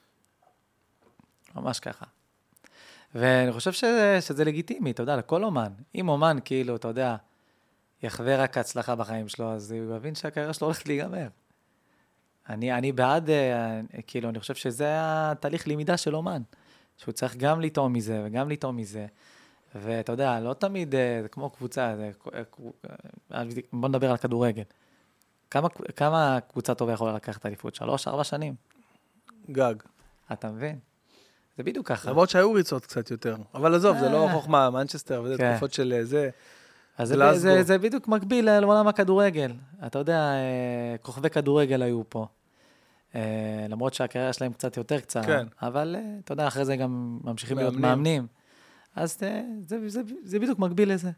B: ממש ככה. ואני חושב שזה לגיטימי, אתה יודע, לכל אומן. אם אומן, כאילו, אתה יודע, יחווה רק הצלחה בחיים שלו, אז הוא יבין שהקריירה שלו הולכת להיגמר. אני בעד, כאילו, אני חושב שזה התהליך למידה של אומן, שהוא צריך גם לטעום מזה וגם לטעום מזה. ואתה יודע, לא תמיד, זה כמו קבוצה, בוא נדבר על כדורגל. כמה קבוצה טובה יכולה לקחת אליפות? 3-4 שנים.
A: גג.
B: אתה מבין? זה בדיוק ככה.
A: למרות שהיו ריצות קצת יותר. אבל עזוב, זה לא חוכמה, מנצ'סטר, וזה תקופות של זה.
B: אז זה בדיוק מקביל לעולם הכדורגל. אתה יודע, כוכבי כדורגל היו פה. למרות שהקריירה שלהם קצת יותר קצרה. אבל אתה יודע, אחרי זה גם ממשיכים להיות מאמנים. אז זה בדיוק מקביל לזה.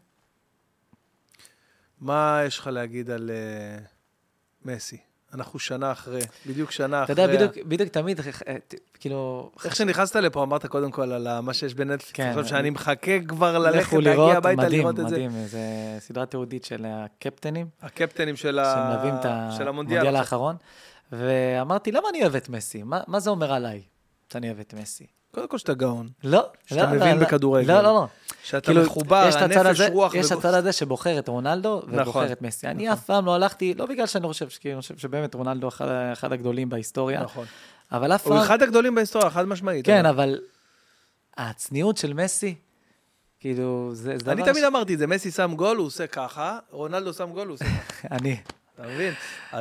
A: מה יש לך להגיד על מסי? אנחנו שנה אחרי, בדיוק שנה אחרי.
B: אתה יודע, בדיוק תמיד, כאילו...
A: איך שנכנסת לפה, אמרת קודם כל על מה שיש בנטפליקס, אני חושב שאני מחכה כבר ללכת, להגיע הביתה לראות את זה.
B: מדהים, מדהים, זה סדרה תיעודית של הקפטנים.
A: הקפטנים של
B: המונדיאל האחרון. ואמרתי, למה אני אוהב את מסי? מה זה אומר עליי, שאני אוהב את מסי?
A: קודם כל שאתה גאון.
B: לא.
A: שאתה מבין בכדורגל.
B: לא.
A: שאתה מחובר, הנפש, רוח וגוף.
B: יש הצד הזה שבוחר את רונלדו ובוחר את מסי. אני אף פעם לא הלכתי, לא בגלל שאני חושב שבאמת רונלדו אחד הגדולים בהיסטוריה. נכון. אבל אף פעם...
A: הוא אחד הגדולים בהיסטוריה, חד משמעית.
B: כן, אבל הצניעות של מסי, כאילו, זה דבר...
A: אני תמיד אמרתי את זה, מסי שם גול, הוא עושה ככה, רונלדו שם גול, הוא עושה ככה.
B: אני.
A: אתה מבין?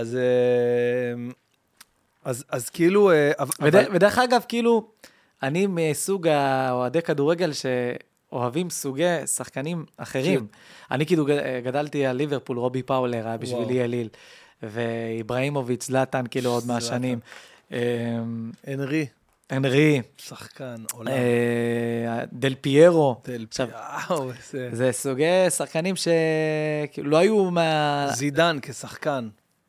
A: אז כאילו...
B: ודרך אגב, כאילו... אני מסוג האוהדי כדורגל שאוהבים סוגי שחקנים אחרים. אני כאילו גדלתי על ליברפול, רובי פאולר, היה בשבילי אליל, ואיברהימוביץ', זלאטן, כאילו עוד מהשנים. אנרי.
A: שחקן, עולם.
B: דל פיירו. זה סוגי שחקנים שכאילו לא היו
A: זידן כשחקן.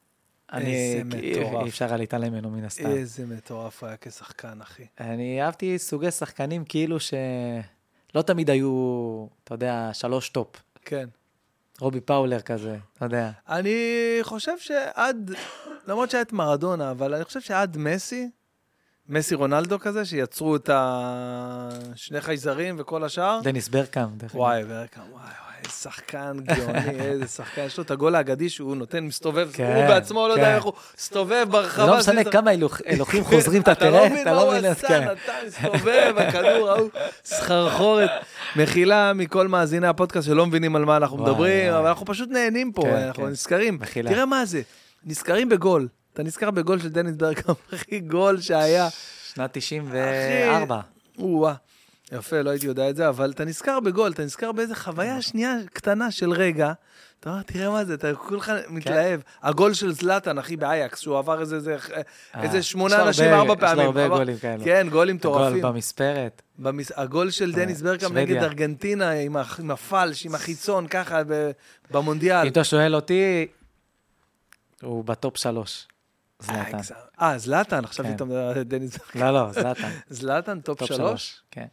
B: אי אפשר להתעלם ממנו מן הסתם.
A: איזה מטורף היה כשחקן, אחי.
B: אני אהבתי סוגי שחקנים כאילו שלא תמיד היו, אתה יודע, 3 טופ.
A: כן.
B: רובי פאולר כזה, אתה יודע.
A: אני חושב שעד, למרות שהיה את מרדונה, אבל אני חושב שעד מסי, מסי רונלדו כזה, שיצרו את שני חייזרים וכל השאר.
B: דניס ברקאם.
A: וואי, איזה שחקן גאוני, איזה שחקן. יש לו את הגול האגדי שהוא נותן, מסתובב, הוא בעצמו לא יודע איך הוא מסתובב ברחבה.
B: לא משנה כמה אלוהים חוזרים, אתה תראה,
A: אתה לא מבין מה הוא עשה, אתה מסתובב, הכדור, ההוא, סחרחורת. מחילה מכל מאזיני הפודקאסט שלא מבינים על מה אנחנו מדברים, אבל אנחנו פשוט נהנים פה, אנחנו נזכרים. תראה מה זה, נזכרים בגול. אתה נזכר בגול של דניס ברקאם, הכי גול שהיה.
B: שנת 94.
A: יפה, לא הייתי יודע את זה, אבל אתה נזכר בגול, אתה נזכר באיזה חוויה שנייה קטנה של רגע, אתה אומר, תראה מה זה, אתה כולך מתלהב. הגול של זלאטן, אחי, באייקס, שהוא עבר איזה 8 אנשים 4 פעמים.
B: יש לו הרבה גולים כאלה.
A: כן, גולים מטורפים.
B: הגול במספרת.
A: הגול של דניס ברקאם נגד ארגנטינה, עם הפלש, עם החיצון, ככה, במונדיאל.
B: אם אתה שואל אותי, הוא בטופ 3. זלאטן.
A: זלאטן, עכשיו אתה מדבר על דניס ברקאם.
B: לא, זלאטן.
A: זלאטן, טופ 3?
B: כן.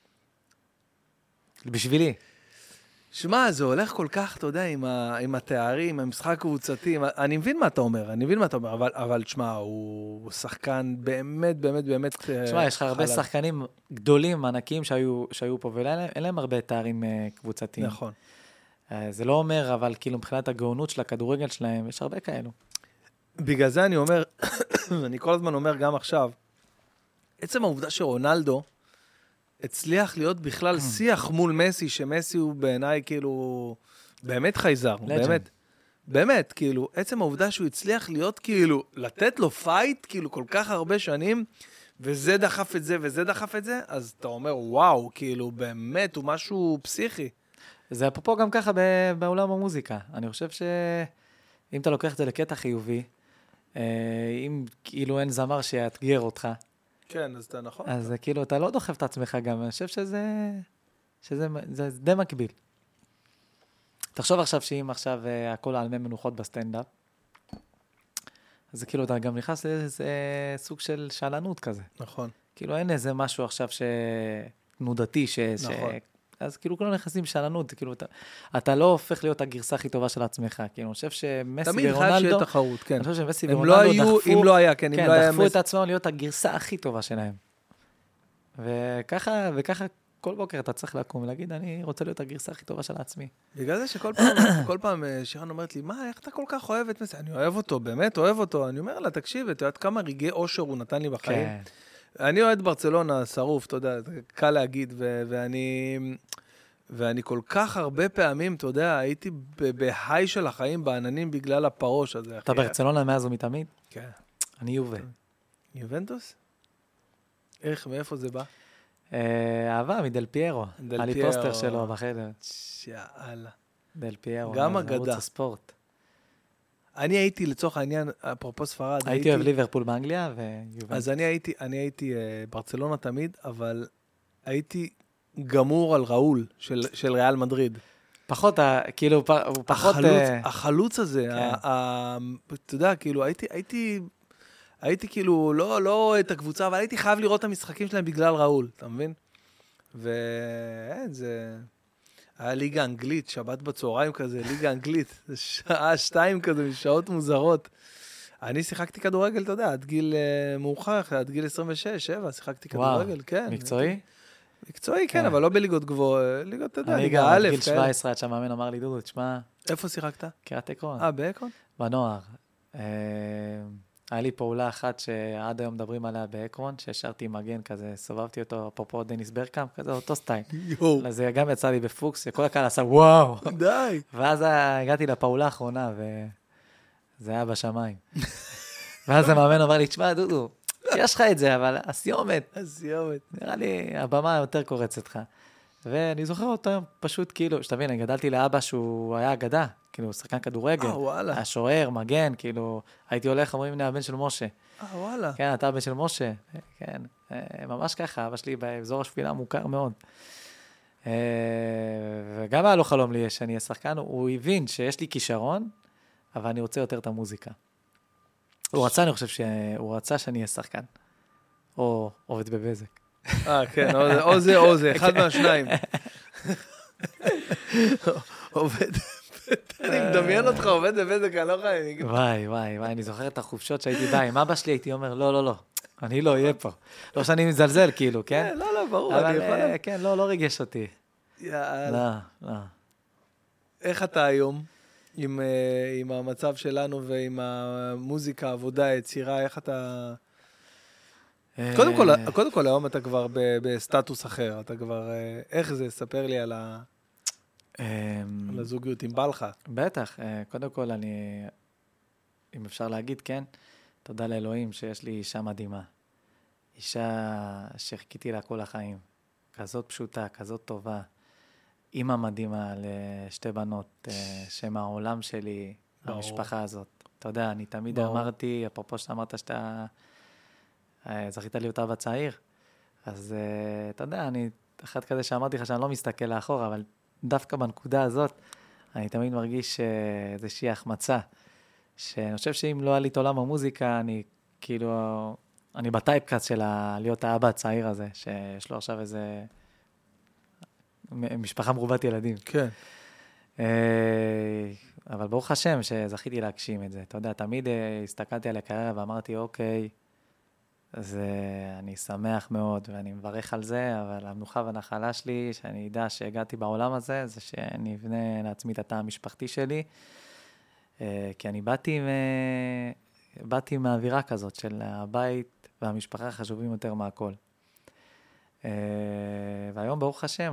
B: בשבילי.
A: שמע, זה הולך כל כך, אתה יודע, עם התארים, עם המשחק קבוצתי, אני מבין מה אתה אומר, אבל תשמע, הוא שחקן באמת, באמת, באמת...
B: תשמע, יש לך הרבה שחקנים גדולים, ענקים שהיו פה, ואין להם הרבה תארים קבוצתיים.
A: נכון.
B: זה לא אומר, אבל כאילו מבחינת הגאונות של הכדורגל שלהם, יש הרבה כאלו.
A: בגלל זה אני אומר, אני כל הזמן אומר גם עכשיו, עצם העובדה שרונלדו הצליח להיות בכלל שיח מול מסי, שמסי הוא בעיניי כאילו, באמת חייזר, באמת, כאילו, עצם העובדה שהוא הצליח להיות כאילו, לתת לו פייט, כאילו כל כך הרבה שנים, וזה דחף את זה, וזה דחף את זה, אז אתה אומר, וואו, כאילו, באמת, הוא משהו פסיכי.
B: זה אפרופו גם ככה בעולם המוזיקה. אני חושב שאם אתה לוקח את זה לקטע חיובי, אם כאילו אין זמר שיאתגר אותך,
A: כן, אז אתה נכון.
B: אז כאילו, אתה לא דוחף את עצמך גם, אני חושב שזה די מקביל. תחשוב עכשיו שאם עכשיו הכל על מי מנוחות בסטנדאפ, אז כאילו אתה גם נכנס לאיזה סוג של שאלנות כזה.
A: נכון.
B: כאילו אין איזה משהו עכשיו תנודתי,
A: נכון.
B: אז כאילו כולם נכנסים בשאלנות, כאילו אתה לא הופך להיות הגרסה הכי טובה של עצמך, כאילו אני חושב שמסי ורונלדו,
A: תמיד חייב שיהיה תחרות, כן.
B: אני חושב שמסי ורונלדו דחפו את עצמם להיות הגרסה הכי טובה שלהם. וככה כל בוקר אתה צריך לקום ולהגיד, אני רוצה להיות הגרסה הכי טובה של עצמי.
A: בגלל זה שכל פעם שירן אומרת לי, מה, איך אתה כל כך אוהב את מסי? אני אוהב אותו, באמת אוהב אותו. אני אומר לה, תקשיב, אתה יודעת כמה רגעי אושר הוא נתן לי בחיים? אני אוהד ברצלונה, שרוף, אתה יודע, קל להגיד, ואני כל כך הרבה פעמים, אתה יודע, הייתי בהיי של החיים בעננים בגלל הפרוש הזה.
B: אתה ברצלונה מאז ומתמיד?
A: כן.
B: אני יובה.
A: יובנטוס? איך, מאיפה זה בא?
B: אהבה, מדל פיירו. היה לי פוסטר שלו בחדר.
A: יאללה.
B: דל פיירו.
A: גם אגדה.
B: ערוץ הספורט.
A: אני הייתי, לצורך העניין, אפרופו ספרד,
B: הייתי אוהב ליברפול באנגליה ויובנטוס.
A: אז אני הייתי ברצלונה תמיד, אבל הייתי גמור על ראול של ריאל מדריד.
B: פחות, כאילו, הוא פחות...
A: החלוץ הזה, אתה יודע, כאילו, הייתי כאילו, לא את הקבוצה, אבל הייתי חייב לראות את המשחקים שלהם בגלל ראול, אתה מבין? זה... היה ליגה אנגלית, שבת בצהריים כזה, ליגה אנגלית, שעה 2 כזה, משעות מוזרות. אני שיחקתי כדורגל, אתה יודע, עד גיל מאוחר, עד גיל 26, 7, שיחקתי כדורגל, כן.
B: מקצועי?
A: מקצועי, כן, אבל לא בליגות גבוהות, ליגות, אתה יודע, ליגה א',
B: אני גם גיל 17, עד שהמאמן אמר לי, דודו, תשמע...
A: איפה שיחקת?
B: קריית עקרון.
A: בעקרון?
B: בנוער. היה לי פעולה אחת שעד היום מדברים עליה בעקרון, שהשארתי מגן כזה, סובבתי אותו, אפרופו דניס ברקאם, כזה אותו סטייל. אז זה גם יצא לי בפוקס, שכל הקהל עשה וואו.
A: די.
B: ואז הגעתי לפעולה האחרונה, וזה היה בשמיים. ואז המאמן אמר לי, תשמע, דודו, יש לך את זה, אבל הסיומת. נראה לי, הבמה יותר קורצת לך. ואני זוכר אותו פשוט כאילו, שתבין, אני גדלתי לאבא שהוא היה אגדה, כאילו, שחקן כדורגל. היה שוער, מגן, כאילו, הייתי הולך, אומרים, הנה, הבן של משה.
A: וואלה.
B: כן, אתה הבן של משה. כן, ממש ככה, אבא שלי באזור השפילה מוכר מאוד. וגם היה לו חלום לי שאני אהיה שחקן, הוא הבין שיש לי כישרון, אבל אני רוצה יותר את המוזיקה. הוא רצה, אני חושב שהוא רצה שאני אהיה שחקן. או עובד בבזק.
A: כן, או זה, אחד מהשניים. עובד, אני מדמיין אותך, עובד בבזק, אני לא חי.
B: וואי, אני זוכר את החופשות שהייתי בא, עם אבא שלי הייתי אומר, לא, אני לא אהיה פה. לא שאני מזלזל, כאילו, כן?
A: לא, ברור, אני יכול...
B: אבל כן, לא ריגש אותי.
A: יאללה.
B: לא.
A: איך אתה היום עם המצב שלנו ועם המוזיקה, העבודה, היצירה, איך אתה... קודם כל, היום אתה כבר בסטטוס אחר, אתה כבר... איך זה? ספר לי על הזוגיות, אם בא לך.
B: בטח, קודם כל אם אפשר להגיד, כן, תודה לאלוהים שיש לי אישה מדהימה. אישה שחיכיתי לה כל החיים. כזאת פשוטה, כזאת טובה. אימא מדהימה לשתי בנות, שם העולם שלי, המשפחה הזאת. אתה יודע, אני תמיד אמרתי, אפרופו שאמרת שאתה זכית להיות אבא צעיר, אז אתה יודע, אני אחד כזה שאמרתי לך שאני לא מסתכל לאחור, אבל דווקא בנקודה הזאת, אני תמיד מרגיש איזושהי החמצה, שאני חושב שאם לא היה לי את עולם המוזיקה, אני בטייפקאסט של להיות האבא הצעיר הזה, שיש לו עכשיו איזה משפחה מרובת ילדים.
A: כן.
B: אבל ברוך השם שזכיתי להגשים את זה. אתה יודע, תמיד הסתכלתי על הקריירה ואמרתי, אוקיי, אז אני שמח מאוד ואני מברך על זה, אבל המנוחה והנחלה שלי, שאני אדע שהגעתי בעולם הזה, זה שאני אבנה לעצמי את התא המשפחתי שלי, כי אני באתי מהאווירה כזאת של הבית והמשפחה חשובים יותר מהכל. והיום ברוך השם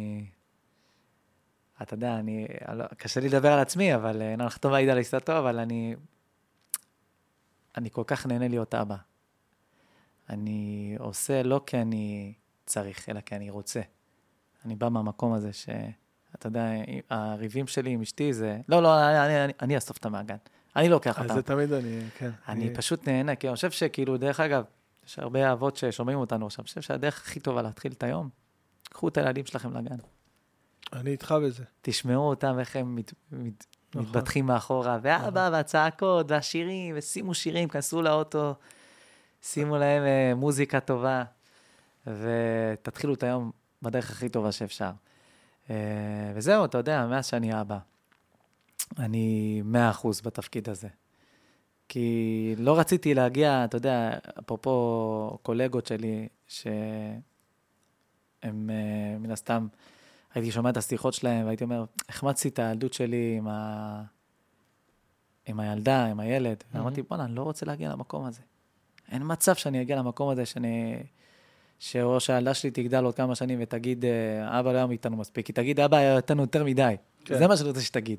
B: אתה יודע, קשה לי לדבר על עצמי, אבל אנחנו טוב העיד על עיסתו, אבל אני כל כך נהנה להיות אבא. אני עושה לא כי אני צריך, אלא כי אני רוצה. אני בא מהמקום הזה אתה יודע, הריבים שלי עם אשתי זה, אני אסוף את המעגן. אני לוקח אותם.
A: זה תמיד כן.
B: אני פשוט נהנה, כי אני חושב שכאילו, דרך אגב, יש הרבה אבות ששומעים אותנו עכשיו, אני חושב שהדרך הכי טובה להתחיל את היום, קחו את הילדים שלכם לגן.
A: אני איתך בזה.
B: תשמעו אותם איך הם מתבטחים מאחורה, ואבא, והצעקות, והשירים, ושימו שירים, כנסו לאוטו, שימו להם מוזיקה טובה, ותתחילו את היום בדרך הכי טובה שאפשר. וזהו, אתה יודע, מאז שאני אבא, אני 100% בתפקיד הזה. כי לא רציתי להגיע, אתה יודע, אפרופו קולגות שלי, שהם מן הסתם, הייתי שומע את השיחות שלהם, והייתי אומר, החמצתי את הילדות שלי עם הילדה, עם הילד, ואמרתי, בוא'נה, אני לא רוצה להגיע למקום הזה. אין מצב שאני אגיע למקום הזה, שאו שהילדה שלי תגדל עוד כמה שנים ותגיד, אבא לא היה מאיתנו מספיק, היא תגיד, אבא היה איתנו יותר מדי. זה מה שאני רוצה שתגיד.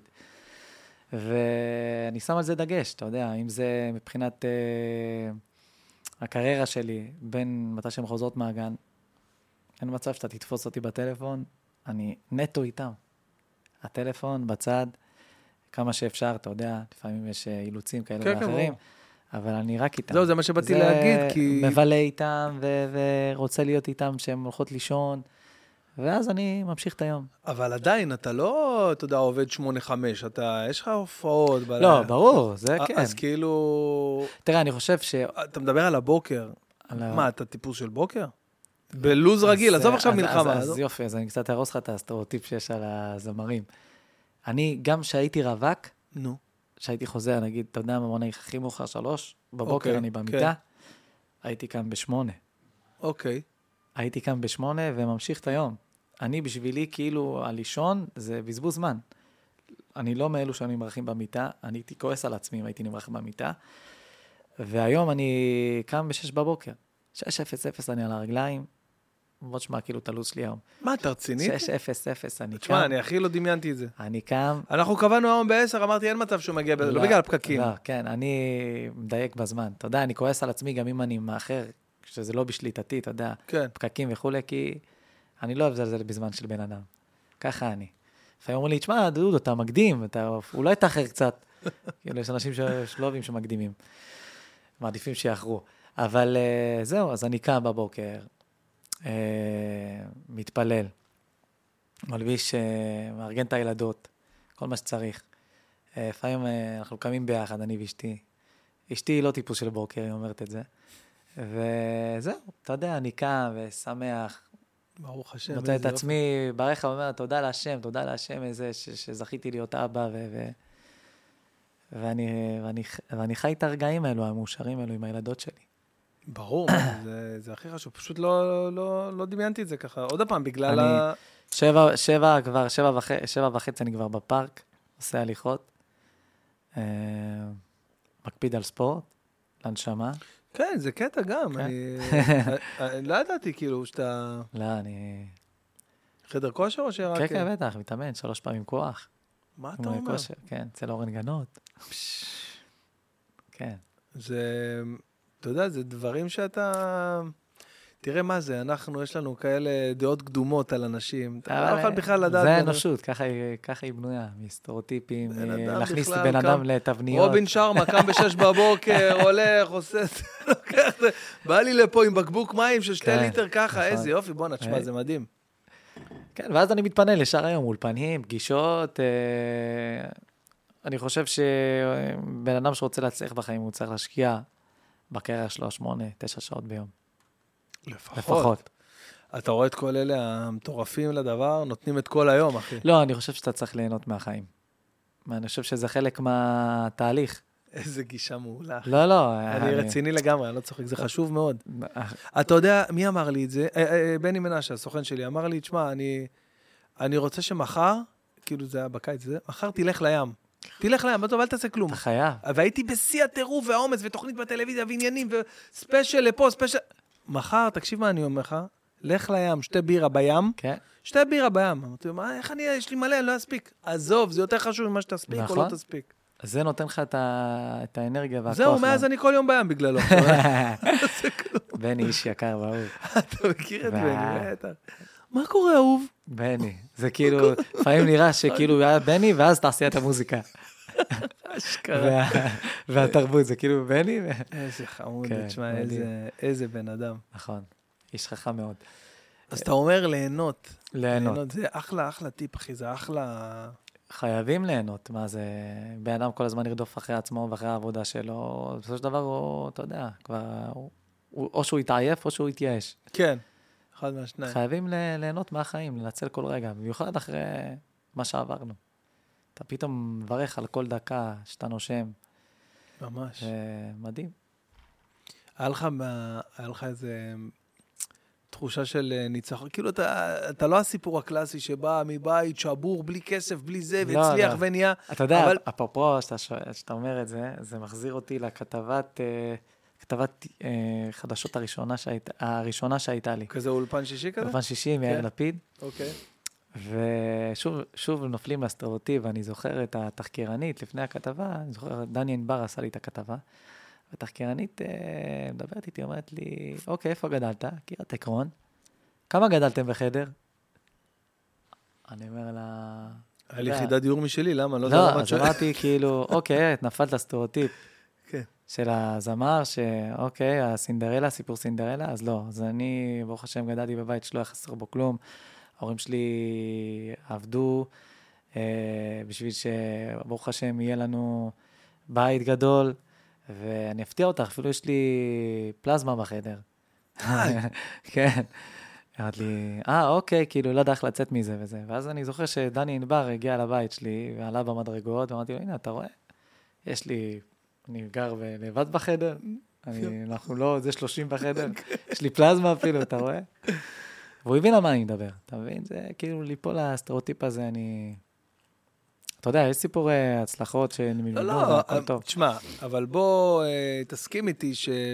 B: ואני שם על זה דגש, אתה יודע, אם זה מבחינת הקריירה שלי, בין מתי שהן חוזרות מהגן, אין מצב שאתה תתפוס אותי בטלפון, אני נטו איתם. הטלפון בצד, כמה שאפשר, אתה יודע, לפעמים יש אילוצים כאלה ואחרים, אבל אני רק איתם.
A: זהו, זה מה שבאתי להגיד, כי...
B: מבלה איתם ורוצה להיות איתם שהם הולכות לישון, ואז אני ממשיך את היום.
A: אבל עדיין, אתה לא, אתה יודע, עובד 8-5, יש לך הופעות.
B: לא, ברור, זה כן.
A: אז כאילו...
B: תראה, אני חושב
A: אתה מדבר על הבוקר. מה, אתה טיפוס של בוקר? בלוז רגיל, עזוב עכשיו מלחמה.
B: אז יופי, אז אני קצת ארוס לך את הסטריאוטיפ שיש על הזמרים. אני, גם שהייתי רווק, שהייתי חוזר, נגיד, אתה יודע, ממונה הכי מאוחר 3, בבוקר אני במיטה, הייתי כאן ב8.
A: אוקיי.
B: הייתי כאן ב8 וממשיך את היום. אני בשבילי, כאילו, הלישון זה בזבוז זמן. אני לא מאלו שאני מרחים במיטה, אני הייתי כועס על עצמי אם הייתי נמרח במיטה, והיום אני קם ב6 בבוקר. 6:00 אני על הרגליים, מאוד שמה, כאילו, תלוץ שלי היום.
A: מה, אתה רציני?
B: 6:00 אני קם.
A: תשמע, אני הכי לא דמיינתי את זה.
B: אני קם.
A: אנחנו קבענו היום ב10, אמרתי, אין מצב שהוא מגיע, לא בגלל הפקקים.
B: לא, כן, אני מדייק בזמן. אתה יודע, אני כועס על עצמי גם אם אני מאחר, שזה לא בשליטתי, אתה יודע, פקקים וכו', כי אני לא אוהב זה בזמן של בן אדם. ככה אני. לפעמים אומרים לי, תשמע, דודו, אתה מקדים, אולי תאחר קצת. כאילו, יש אנשים שלא אוהבים שמקדימים. מעדיפים שיאחרו. אבל זהו, אז אני קם בבוקר, מתפלל, מלביש, מארגן את הילדות, כל מה שצריך. לפעמים אנחנו קמים ביחד, אני ואשתי. אשתי היא לא טיפוס של בוקר, היא אומרת את זה. וזהו, אתה יודע, אני קם ושמח.
A: ברוך השם.
B: מוצא את עצמי ברך, אומר, תודה להשם איזה שזכיתי להיות אבא, ואני חי את הרגעים האלו, המאושרים האלו עם הילדות שלי.
A: ברור, זה הכי חשוב. פשוט לא דמיינתי את זה ככה. עוד פעם, בגלל
B: 7:30 אני כבר בפארק, עושה הליכות, מקפיד על ספורט, לנשמה.
A: כן, זה קטע גם. לא ידעתי כאילו שאתה...
B: לא, אני...
A: חדר כושר או שרק...
B: כן, כן, בטח, מתאמן 3 פעמים כוח.
A: מה אתה אומר?
B: כן, אצל אורן גנות. כן.
A: זה, אתה יודע, זה דברים שאתה... תראה מה זה, יש לנו כאלה דעות קדומות על אנשים. אתה לא יכול בכלל לדעת...
B: זה האנושות, ככה היא בנויה, מסטריאוטיפים, להכניס בן אדם לתבניות.
A: רובין שרמה קם ב-6 בבוקר, הולך, עושה... בא לי לפה עם בקבוק מים של 2 ליטר ככה, איזה יופי, בוא נשמע, זה מדהים.
B: כן, ואז אני מתפנה לשאר היום, אולפנים, פגישות. אני חושב שבן אדם שרוצה להצליח בחיים, הוא צריך להשקיע בקריירה שלו 8-9 שעות ביום. לפחות.
A: אתה רואה את כל אלה המטורפים לדבר, נותנים את כל היום, אחי.
B: לא, אני חושב שאתה צריך ליהנות מהחיים. אני חושב שזה חלק מהתהליך.
A: איזה גישה מעולה.
B: לא.
A: אני רציני לגמרי, אני לא צוחק, זה חשוב מאוד. אתה יודע, מי אמר לי את זה? בני מנשה, הסוכן שלי, אמר לי, תשמע, אני רוצה שמחר, כאילו זה היה בקיץ, מחר תלך לים. תלך לים, אל תעשה כלום.
B: אתה חייב.
A: והייתי בשיא הטירוף והעומס, ותוכנית בטלוויזיה, ועניינים, וספיישל לפה, ספיישל... מחר, תקשיב מה אני אומר לך, לך לים, 2 בירה בים, 2 בירה בים. אמרתי, איך יש לי מלא, אני לא אספיק. עזוב, זה יותר חשוב ממה שתספיק או לא תספיק.
B: אז זה נותן לך את האנרגיה והכוח.
A: זהו, מאז אני כל יום בים בגללו.
B: בני איש יקר ואהוב.
A: אתה מכיר את בני, בטח. מה קורה, אהוב?
B: בני, זה כאילו, לפעמים נראה שכאילו היה בני, ואז תעשייה את המוזיקה.
A: אשכרה.
B: והתרבות, זה כאילו בני.
A: איזה חמוד, תשמע, איזה בן אדם.
B: נכון, איש חכם מאוד.
A: אז אתה אומר ליהנות.
B: ליהנות.
A: זה אחלה טיפ, אחי, זה אחלה...
B: חייבים ליהנות, מה זה, בן אדם כל הזמן ירדוף אחרי עצמו ואחרי העבודה שלו, בסופו של דבר הוא, אתה יודע, כבר, או שהוא יתעייף או שהוא יתייאש.
A: כן, אחד מהשניים.
B: חייבים ליהנות מהחיים, לנצל כל רגע, במיוחד אחרי מה שעברנו. אתה פתאום מברך על כל דקה שאתה נושם.
A: ממש.
B: מדהים.
A: היה לך איזה תחושה של ניצחון, כאילו אתה לא הסיפור הקלאסי שבא מבית, שבור, בלי כסף, בלי זה, והצליח ונהיה.
B: אתה יודע, אפרופו, שאתה אומר את זה, זה מחזיר אותי לכתבת חדשות הראשונה שהייתה לי.
A: כזה אולפן שישי כזה?
B: אולפן שישי עם יאיר לפיד.
A: אוקיי.
B: ושוב נופלים לסטריאוטיפ, ואני זוכר את התחקירנית לפני הכתבה, אני זוכר, דני ענבר עשה לי את הכתבה, והתחקירנית מדברת איתי, אומרת לי, אוקיי, איפה גדלת? קירת עקרון. כמה גדלתם בחדר? אני אומר לה...
A: היה לי יחידת דיור משלי, למה?
B: לא, אז אמרתי כאילו, אוקיי, נפלת לסטריאוטיפ של הזמר, שאוקיי, הסינדרלה, סיפור סינדרלה, אז לא. אז אני, ברוך השם, גדלתי בבית שלא יחסר בו כלום. ההורים שלי עבדו בשביל שברוך השם יהיה לנו בית גדול, ואני אפתיע אותך, אפילו יש לי פלזמה בחדר. כן. אמרת לי, אוקיי, כאילו לא יודע איך לצאת מזה וזה. ואז אני זוכר שדני ענבר הגיע לבית שלי, ועלה במדרגות, ואמרתי לו, הנה, אתה רואה? אני גר לבד בחדר, אנחנו לא, זה 30 בחדר, יש לי פלזמה אפילו, אתה רואה? והוא הבין על מה אני מדבר, אתה מבין? זה כאילו ליפול לסטריאוטיפ הזה, אתה יודע, יש סיפורי הצלחות שנמלמדו, והכל טוב.
A: תשמע, אבל בוא תסכים איתי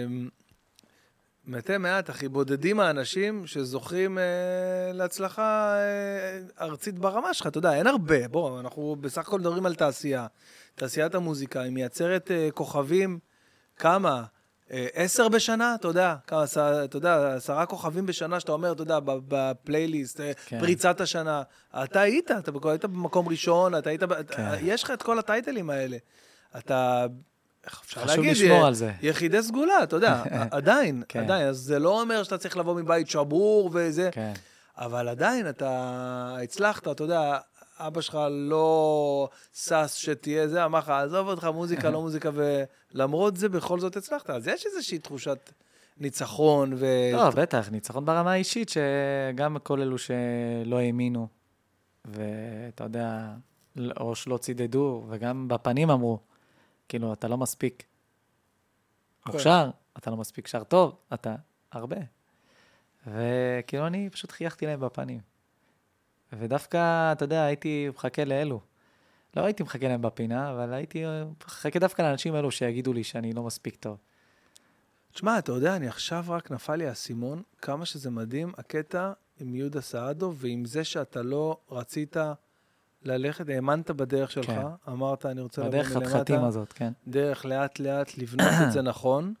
A: מתי מעט, אחי, בודדים האנשים שזוכים להצלחה ארצית ברמה שלך, אתה יודע, אין הרבה, בוא, אנחנו בסך הכל מדברים על תעשיית המוזיקה, היא מייצרת כוכבים, כמה? 10 בשנה, אתה יודע, 10 כוכבים בשנה, שאתה אומר, אתה יודע, בפלייליסט, פריצת השנה, אתה היית במקום ראשון, יש לך את כל הטייטלים האלה, אתה...
B: חשוב לשמור על זה.
A: יחידי סגולה, אתה יודע, עדיין, אז זה לא אומר שאתה צריך לבוא מבית שבור וזה, אבל עדיין אתה הצלחת, אתה יודע, אבא שלך לא סס שתהיה זה, אמר לך, עזוב אותך מוזיקה, לא מוזיקה, ולמרות זה בכל זאת הצלחת. אז יש איזושהי תחושת ניצחון
B: לא, בטח, ניצחון ברמה האישית, שגם כל אלו שלא האמינו, ואתה יודע, או שלא צידדו, וגם בפנים אמרו, כאילו, אתה לא מספיק מוכשר, אתה לא מספיק שר טוב, אתה הרבה. וכאילו אני פשוט חייכתי להם בפנים. ודווקא, אתה יודע, הייתי מחכה לאלו. לא הייתי מחכה להם בפינה, אבל הייתי מחכה דווקא לאנשים אלו שיגידו לי שאני לא מספיק טוב.
A: תשמע, אתה יודע, אני עכשיו רק נפל לי הסימון, כמה שזה מדהים, הקטע עם יהודה סעדו, ועם זה שאתה לא רצית ללכת, האמנת בדרך שלך, כן. אמרת, אני רוצה לבוא מלמטה.
B: בדרך חתחתים הזאת, כן.
A: דרך לאט לאט לבנות את זה נכון,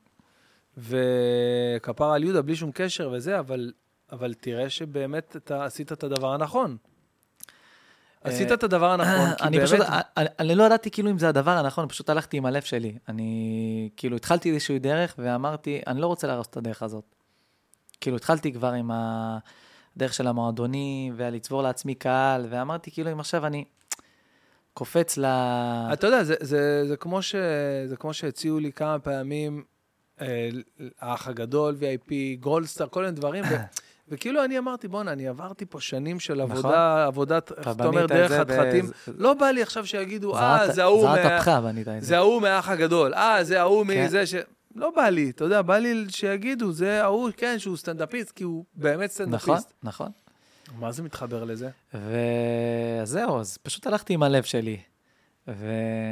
A: וכפר על יהודה בלי שום קשר וזה, אבל תראה שבאמת אתה עשית את הדבר הנכון. עשית את הדבר הנכון, כי באמת...
B: אני לא ידעתי כאילו אם זה הדבר הנכון, פשוט הלכתי עם הלב שלי. אני כאילו התחלתי איזושהי דרך, ואמרתי, אני לא רוצה להרוס את הדרך הזאת. כאילו התחלתי כבר עם הדרך של המועדונים, ולצבור לעצמי קהל, ואמרתי כאילו אם עכשיו אני קופץ
A: אתה יודע, זה כמו שהציעו לי כמה פעמים, האח הגדול, VIP, גולדסטאר, כל מיני דברים, וכאילו אני אמרתי, בוא'נה, אני עברתי פה שנים של עבודת, אתה אומר, דרך חתחתים, לא בא לי עכשיו שיגידו, זה ההוא מהאח הגדול, זה ההוא מזה ש... לא בא לי, אתה יודע, בא לי שיגידו, זה ההוא, כן, שהוא סטנדאפיסט, כי הוא באמת סטנדאפיסט.
B: נכון.
A: מה זה מתחבר לזה?
B: וזהו, אז פשוט הלכתי עם הלב שלי, ואני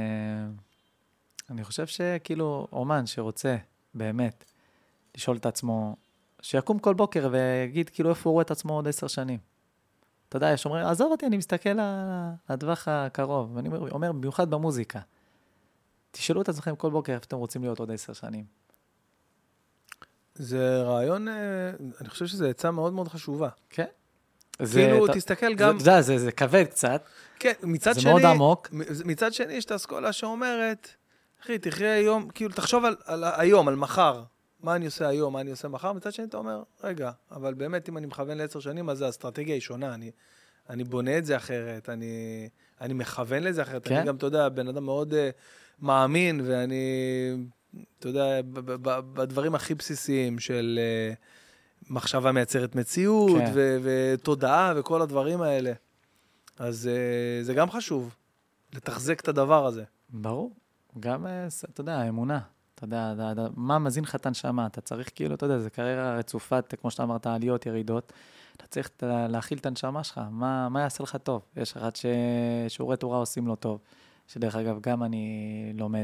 B: חושב שכאילו אומן שרוצה באמת לשאול את עצמו, שיקום כל בוקר ויגיד כאילו איפה הוא רואה את עצמו עוד 10 שנים. אתה יודע, יש אומרים, עזוב אותי, אני מסתכל על הדווח הקרוב, ואני אומר, במיוחד במוזיקה, תשאלו את עצמכם כל בוקר איפה אתם רוצים להיות עוד 10 שנים.
A: זה רעיון, אני חושב שזה עצה מאוד מאוד חשובה.
B: כן.
A: כאילו, תסתכל גם...
B: זה כבד קצת.
A: כן, מצד שני...
B: זה מאוד עמוק.
A: מצד שני, יש את האסכולה שאומרת, אחי, תחיה היום, כאילו, תחשוב על היום, על מחר. מה אני עושה היום, מה אני עושה מחר, מצד שני אתה אומר, רגע, אבל באמת אם אני מכוון ל10 שנים, אז האסטרטגיה היא שונה, אני בונה את זה אחרת, אני מכוון לזה אחרת, כן? אני גם, אתה יודע, בן אדם מאוד מאמין, ואני, אתה יודע, בדברים הכי בסיסיים של מחשבה מייצרת מציאות, כן. ותודעה וכל הדברים האלה. אז זה גם חשוב, לתחזק את הדבר הזה.
B: ברור, גם, אתה יודע, האמונה. אתה יודע, מה מזין לך את הנשמה? אתה צריך כאילו, אתה יודע, זה קריירה רצופת, כמו שאתה אמרת, עליות, ירידות. אתה צריך להכיל את הנשמה שלך. מה יעשה לך טוב? יש אחד ששיעורי תורה עושים לו טוב, שדרך אגב, גם אני לומד.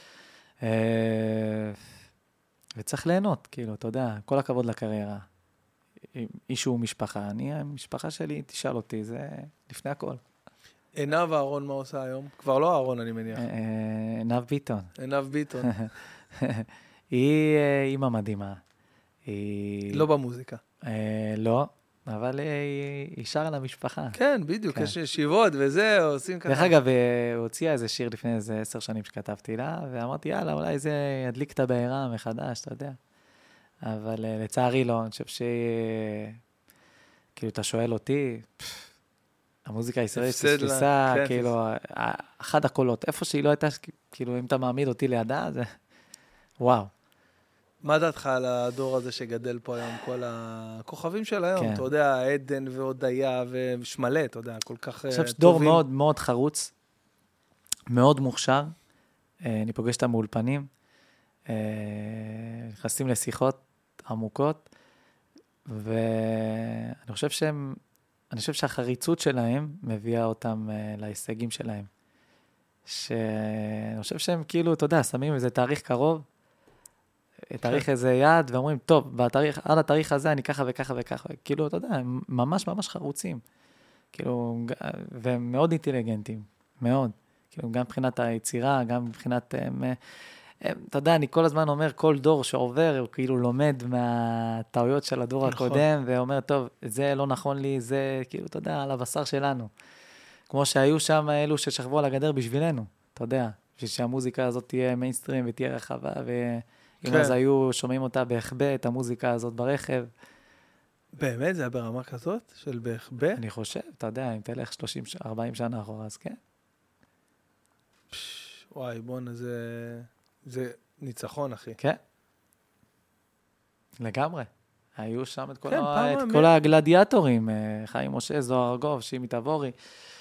B: וצריך ליהנות, כאילו, אתה יודע, כל הכבוד לקריירה. אישהו משפחה. המשפחה שלי, תשאל אותי, זה לפני הכל.
A: עינב אהרון, מה עושה היום? כבר לא אהרון, אני מניח.
B: עינב ביטון.
A: עינב ביטון.
B: היא אימא מדהימה.
A: לא במוזיקה.
B: לא, אבל היא שרה למשפחה.
A: כן, בדיוק, יש ישיבות וזה, עושים ככה.
B: דרך אגב, הוא הוציאה איזה שיר לפני איזה 10 שנים שכתבתי לה, ואמרתי, יאללה, אולי זה ידליק את הבעירה מחדש, אתה יודע. אבל לצערי לא, אני חושב כאילו, אתה שואל אותי, המוזיקה הישראלית תפיסה, כאילו, אחד הקולות, איפה שהיא לא הייתה, כאילו, אם אתה מעמיד אותי לידה, זה וואו.
A: מה דעתך על הדור הזה שגדל פה היום, כל הכוכבים של היום, אתה יודע, עדן והודיה ושמלט, אתה יודע, כל כך טובים.
B: אני חושב שדור מאוד מאוד חרוץ, מאוד מוכשר, אני פוגש אותם באולפנים, נכנסים לשיחות עמוקות, ואני חושב שהחריצות שלהם מביאה אותם להישגים שלהם. שאני חושב שהם כאילו, אתה יודע, שמים איזה תאריך קרוב, תאריך איזה יד, ואומרים, טוב, עד התאריך הזה אני ככה וככה וככה. כאילו, אתה יודע, הם ממש ממש חרוצים. כאילו, והם מאוד אינטליגנטים, מאוד. כאילו, גם מבחינת היצירה, גם מבחינת... אתה יודע, אני כל הזמן אומר, כל דור שעובר, הוא כאילו לומד מהטעויות של הדור הקודם, ואומר, טוב, זה לא נכון לי, זה כאילו, אתה יודע, על הבשר שלנו. כמו שהיו שם אלו ששכבו על הגדר בשבילנו, אתה יודע, בשביל שהמוזיקה הזאת תהיה מיינסטרים ותהיה רחבה, ואם אז היו שומעים אותה בהחבא, את המוזיקה הזאת ברכב.
A: באמת? זה היה ברמה כזאת של בהחבא?
B: אני חושב, אתה יודע, אם תלך 30-40 שנה אחורה, אז כן.
A: וואי, בוא'נה, זה ניצחון, אחי.
B: כן. לגמרי. היו שם את כל הגלדיאטורים, חיים משה, זוהר ארגוב, שימי תבורי,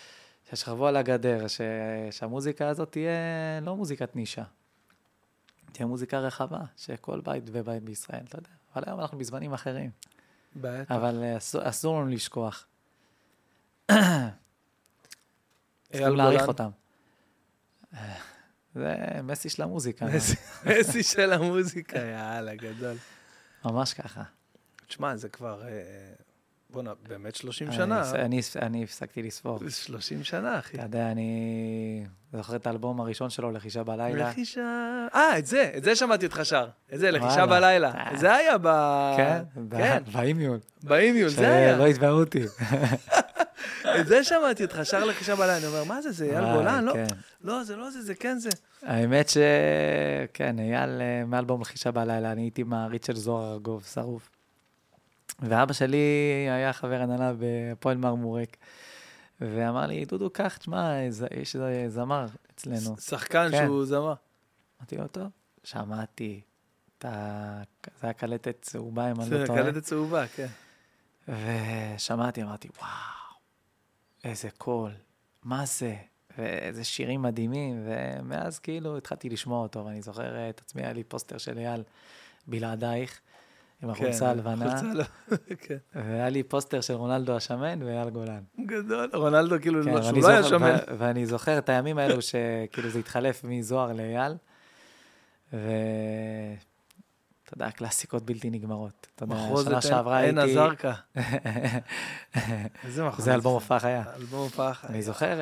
B: ששכבו על הגדר, שהמוזיקה הזאת תהיה לא מוזיקת נישה. תהיה מוזיקה רחבה, שכל בית ובית בישראל, אתה יודע. אבל היום אנחנו בזמנים אחרים.
A: בטח.
B: אבל אסור לנו לשכוח. צריכים להעריך אותם. זה מסי של המוזיקה.
A: מסי של המוזיקה, יאללה, גדול.
B: ממש ככה.
A: תשמע, זה כבר, בוא'נה, באמת 30 שנה.
B: אני הפסקתי לספור.
A: 30 שנה, אחי.
B: אתה יודע, אני זוכר את האלבום הראשון שלו, לחישה בלילה.
A: לחישה... את זה שמעתי אותך שר. את זה, לחישה בלילה. זה היה
B: כן, באימיול.
A: באימיול, זה היה.
B: שלא יתבעו אותי.
A: את זה שמעתי אותך, שר לחישה בלילה. אני אומר, מה זה, זה אייל גולן? לא, זה לא זה, זה כן זה.
B: האמת כן, אייל מאלבום לחישה בלילה, אני הייתי מעריץ של זוהר ארגוב, שרוף. ואבא שלי היה חבר הנהלה בפועל מרמורק, ואמר לי, דודו, קח, תשמע, יש זמר אצלנו.
A: שחקן שהוא זמר.
B: אמרתי לו, טוב, שמעתי, זה היה קלטת צהובה, אם אני
A: זה
B: לא טועה.
A: קלטת צהובה, כן.
B: ושמעתי, אמרתי, וואו, איזה קול, מה זה? ואיזה שירים מדהימים, ומאז כאילו התחלתי לשמוע אותו, ואני זוכר את עצמי, היה לי פוסטר של אייל בלעדייך, עם החולצה הלבנה, והיה לי פוסטר של רונלדו השמן ואייל גולן.
A: גדול, רונלדו כאילו שהוא לא היה שמן.
B: ואני זוכר את הימים האלו שכאילו זה התחלף מזוהר לאייל, ואתה יודע, קלאסיקות בלתי נגמרות.
A: מחרוזת אין הזרקה.
B: זה אלבום הופך היה.
A: אלבום הופך.
B: אני זוכר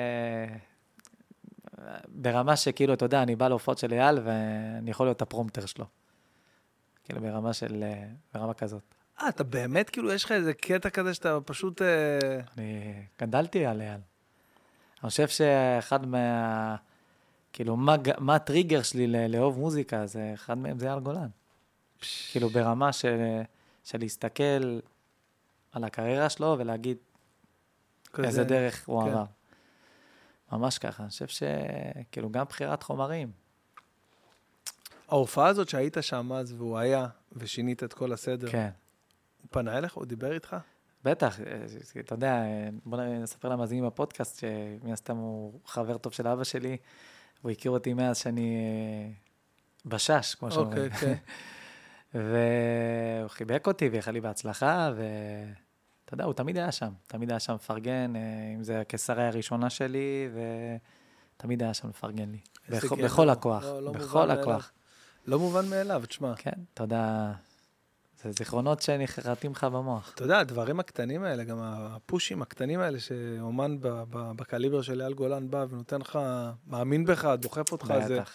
B: ברמה שכאילו, אתה יודע, אני בא להופעות של אייל ואני יכול להיות הפרומטר שלו. כאילו ברמה כזאת.
A: אתה באמת, כאילו, יש לך איזה קטע כזה שאתה פשוט...
B: אני גדלתי על אייל. אני חושב שאחד כאילו, מה הטריגר שלי לאהוב מוזיקה, זה אחד מהם זה אייל גולן. כאילו, ברמה של להסתכל על הקריירה שלו ולהגיד איזה דרך הוא עבר. ממש ככה. אני חושב שכאילו, גם בחירת חומרים.
A: ההופעה הזאת שהיית שם אז, והוא היה, ושינית את כל הסדר.
B: כן.
A: הוא פנה אליך? הוא דיבר איתך?
B: בטח. אתה יודע, בוא נספר למאזינים בפודקאסט, שמן הסתם הוא חבר טוב של אבא שלי, הוא הכיר אותי מאז שאני בשש, כמו שאומרים.
A: אוקיי, כן.
B: והוא חיבק אותי ויחל לי בהצלחה, ואתה יודע, הוא תמיד היה שם. תמיד היה שם מפרגן, אם זה הכסריה הראשונה שלי, ותמיד היה שם מפרגן לי. בכל הכוח. בכל הכוח.
A: לא מובן מאליו, תשמע.
B: כן, אתה יודע, זה זיכרונות שנחרטים לך במוח.
A: אתה יודע, הדברים הקטנים האלה, גם הפושים הקטנים האלה, שאומן בקליבר של אייל גולן בא ונותן לך, מאמין בך, דוחף אותך,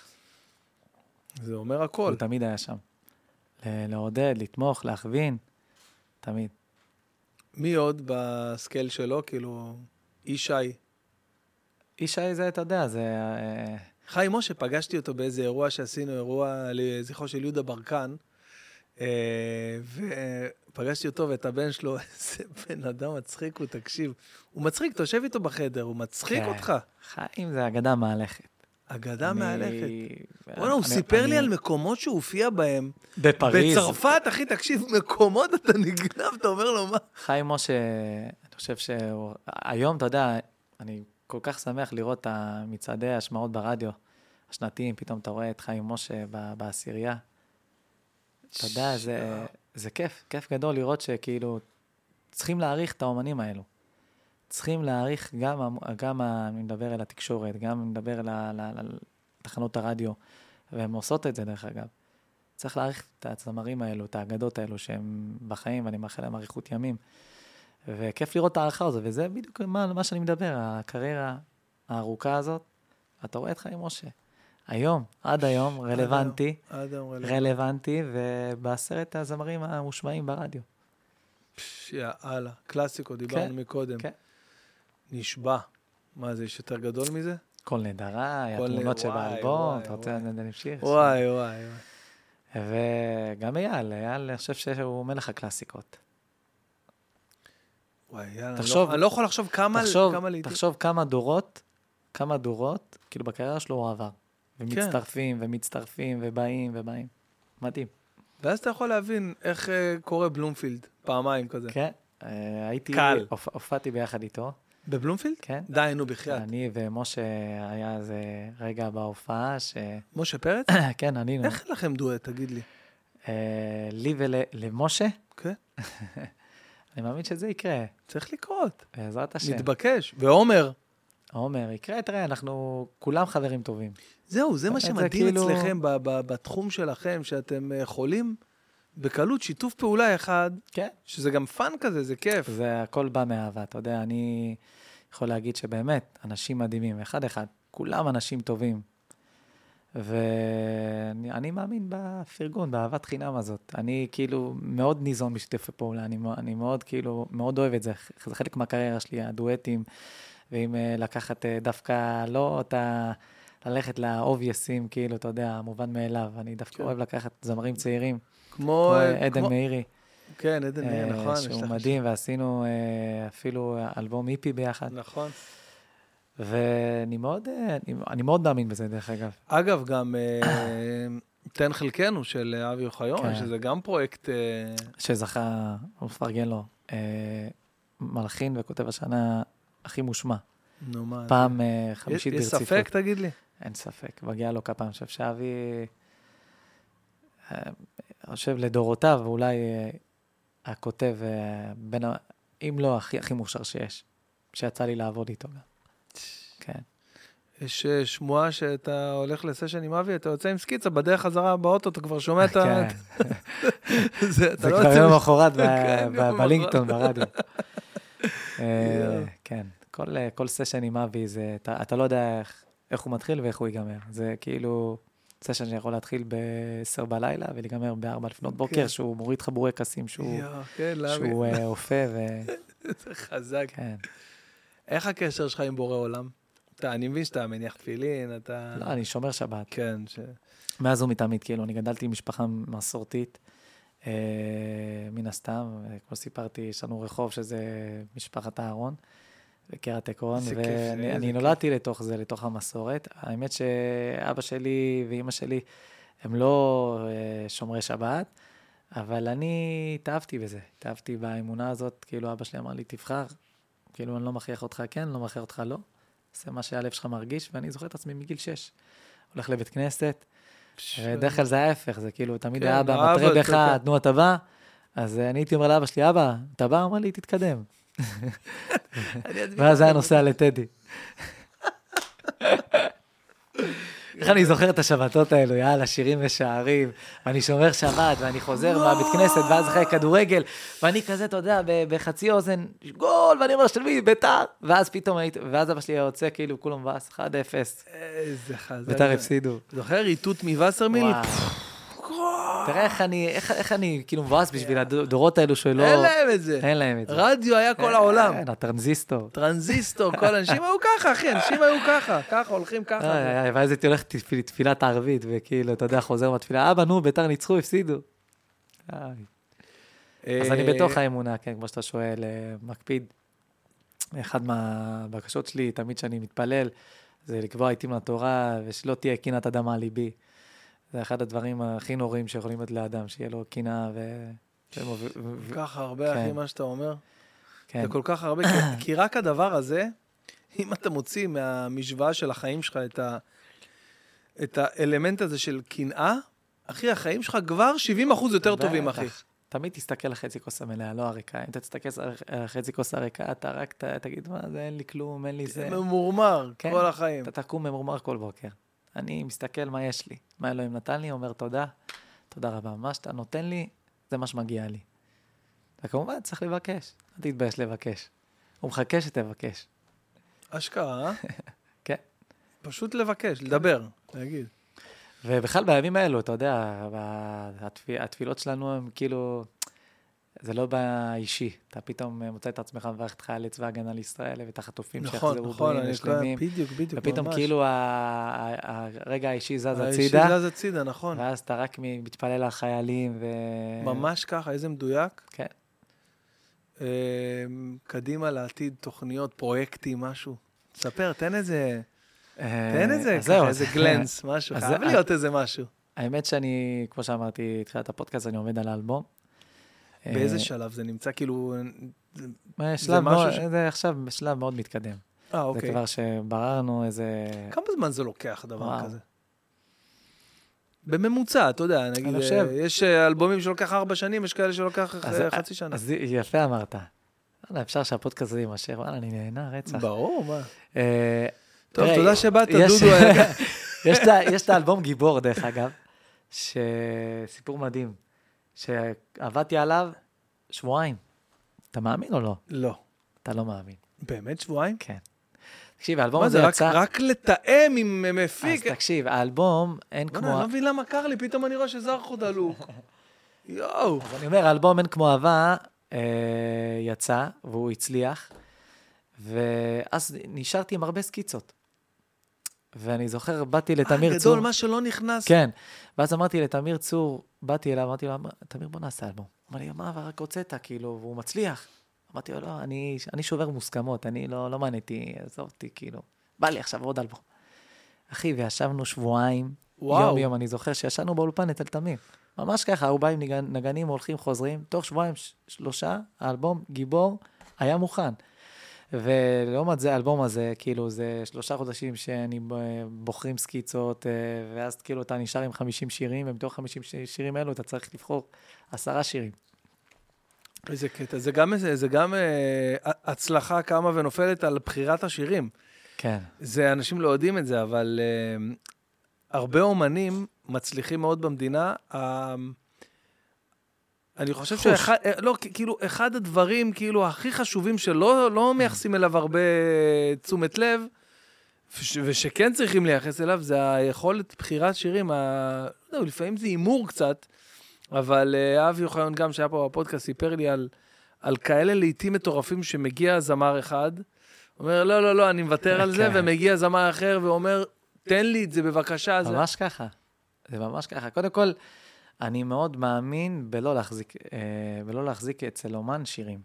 A: זה אומר הכל.
B: הוא תמיד היה שם. לעודד, לתמוך, להכווין, תמיד.
A: מי עוד בסקייל שלו? כאילו, אישי.
B: אישי זה, אתה יודע, זה...
A: חיים משה, פגשתי אותו באיזה אירוע שעשינו, אירוע לזכרו של יהודה ברקן, ופגשתי אותו ואת הבן שלו, איזה בן אדם מצחיק הוא, תקשיב. הוא מצחיק, תושב איתו בחדר, הוא מצחיק אותך.
B: חיים זה אגדה מהלכת.
A: אגדה מהלכת. הוא סיפר לי על מקומות שהוא הופיע בהם.
B: בפריז.
A: בצרפת, אחי, תקשיב, מקומות אתה נגנב, אתה אומר לו מה?
B: חיים משה, אני חושב שהיום, אתה יודע, אני כל כך שמח לראות את מצעדי השמעות ברדיו השנתיים, פתאום אתה רואה את חיים משה בעשירייה. אתה יודע, זה כיף, כיף גדול לראות שכאילו צריכים להעריך את האומנים האלו. צריכים להעריך גם אני מדבר אל התקשורת, גם אני מדבר אל תחנות הרדיו, והן עושות את זה דרך אגב. צריך להעריך את הזמרים האלו, את האגדות האלו שהם בחיים, ואני מאחל להם אריכות ימים. וכיף לראות את הערכה הזו, וזה בדיוק מה שאני מדבר, הקריירה הארוכה הזאת, אתה רואה את חיים משה. היום, עד היום, רלוונטי, ובעשרת הזמרים המושמעים ברדיו.
A: יאללה, קלאסיקו, דיברנו מקודם. כן. נשבע. מה זה, יש יותר גדול מזה?
B: כל נדרה, התמונות שבאלבום, אתה רוצה להמשיך?
A: וואי.
B: וגם אייל, אני חושב שהוא מלך הקלאסיקות.
A: וואי, יאללה, אני לא יכול לחשוב כמה לעתים.
B: תחשוב כמה דורות, כאילו בקריירה שלו הוא עבר. ומצטרפים, ובאים. מדהים.
A: ואז אתה יכול להבין איך קורה בלומפילד, פעמיים כזה.
B: כן, הופעתי ביחד איתו.
A: בבלומפילד?
B: כן.
A: די, נו, בחייאת.
B: אני ומשה היה איזה רגע בהופעה
A: משה פרץ?
B: כן, אני.
A: איך לכם דואט, תגיד לי?
B: לי ולמשה?
A: כן.
B: אני מאמין שזה יקרה.
A: צריך לקרות.
B: בעזרת השם.
A: מתבקש. ועומר.
B: עומר, יקרה, תראה, אנחנו כולם חברים טובים.
A: זהו, זה מה שמדהים אצלכם בתחום שלכם, שאתם יכולים בקלות שיתוף פעולה אחד,
B: כן.
A: שזה גם פן כזה, זה כיף.
B: זה הכל בא מאהבה, אתה יודע, אני יכול להגיד שבאמת, אנשים מדהימים, אחד, כולם אנשים טובים. ואני מאמין בפרגון, באהבת חינם הזאת. אני כאילו מאוד ניזון בשיתופי פעולה, אני מאוד כאילו, מאוד אוהב את זה. זה חלק מהקריירה שלי, הדואטים, ואם לקחת דווקא לא אתה ללכת לאובייסים, כאילו, אתה יודע, המובן מאליו. אני דווקא אוהב לקחת זמרים צעירים, כמו עדן מאירי.
A: כן, עדן מאירי, נכון.
B: שהוא מדהים, ועשינו אפילו אלבום איפי ביחד.
A: נכון.
B: ואני מאוד מאמין בזה, דרך אגב.
A: אגב, גם תן חלקנו של אבי אוחיון, שזה גם פרויקט...
B: שזכה, הוא מפרגן לו, מלחין וכותב השנה הכי מושמע.
A: נו, מה?
B: פעם חמישית ברציפות.
A: יש ספק, תגיד לי?
B: אין ספק, מגיע לו כפעם. אני חושב שאבי, חושב לדורותיו, אולי הכותב, אם לא, הכי מוכשר שיש, שיצא לי לעבוד איתו גם. כן.
A: יש שמועה שאתה הולך לסשן עם אבי, אתה יוצא עם סקיצה, בדרך חזרה באוטו, אתה כבר שומע את ה...
B: כן. זה כבר יום אחרת בלינקטון, ברדיו. כן. כל סשן עם אבי, אתה לא יודע איך הוא מתחיל ואיך הוא ייגמר. זה כאילו סשן שיכול להתחיל ב-10 בלילה ולהיגמר ב-4 לפנות בוקר, שהוא מוריד לך בורקסים, שהוא אופה
A: זה חזק.
B: כן.
A: איך הקשר שלך עם בורא עולם? אני מבין שאתה מניח תפילין, אתה...
B: לא, אני שומר שבת.
A: כן.
B: מאז ומתמיד, כאילו, אני גדלתי עם משפחה מסורתית, מן הסתם, כמו סיפרתי, יש לנו רחוב שזה משפחת הארון, וקרת עקרון, ואני נולדתי לתוך זה, לתוך המסורת. האמת שאבא שלי ואמא שלי הם לא שומרי שבת, אבל אני התאהבתי בזה, התאהבתי באמונה הזאת, כאילו אבא שלי אמר לי, תבחר, כאילו אני לא מכריח אותך כן, לא מכריח אותך לא, עושה מה שהלב שלך מרגיש, ואני זוכר את עצמי מגיל 6, הולך לבית כנסת, ודרך כלל זה ההפך, זה כאילו תמיד האבא מטרה בך, תנו אתה בא, אז אני הייתי אומר לאבא שלי, אבא, אתה בא? אמר לי, תתקדם. ואז היה נוסע לטדי. איך אני זוכר את השבתות האלו, יאללה, שירים ושערים, ואני שומר שבת, ואני חוזר מהבית כנסת, ואז אחרי כדורגל, ואני כזה, אתה יודע, בחצי אוזן, גול, ואני אומר, שלמי, ביתר, ואז פתאום הייתי, ואז אבא שלי יוצא, כאילו, כולם מבאס, 1-0.
A: איזה חזק.
B: ביתר הפסידו.
A: זוכר ריטוט מווסרמיל?
B: תראה איך אני כאילו מבאס בשביל הדורות האלו שלא...
A: אין להם את זה.
B: אין להם את זה.
A: רדיו היה כל העולם.
B: הטרנזיסטור.
A: טרנזיסטור, כל אנשים היו ככה, אחי, אנשים היו ככה, הולכים ככה.
B: ואז הייתי הולך לתפילת הערבית, וכאילו, אתה יודע, חוזר מהתפילה, אבא, נו, ביתר ניצחו, הפסידו. אז אני בתוך האמונה, כן, כמו שאתה שואל, מקפיד. אחד מהבקשות שלי, תמיד שאני מתפלל, זה לקבוע עיתים לתורה, ושלא תהיה קינת אדם על ליבי. זה אחד הדברים הכי נוראים שיכולים להיות לאדם, שיהיה לו קינה
A: ככה הרבה, אחי, מה שאתה אומר. זה כל כך הרבה, כי רק הדבר הזה, אם אתה מוציא מהמשוואה של החיים שלך את האלמנט הזה של קנאה, אחי, החיים שלך כבר 70% יותר טובים, אחי.
B: תמיד תסתכל לחצי כוס המלאה, לא הריקה. אם אתה תסתכל לחצי כוס הריקה, אתה רק תגיד, מה זה, אין לי כלום, אין לי זה.
A: ממורמר, כל החיים.
B: אתה תקום ממורמר כל בוקר. אני מסתכל מה יש לי, מה אלוהים נתן לי, אומר תודה, תודה רבה. מה שאתה נותן לי, זה מה שמגיע לי. וכמובן, צריך לבקש. אל תתבייש לבקש. הוא מחכה שתבקש.
A: אשכרה,
B: כן.
A: פשוט לבקש, לדבר, להגיד.
B: ובכלל בימים האלו, אתה יודע, התפילות שלנו הם כאילו, זה לא באישי. אתה פתאום מוצא את עצמך מברך את חיילי צבא הגנה לישראל, ואת החטופים שיחזרו בריאים ושלמים.
A: בדיוק,
B: ופתאום
A: ממש.
B: כאילו הרגע האישי זז הצידה.
A: האישי זז הצידה, נכון.
B: ואז אתה רק מתפלל על חיילים.
A: ממש ככה, איזה מדויק.
B: כן.
A: קדימה לעתיד, תוכניות, פרויקטים, משהו. ספר, תן איזה גלנס, משהו. חייב להיות איזה משהו.
B: האמת שאני, כמו שאמרתי, התחילת הפודקאסט, אני עומד על האלבום.
A: באיזה שלב זה נמצא? כאילו,
B: זה עכשיו בשלב מאוד מתקדם.
A: אוקיי.
B: זה כבר שבררנו איזה...
A: כמה זמן זה לוקח, דבר כזה? בממוצע, אתה יודע, נגיד, יש אלבומים שלוקח 4 שנים, יש כאלה שלוקח חצי שנה.
B: אז יפה אמרת. אפשר שהפודקאסט הזה יימשך, וואלה, אני נהנה, רצח.
A: ברור, מה? טוב, תודה שבאת, דודו.
B: יש את האלבום גיבור, דרך אגב, שסיפור מדהים, שעבדתי עליו 2 שבועות. אתה מאמין או לא?
A: לא.
B: אתה לא מאמין.
A: באמת 2 שבועות?
B: כן. תקשיב, האלבום הזה יצא...
A: רק לתאם עם מפיק.
B: אז תקשיב, האלבום אין כמו...
A: אני לא מבין למה קר לי, פתאום אני רואה שזרחו דלוק. יואו.
B: אז אני אומר, האלבום אין כמו אהבה, יצא, והוא הצליח, ואז נשארתי עם הרבה סקיצות. ואני זוכר, באתי לתמיר צור...
A: גדול, מה שלא נכנס.
B: כן. ואז אמרתי לתמיר צור, באתי אליו, אמרתי לו, תמיר, בוא נעשה אלבום. אמר לי, מה, רק הוצאת, כאילו, והוא מצליח. אמרתי לו, לא, אני שובר מוסכמות, אני לא מעניתי, עזוב אותי, כאילו, בא לי עכשיו עוד אלבום. אחי, וישבנו 2 שבועות, יום, אני זוכר שישבנו באולפן אצל תמיר. ממש ככה, הוא בא עם נגנים, הולכים, חוזרים, תוך 2-3, האלבום גיבור היה מוכן. ולעומת זה, האלבום הזה, כאילו, זה 3 חודשים שאני בוחרים סקיצות, ואז כאילו אתה נשאר עם 50 שירים, ומתוך 50 שירים האלו אתה צריך לבחור 10 שירים.
A: איזה קטע, זה גם הצלחה כמה ונופלת על בחירת השירים.
B: כן.
A: זה, אנשים לא יודעים את זה, אבל הרבה אומנים מצליחים מאוד במדינה. אני חושב אחד הדברים כאילו הכי חשובים שלא מייחסים אליו הרבה תשומת לב, ושכן צריכים לייחס אליו, זה היכולת בחירת שירים. לפעמים זה אימור קצת, אבל אבי יוחנן גם שהיה פה בפודקאסט סיפר לי על כאלה לעתים מטורפים שמגיע זמר אחד, אומר לא, אני מוותר על זה, ומגיע זמר אחר ואומר, תן לי את זה בבקשה.
B: ממש ככה, זה ממש ככה. קודם כל, אני מאוד מאמין בלא להחזיק אצל אומן שירים.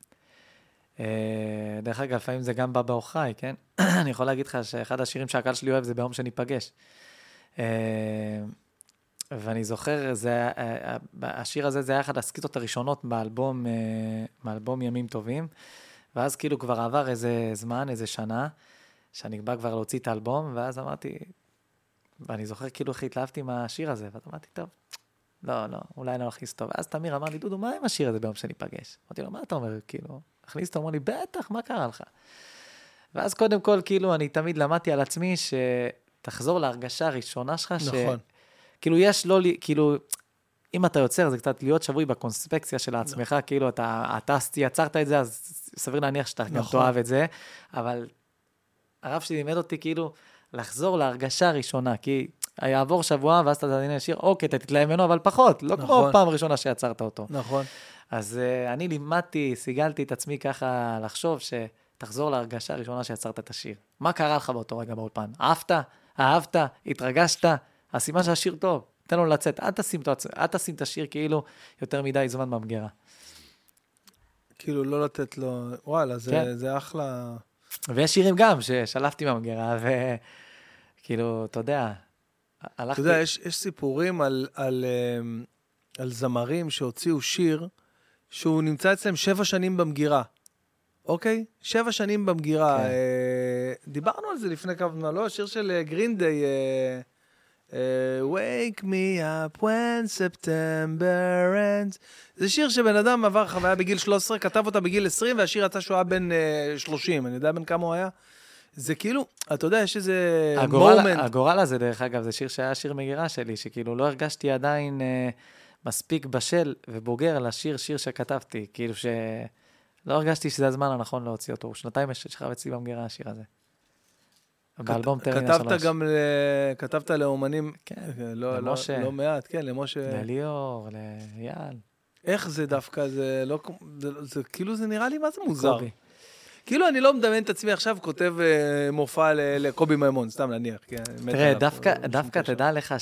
B: דרך אגב, לפעמים זה גם בא באוחי, כן? אני יכול להגיד לך שאחד השירים שהקהל שלי אוהב זה ביום שניפגש. ואני זוכר, השיר הזה זה היה אחד הסקיטות הראשונות באלבום ימים טובים, ואז כאילו כבר עבר איזה זמן, איזה שנה, שאני בא כבר להוציא את האלבום, ואז אמרתי, ואני זוכר כאילו איך התלהבתי מהשיר הזה, ואז אמרתי, טוב, לא, אולי לא להכניס טוב. ואז תמיר אמר לי, דודו, מה עם השיר הזה ביום שניפגש? אמרתי לו, מה אתה אומר? כאילו, הכניס אותו, אמר לי, בטח, מה קרה לך? ואז קודם כל, כאילו, אני תמיד למדתי על עצמי שתחזור להרגשה הראשונה שלך,
A: נכון.
B: כאילו, כאילו, אם אתה יוצר, זה קצת להיות שבוי בקונספקציה של עצמך, כאילו, אתה יצרת את זה, אז סביר להניח שאתה גם תאהב את זה, אבל הרב שלי לימד אותי, כאילו, לחזור להרגשה הראשונה, כי יעבור שבוע, ואז אתה תדעין לשיר, אוקיי, אתה תתלהם ממנו, אבל פחות, לא כמו פעם ראשונה שיצרת אותו.
A: נכון.
B: אז אני לימדתי, סיגלתי את עצמי ככה לחשוב, שתחזור להרגשה הראשונה שיצרת את השיר. מה קרה לך באותו רגע באולפן? אהבת, התרגשת, הסימן שהשיר טוב, תן לו לצאת, אל תשים את השיר כאילו יותר מדי זמן במגירה. כאילו
A: לא לתת לו, וואלה, זה אחלה.
B: ויש שירים גם ששלפתי במגירה, וכאילו, אתה יודע,
A: אתה יודע, יש סיפורים על זמרים שהוציאו שיר, שהוא נמצא אצלם 7 שנים במגירה. אוקיי? 7 שנים במגירה. דיברנו על זה לפני כמה, לא? שיר של גרינדיי, Wake me up when September ends. זה שיר שבן אדם עבר חוויה בגיל 13, כתב אותה בגיל 20, והשיר יצא שהוא היה בן 30. אני יודע בן כמה הוא היה? זה כאילו, אתה יודע, יש איזה מומנט.
B: הגורל הזה, דרך אגב, זה שיר שהיה שיר מגירה שלי, שכאילו לא הרגשתי עדיין מספיק בשל ובוגר לשיר שכתבתי, כאילו שלא הרגשתי שזה הזמן הנכון להוציא אותו. 2 שכב אצלי במגירה השיר הזה. באלבום טרמינה 3.
A: כתבת לאומנים,
B: כן,
A: למשה. לא מעט, כן, למשה.
B: לליאור, לאייל.
A: איך זה דווקא, זה לא, זה כאילו זה נראה לי מה זה מוזר. כאילו אני לא מדמיין את עצמי עכשיו, כותב מופע לקובי מימון, סתם להניח.
B: תראה, דווקא תדע לך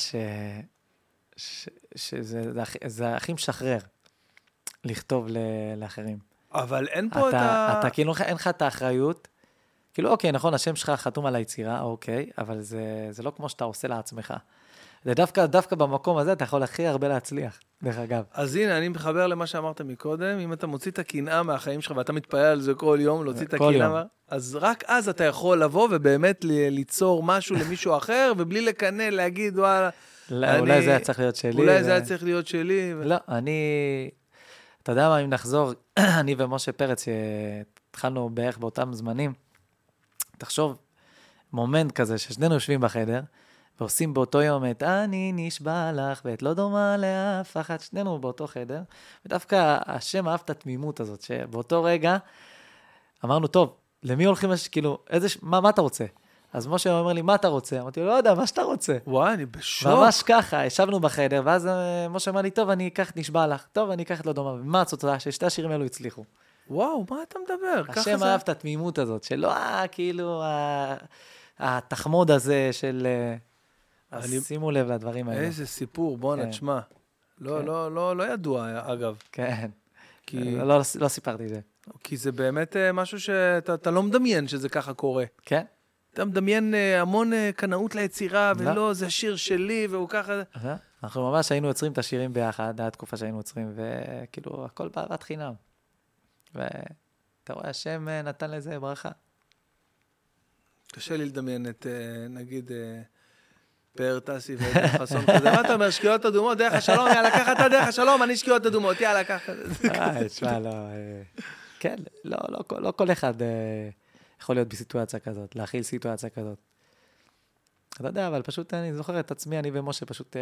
B: שזה הכי משחרר לכתוב לאחרים.
A: אבל אין פה את ה...
B: אתה כאילו אין לך את האחריות, כאילו אוקיי, נכון, השם שלך חתום על היצירה, אוקיי, אבל זה לא כמו שאתה עושה לעצמך. דווקא במקום הזה אתה יכול הכי הרבה להצליח, דרך אגב.
A: אז הנה, אני מחבר למה שאמרת מקודם, אם אתה מוציא את הקנאה מהחיים שלך, ואתה מתפעל על זה כל יום, להוציא את הקנאה, אז רק אז אתה יכול לבוא ובאמת ליצור משהו למישהו אחר, ובלי לקנא, להגיד, וואלה,
B: אולי זה היה צריך להיות שלי.
A: אולי זה היה צריך להיות שלי.
B: לא, אתה יודע מה, אם נחזור, אני ומשה פרץ, שהתחלנו בערך באותם זמנים, תחשוב, מומנט כזה, ששנינו יושבים בחדר, ועושים באותו יום את אני נשבע לך, ואת לא דומה לאף אחת, שנינו באותו חדר, ודווקא השם אהב את התמימות הזאת, שבאותו רגע אמרנו, טוב, למי הולכים, כאילו, מה אתה רוצה? אז משה אומר לי, מה אתה רוצה? אמרתי לו, לא יודע, מה שאתה רוצה.
A: וואי, אני בשוק.
B: ממש ככה, ישבנו בחדר, ואז משה אמר לי, טוב, אני אקח נשבע לך, טוב, אני אקח את לא דומה, ומה התוצאה? ששתי השירים האלו הצליחו.
A: וואו, מה אתה מדבר?
B: השם אהב את התמימות הזאת, שלא כאילו התחמוד הזה של... אז שימו לב לדברים האלה.
A: איזה סיפור, בוא נשמע. לא ידוע, אגב.
B: כן. לא סיפרתי את זה.
A: כי זה באמת משהו שאתה לא מדמיין שזה ככה קורה.
B: כן.
A: אתה מדמיין המון קנאות ליצירה, ולא, זה שיר שלי, והוא ככה...
B: אנחנו ממש היינו יוצרים את השירים ביחד, עד תקופה שהיינו יוצרים, וכאילו, הכל באהבת חינם. ואתה רואה, השם נתן לזה ברכה.
A: קשה לי לדמיין את, נגיד, פאר טסי וחסון כזה. מה אתה אומר, שקיעות אדומות, דרך השלום, יאללה, ככה אתה דרך השלום, אני שקיעות אדומות, יאללה, ככה.
B: תשמע, לא... כן, לא כל אחד יכול להיות בסיטואציה כזאת, להכיל סיטואציה כזאת. אתה יודע, אבל פשוט אני זוכר את עצמי, אני ומשה פשוט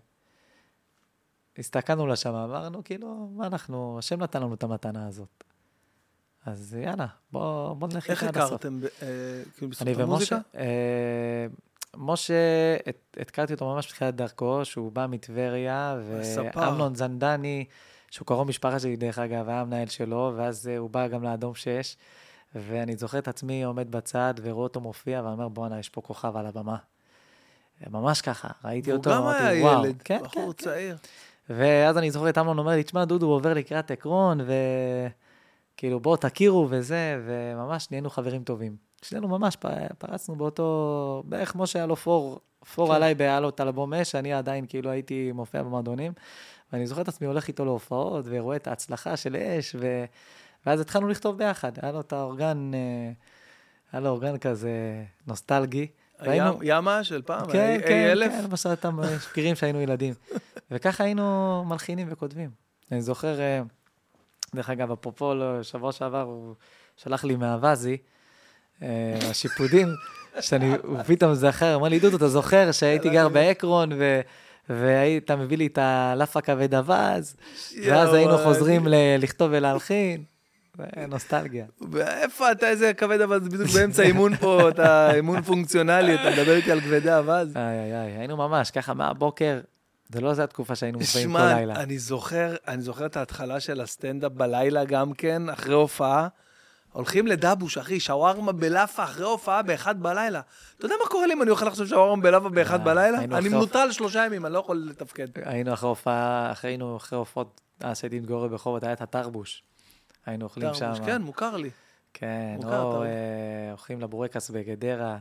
B: הסתכלנו לשם, אמרנו, כאילו, מה אנחנו, השם נתן לנו את המתנה הזאת. אז יאללה, בוא נלך
A: איך הכרתם?
B: אני ומשה? משה, התקרתי אותו ממש בתחילת דרכו, שהוא בא מטבריה, ואמנון זנדני, שהוא קרוב משפחה שלי דרך אגב, היה המנהל שלו, ואז הוא בא גם לאדום 6, ואני זוכר את עצמי עומד בצד, ורואה אותו מופיע, ואני אומר, בואנה, יש פה כוכב על הבמה. ממש ככה, ראיתי אותו,
A: הוא גם היה ילד, בחור צעיר.
B: ואז אני זוכר את אמנון אומר לי, תשמע, דודו עובר לקראת עקרון, וכאילו בואו תכירו וזה, וממש נהיינו חברים טובים. שנינו ממש פרצנו באותו, בערך כמו שהיה לו פור עליי בעלות על אלבום אש, אני עדיין כאילו הייתי מופיע במועדונים, ואני זוכר את עצמי הולך איתו להופעות, ורואה את ההצלחה של אש, ואז התחלנו לכתוב ביחד. היה לו את האורגן, היה לו אורגן כזה נוסטלגי.
A: ימה של פעם?
B: כן, כן, למשל אותם שפירים שהיינו ילדים. וככה היינו מלחינים וכותבים. אני זוכר, דרך אגב, אפרופו, שבוע שעבר הוא שלח לי מהווזי, השיפודים, הוא פתאום זכר, אמר לי, דודו, אתה זוכר שהייתי גר בעקרון, והיית מביא לי את הלף הכבד הווז, ואז היינו חוזרים לכתוב ולהלחין. נוסטלגיה.
A: איפה אתה, איזה כבד אבז, בדיוק באמצע אימון פה, אתה אימון פונקציונלי, אתה מדבר איתי על כבדי אבז.
B: היינו ממש, ככה מהבוקר, זה לא זה התקופה שהיינו מופעים כל לילה.
A: אני זוכר את ההתחלה של הסטנדאפ בלילה גם כן, אחרי הופעה, הולכים לדאבוש, אחי, שווארמה בלאפה אחרי הופעה באחד בלילה. אתה יודע מה קורה לי אם אני אוכל עכשיו שווארמה בלאפה באחד בלילה? אני מנוטרל 3 ימים, אני לא יכול לתפקד.
B: היינו אחרי הופעות, אז שהייתי מתגורר בחובות, היה את התרבוש. היינו אוכלים שם.
A: כן, מוכר לי.
B: כן, או אוכלים לבורקס בגדרה.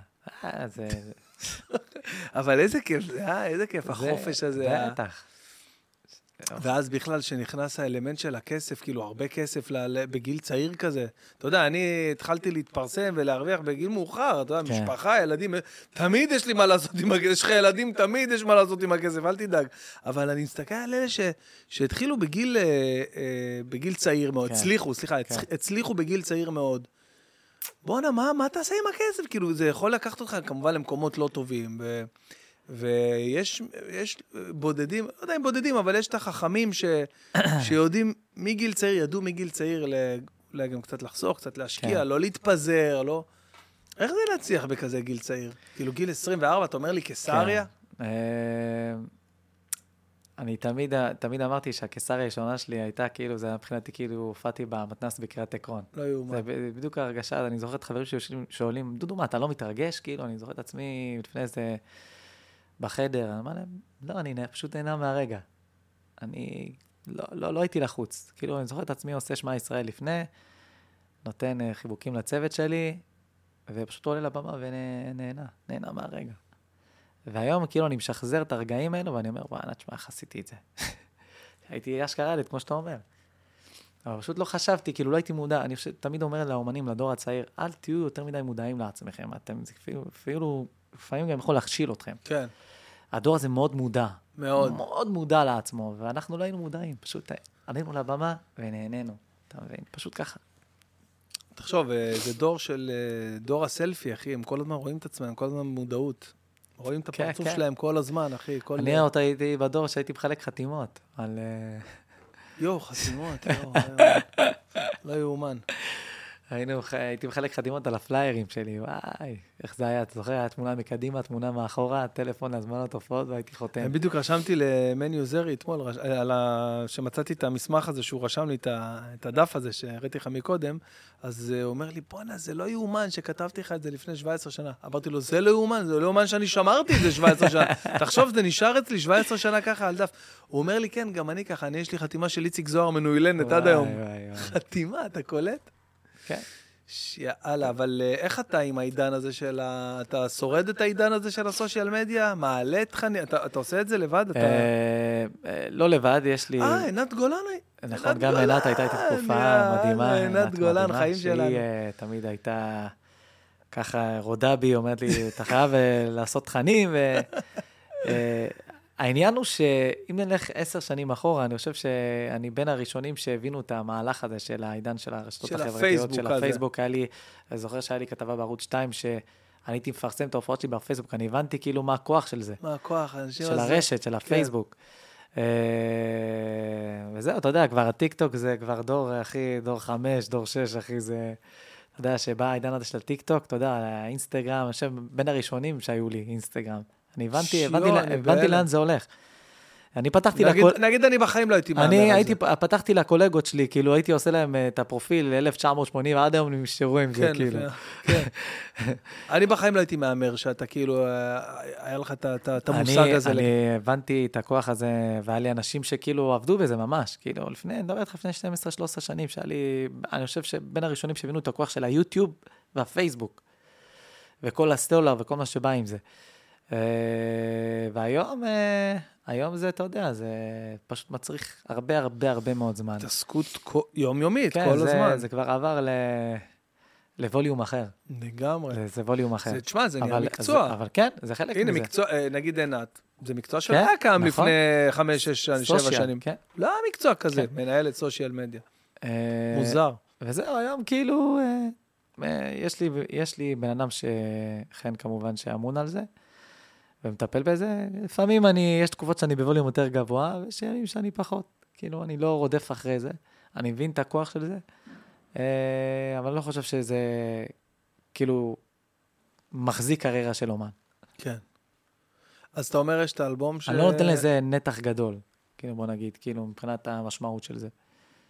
A: אבל איזה כיף זה, איזה כיף, החופש הזה.
B: בטח.
A: ואז בכלל שנכנס האלמנט של הכסף, כאילו הרבה כסף בגיל צעיר כזה. אתה יודע, אני התחלתי להתפרסם ולהרוויח בגיל מאוחר, אתה יודע, משפחה, ילדים, תמיד יש לי מה לעשות עם הכסף, יש לך ילדים, תמיד יש מה לעשות עם הכסף, אל תדאג. אבל אני מסתכל על אלה שהתחילו בגיל צעיר מאוד, הצליחו בגיל צעיר מאוד. בוא'נה, מה תעשה עם הכסף? כאילו, זה יכול לקחת אותך כמובן למקומות לא טובים, ויש בודדים, לא יודע אם בודדים, אבל יש את החכמים שיודעים מגיל צעיר, ידעו מגיל צעיר אולי גם קצת לחסוך, קצת להשקיע, לא להתפזר, לא... איך זה להצליח בכזה גיל צעיר? כאילו גיל 24, אתה אומר לי קיסריה?
B: אני תמיד אמרתי שהקיסריה הראשונה שלי הייתה כאילו, זה מבחינתי כאילו הופעתי במתנ"ס בקריית עקרון.
A: לא יאומן.
B: זה בדיוק הרגשה, אני זוכר את חברים שואלים, דודו, מה, אתה לא מתרגש? כאילו, אני זוכר את עצמי לפני איזה... בחדר, אני אומר להם, לא, אני פשוט נהנה מהרגע. אני לא הייתי לחוץ. כאילו, אני זוכר את עצמי עושה שמע ישראל לפני, נותן חיבוקים לצוות שלי, ופשוט עולה לבמה ונהנה מהרגע. והיום כאילו אני משחזר את הרגעים האלו, ואני אומר, וואי, תשמע, איך עשיתי את זה. הייתי אשכרה ילד, כמו שאתה אומר. אבל פשוט לא חשבתי, כאילו לא הייתי מודע. אני תמיד אומר לאומנים, לדור הצעיר, אל תהיו יותר מדי מודעים לעצמכם. אתם אפילו לפעמים גם יכול להכשיל אתכם.
A: כן.
B: הדור הזה מאוד מודע.
A: מאוד.
B: מאוד מודע לעצמו, ואנחנו לא היינו מודעים. פשוט עלינו לבמה ונהנינו. אתה מבין? פשוט ככה.
A: תחשוב, זה דור הסלפי, אחי. הם כל הזמן רואים את עצמם, כל הזמן מודעות. רואים את הפרצוף שלהם כל הזמן, אחי.
B: אני הייתי בדור שהייתי מחלק חתימות על...
A: חתימות, לא יאומן.
B: הייתי מחלק חתימות על הפליירים שלי, וואי, איך זה היה, אתה זוכר, היה תמונה מקדימה, תמונה מאחורה, טלפון להזמנות הופעות, והייתי חותם.
A: בדיוק רשמתי למני עוזרי אתמול, שמצאתי את המסמך הזה, שהוא רשם לי את הדף הזה, שהראיתי לך מקודם, אז הוא אומר לי, בוא'נה, זה לא יאומן שכתבתי לך את זה לפני 17 שנה. אמרתי לו, זה לא יאומן שאני שמרתי את זה 17 שנה. תחשוב, זה נשאר אצלי 17 שנה ככה על דף. הוא אומר לי, כן, גם אני ככה, יש לי חתימה של איציק זוהר מנוילנת עד היום. חתימה, אתה קולט?
B: כן.
A: יאללה, אבל איך אתה עם העידן הזה אתה שורד את העידן הזה של הסושיאל מדיה? מעלה תכנים? אתה עושה את זה לבד?
B: לא לבד, יש לי...
A: עינת גולן.
B: נכון, גם עינת הייתה איתי תקופה מדהימה.
A: עינת גולן, חיים שלנו.
B: שהיא תמיד הייתה ככה רודה בי, אומרת לי, אתה חייב לעשות תכנים. העניין הוא שאם נלך 10 שנים אחורה, אני חושב שאני בין הראשונים שהבינו את המהלך הזה של העידן של הרשתות החברתיות, של הפייסבוק. אני זוכר שהיה לי כתבה בערוץ 2 שאני הייתי מפרסם את ההופעות שלי בפייסבוק, אני הבנתי כאילו מה הכוח של זה.
A: מה הכוח?
B: של הרשת, של הפייסבוק. וזהו, אתה יודע, כבר הטיקטוק זה כבר דור, אחי, דור 5, דור 6, אחי, זה... אתה יודע, שבא העידן הזה של הטיקטוק, אתה יודע, האינסטגרם, אני חושב, בין הראשונים שהיו לי, אינסטגרם. אני הבנתי לאן זה הולך. אני פתחתי
A: נגיד אני בחיים לא הייתי מאמר
B: על זה. פתחתי לקולגות שלי, כאילו הייתי עושה להם את הפרופיל 1980, ועד היום נמשרו עם זה, כאילו.
A: כן. אני בחיים לא הייתי מאמר, שאתה כאילו, היה לך את המושג הזה.
B: אני הבנתי את הכוח הזה, והיה לי אנשים שכאילו עבדו בזה ממש, כאילו, לפני 12-13 שנים, שהיה לי, אני חושב שבין הראשונים שהבינו את הכוח של היוטיוב והפייסבוק, וכל הסטולר וכל מה שבא עם זה. והיום זה, אתה יודע, זה פשוט מצריך הרבה מאוד זמן.
A: התעסקות יומיומית, כל הזמן.
B: זה כבר עבר לווליום אחר.
A: לגמרי.
B: זה ווליום אחר.
A: תשמע, זה נהיה מקצוע.
B: אבל כן, זה חלק מזה.
A: הנה, מקצוע, נגיד עינת, זה מקצוע שלא קם לפני 5, 6, 7 שנים. לא היה מקצוע כזה, מנהלת סושיאל מדיה. מוזר.
B: וזהו, היום כאילו, יש לי בן אדם שכן כמובן שאמון על זה, ומטפל בזה. לפעמים יש תקופות שאני בווליום יותר גבוה, ויש ימים שאני פחות. כאילו, אני לא רודף אחרי זה. אני מבין את הכוח של זה, אבל אני לא חושב שזה, כאילו, מחזיק קריירה של אומן.
A: כן. אז אתה אומר, יש את האלבום
B: אני לא נותן לזה נתח גדול, כאילו, בוא נגיד, כאילו, מבחינת המשמעות של זה.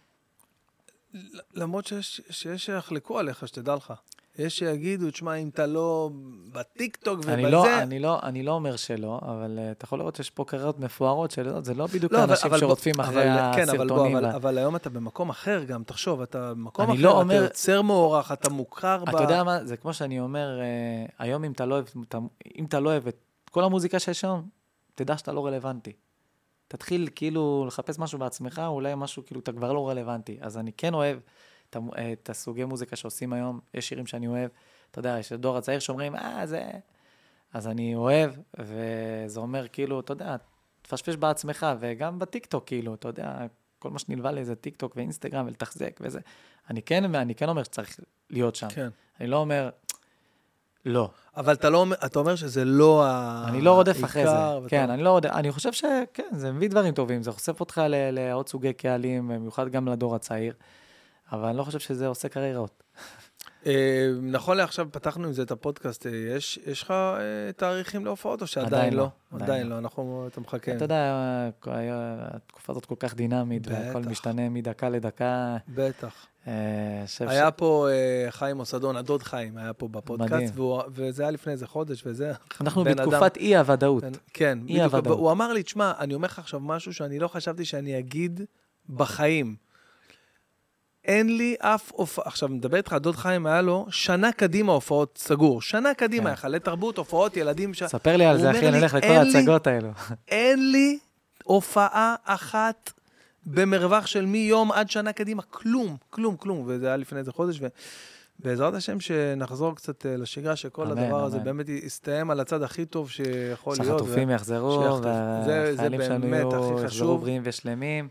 A: למרות שיש שיחלקו עליך, שתדע לך. יש שיגידו, תשמע, אם אתה לא בטיקטוק ובזה...
B: אני לא אומר שלא, אבל אתה יכול לראות שיש פה קריירות מפוארות של זה לא בדיוק האנשים שרודפים אחרי הסרטונים.
A: אבל היום אתה במקום אחר גם, תחשוב, אתה במקום אחר, אתה יוצר מוערך, אתה מוכר
B: אתה יודע מה, זה כמו שאני אומר, היום אם אתה לא אוהב את כל המוזיקה שיש שם, תדע שאתה לא רלוונטי. תתחיל כאילו לחפש משהו בעצמך, אולי משהו כאילו אתה כבר לא רלוונטי. אז אני כן אוהב את הסוגי מוזיקה שעושים היום, יש שירים שאני אוהב, אתה יודע, יש דור הצעיר שאומרים, זה... אז אני אוהב, וזה אומר כאילו, אתה יודע, תפשפש בעצמך, וגם בטיקטוק כאילו, אתה יודע, כל מה שנלווה לי זה טיקטוק ואינסטגרם ולתחזק וזה. אני כן אומר שצריך להיות שם. כן. אני לא אומר, לא.
A: אבל אתה אומר שזה לא
B: אני לא רודף אחרי זה. כן, אני חושב שכן, זה מביא דברים טובים, זה חושף אותך לעוד סוגי קהלים, במיוחד גם לדור הצעיר. אבל אני לא חושב שזה עושה קריירות.
A: נכון לעכשיו פתחנו עם זה את הפודקאסט, יש לך תאריכים להופעות או שעדיין לא? עדיין לא, אתה מחכה.
B: אתה יודע, התקופה הזאת כל כך דינמית, והכל משתנה מדקה לדקה.
A: בטח. היה פה חיים מוסדון, הדוד חיים, היה פה בפודקאסט, וזה היה לפני איזה חודש, וזה...
B: אנחנו בתקופת אי הוודאות.
A: כן, הוא אמר לי, תשמע, אני אומר לך עכשיו משהו שאני לא חשבתי שאני אגיד בחיים. אין לי אף הופעה, עכשיו מדבר איתך, דוד חיים היה לו שנה קדימה הופעות סגור, שנה קדימה, חלי תרבות, הופעות, ילדים
B: ספר לי על זה, אחי, אני הולך לכל ההצגות האלו.
A: אין לי הופעה אחת במרווח של מיום עד שנה קדימה, כלום, וזה היה לפני איזה חודש, ובעזרת השם שנחזור קצת לשגרה, שכל הדבר הזה באמת יסתיים על הצד הכי טוב שיכול להיות.
B: שהחטופים יחזרו, והחיילים שלנו יחזרו בריאים ושלמים,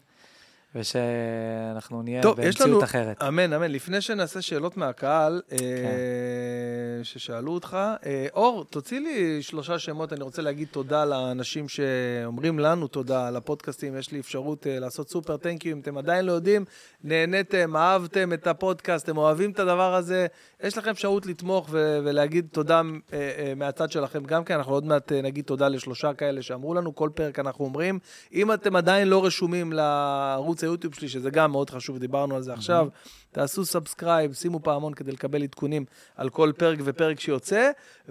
B: ושאנחנו נהיה במציאות אחרת.
A: אמן. לפני שנעשה שאלות מהקהל, ששאלו אותך, אור, תוציא לי 3 שמות, אני רוצה להגיד תודה לאנשים שאומרים לנו תודה על הפודקאסטים, יש לי אפשרות לעשות סופר טנקיו, אם אתם עדיין לא יודעים, נהניתם, אהבתם את הפודקאסט, אתם אוהבים את הדבר הזה, יש לכם אפשרות לתמוך ולהגיד תודה מהצד שלכם, גם כי אנחנו עוד מעט נגיד תודה ל3 כאלה שאמרו לנו, כל פרק אנחנו אומרים, אם אתם עדיין לא רשומים לערוץ היוטיוב שלי, שזה גם מאוד חשוב, דיברנו על זה עכשיו, תעשו סאבסקרייב, שימו פעמון כדי לקבל עדכונים על כל פרק ופרק שיוצא,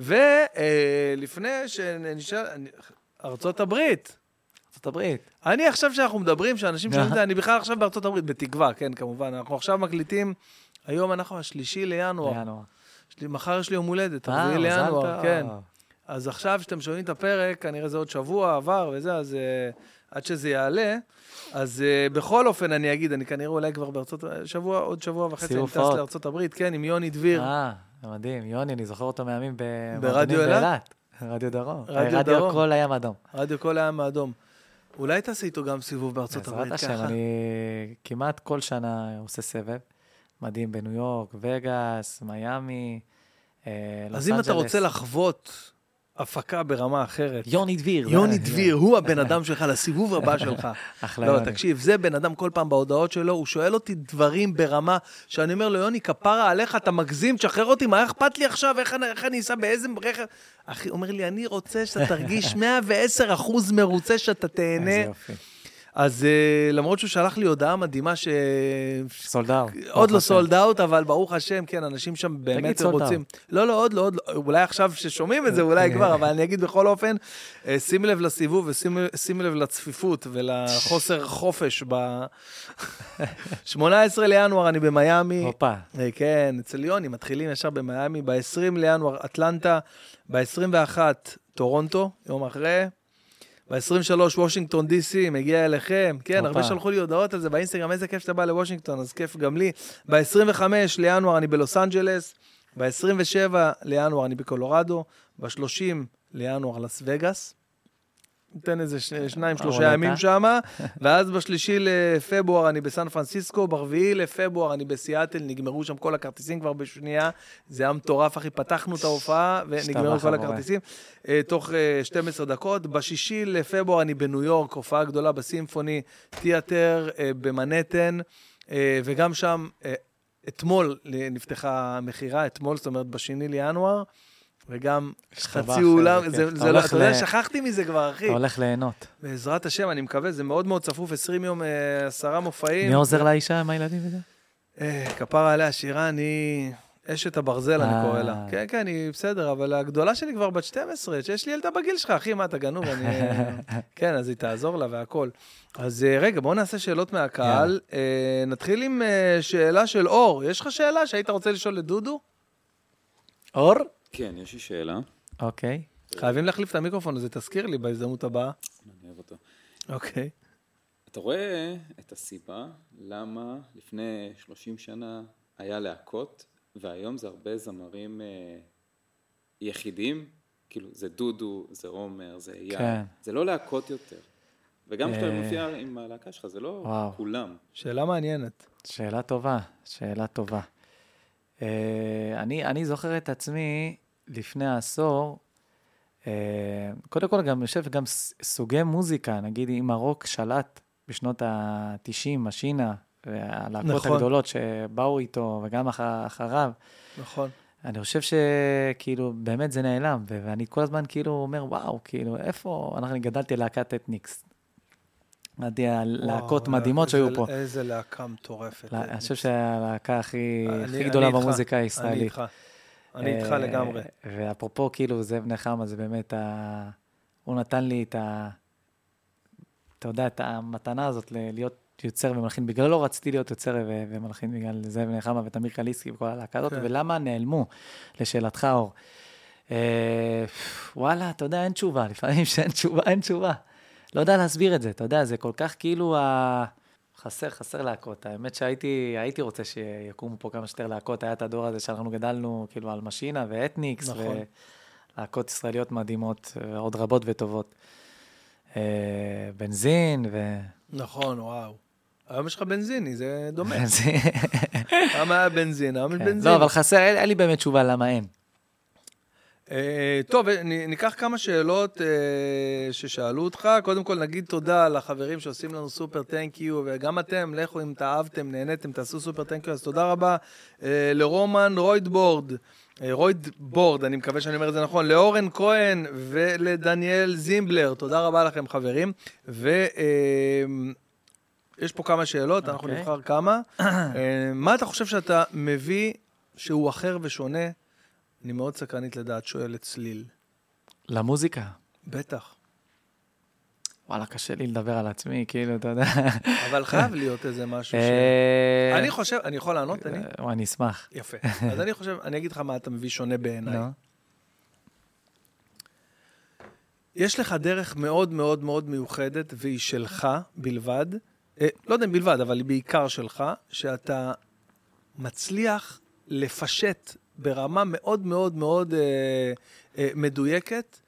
A: ולפני שנשאל, ארצות הברית. אני עכשיו שאנחנו מדברים, שאנשים שומעים את זה, אני בכלל עכשיו בארצות הברית, בתקווה, כן, כמובן, אנחנו עכשיו מקליטים, היום אנחנו 3 לינואר. מחר יש לי יום הולדת, 4 לינואר, כן. אז עכשיו שאתם שומעים את הפרק, כנראה זה עוד שבוע עבר וזה, אז עד שזה יעלה, אז בכל אופן אני אגיד, אני כנראה אולי כבר עוד שבוע וחצי, אני טס לארצות הברית, כן, עם יוני דביר.
B: מדהים, יוני, אני זוכר אותו מימים
A: ברדיו אילת.
B: רדיו דרום. רדיו כל הים האדום.
A: רדיו כל הים האדום. אולי תעשי איתו גם סיבוב בארצות הברית ככה.
B: בעזרת השם, אני כמעט כל שנה עושה סבב. מדהים בניו יורק, וגאס, מיימי, לוס אנג'לס.
A: אז אם אתה רוצה לחוות הפקה ברמה אחרת.
B: יוני דביר.
A: יוני דביר, הוא הבן אדם שלך לסיבוב הבא שלך. לא, תקשיב, זה בן אדם כל פעם בהודעות שלו, הוא שואל אותי דברים ברמה, שאני אומר לו, יוני, כפרה עליך, אתה מגזים, תשחרר אותי, מה אכפת לי עכשיו, איך אני אסע באיזה רכב? אחי, אומר לי, אני רוצה שאתה תרגיש 110% מרוצה שאתה תהנה. איזה יופי. אז למרות שהוא שלח לי הודעה מדהימה ש...
B: סולד אאוט.
A: עוד לא סולד אאוט, אבל ברוך השם, כן, אנשים שם באמת רוצים. לא, עוד לא, אולי עכשיו ששומעים את זה, אולי כבר, אבל אני אגיד בכל אופן, שים לב לסיבוב ושים לב לצפיפות ולחוסר חופש. 18 לינואר אני במיימי.
B: הופה.
A: כן, אצל יוני, מתחילים ישר במיימי. ב-20 לינואר אטלנטה, ב-21 טורונטו, יום אחרי. ב-23 וושינגטון DC, מגיע אליכם, כן, הרבה שלחו לי הודעות על זה באינסטגרם, איזה כיף שאתה בא לוושינגטון, אז כיף גם לי. ב-25 לינואר אני בלוס אנג'לס, ב-27 לינואר אני בקולורדו, ב-30 לינואר לס וגאס, ניתן איזה 2-3 ימים שם, ואז ב3 לפברואר אני בסן פרנסיסקו, ב4 לפברואר אני בסיאטל, נגמרו שם כל הכרטיסים כבר בשנייה, זה היה מטורף, אחי, פתחנו את ההופעה ונגמרו כל הכרטיסים, תוך 12 דקות, ב6 לפברואר אני בניו יורק, הופעה גדולה בסימפוני, תיאטר במנהטן, וגם שם אתמול נפתחה המחירה, אתמול, זאת אומרת ב2 לינואר, וגם חצי אולם, אתה יודע, שכחתי מזה כבר, אחי.
B: אתה הולך ליהנות.
A: בעזרת השם, אני מקווה, זה מאוד מאוד צפוף, 20 יום, 10 מופעים.
B: מי עוזר לאישה עם הילדים וזה?
A: כפרה עליה, שירה, אני אשת הברזל, אני קורא לה. כן, כן, אני בסדר, אבל הגדולה שלי כבר בת 12, שיש לי ילדה בגיל שלך, אחי, מה, אתה גנוב? כן, אז היא תעזור לה והכל. אז רגע, בואו נעשה שאלות מהקהל. נתחיל עם שאלה של אור. יש לך שאלה שהיית רוצה לשאול לדודו? אור?
C: כן, יש לי שאלה.
B: אוקיי.
A: חייבים להחליף את המיקרופון הזה, תזכיר לי בהזדמנות הבאה.
C: אני אוהב אותו.
A: אוקיי.
C: אתה רואה את הסיבה למה לפני 30 שנה היה להקות, והיום זה הרבה זמרים יחידים, כאילו זה דודו, זה עומר, זה אייל, כן. זה לא להקות יותר. וגם כשאתה מופיע עם הלהקה שלך, זה לא כולם.
A: שאלה מעניינת.
B: שאלה טובה, שאלה טובה. אני זוכר את עצמי לפני העשור, קודם כל גם יושב גם סוגי מוזיקה, נגיד אם הרוק שלט בשנות ה-90, משינה, והלהקות הגדולות שבאו איתו וגם אחריו.
A: נכון.
B: אני חושב שכאילו באמת זה נעלם, ואני כל הזמן כאילו אומר, וואו, כאילו איפה, אני גדלתי להקת אתניקס. להקות מדהימות שהיו פה.
A: איזה להקה מטורפת.
B: אני חושב שהלהקה הכי גדולה במוזיקה הישראלית.
A: אני איתך לגמרי.
B: ואפרופו, כאילו, זאב נחמה, זה באמת, הוא נתן לי אתה יודע, את המתנה הזאת להיות יוצר ומלחין, בגלל לא רציתי להיות יוצר ומלחין בגלל זאב נחמה ותמיר קליסקי וכל הלהקה הזאת, ולמה נעלמו, לשאלתך אור. וואלה, אתה יודע, אין תשובה, לפעמים שאין תשובה, אין תשובה. לא יודע להסביר את זה, אתה יודע, זה כל כך כאילו חסר להקות. האמת שהייתי רוצה שיקומו פה כמה שיותר להקות, היה את הדור הזה שאנחנו גדלנו כאילו על משינה ואתניקס, ולהקות ישראליות מדהימות, עוד רבות וטובות. בנזין
A: נכון, וואו. היום יש לך בנזיני, זה דומה. היום היה בנזין, היום יש בנזין.
B: לא, אבל חסר, אין לי באמת תשובה למה אין.
A: טוב, ניקח כמה שאלות ששאלו אותך. קודם כל נגיד תודה לחברים שעושים לנו סופר טנקיו, וגם אתם, לכו אם תאהבתם, נהניתם, תעשו סופר טנקיו, אז תודה רבה לרומן רוידבורד, אני מקווה שאני אומר את זה נכון, לאורן כהן ולדניאל זימבלר, תודה רבה לכם חברים, יש פה כמה שאלות, אנחנו נבחר כמה. מה אתה חושב שאתה מביא שהוא אחר ושונה? אני מאוד סקרנית לדעת, שואלת צליל.
B: למוזיקה?
A: בטח.
B: וואלה, קשה לי לדבר על עצמי, כאילו, אתה יודע.
A: אבל חייב להיות איזה משהו אני חושב, אני יכול לענות,
B: אני אשמח.
A: יפה. אז אני חושב, אני אגיד לך מה אתה מביא שונה בעיניי. יש לך דרך מאוד מאוד מאוד מיוחדת, והיא שלך בלבד, לא יודע אם בלבד, אבל היא בעיקר שלך, שאתה מצליח לפשט ברמה מאוד מאוד מאוד מדויקת,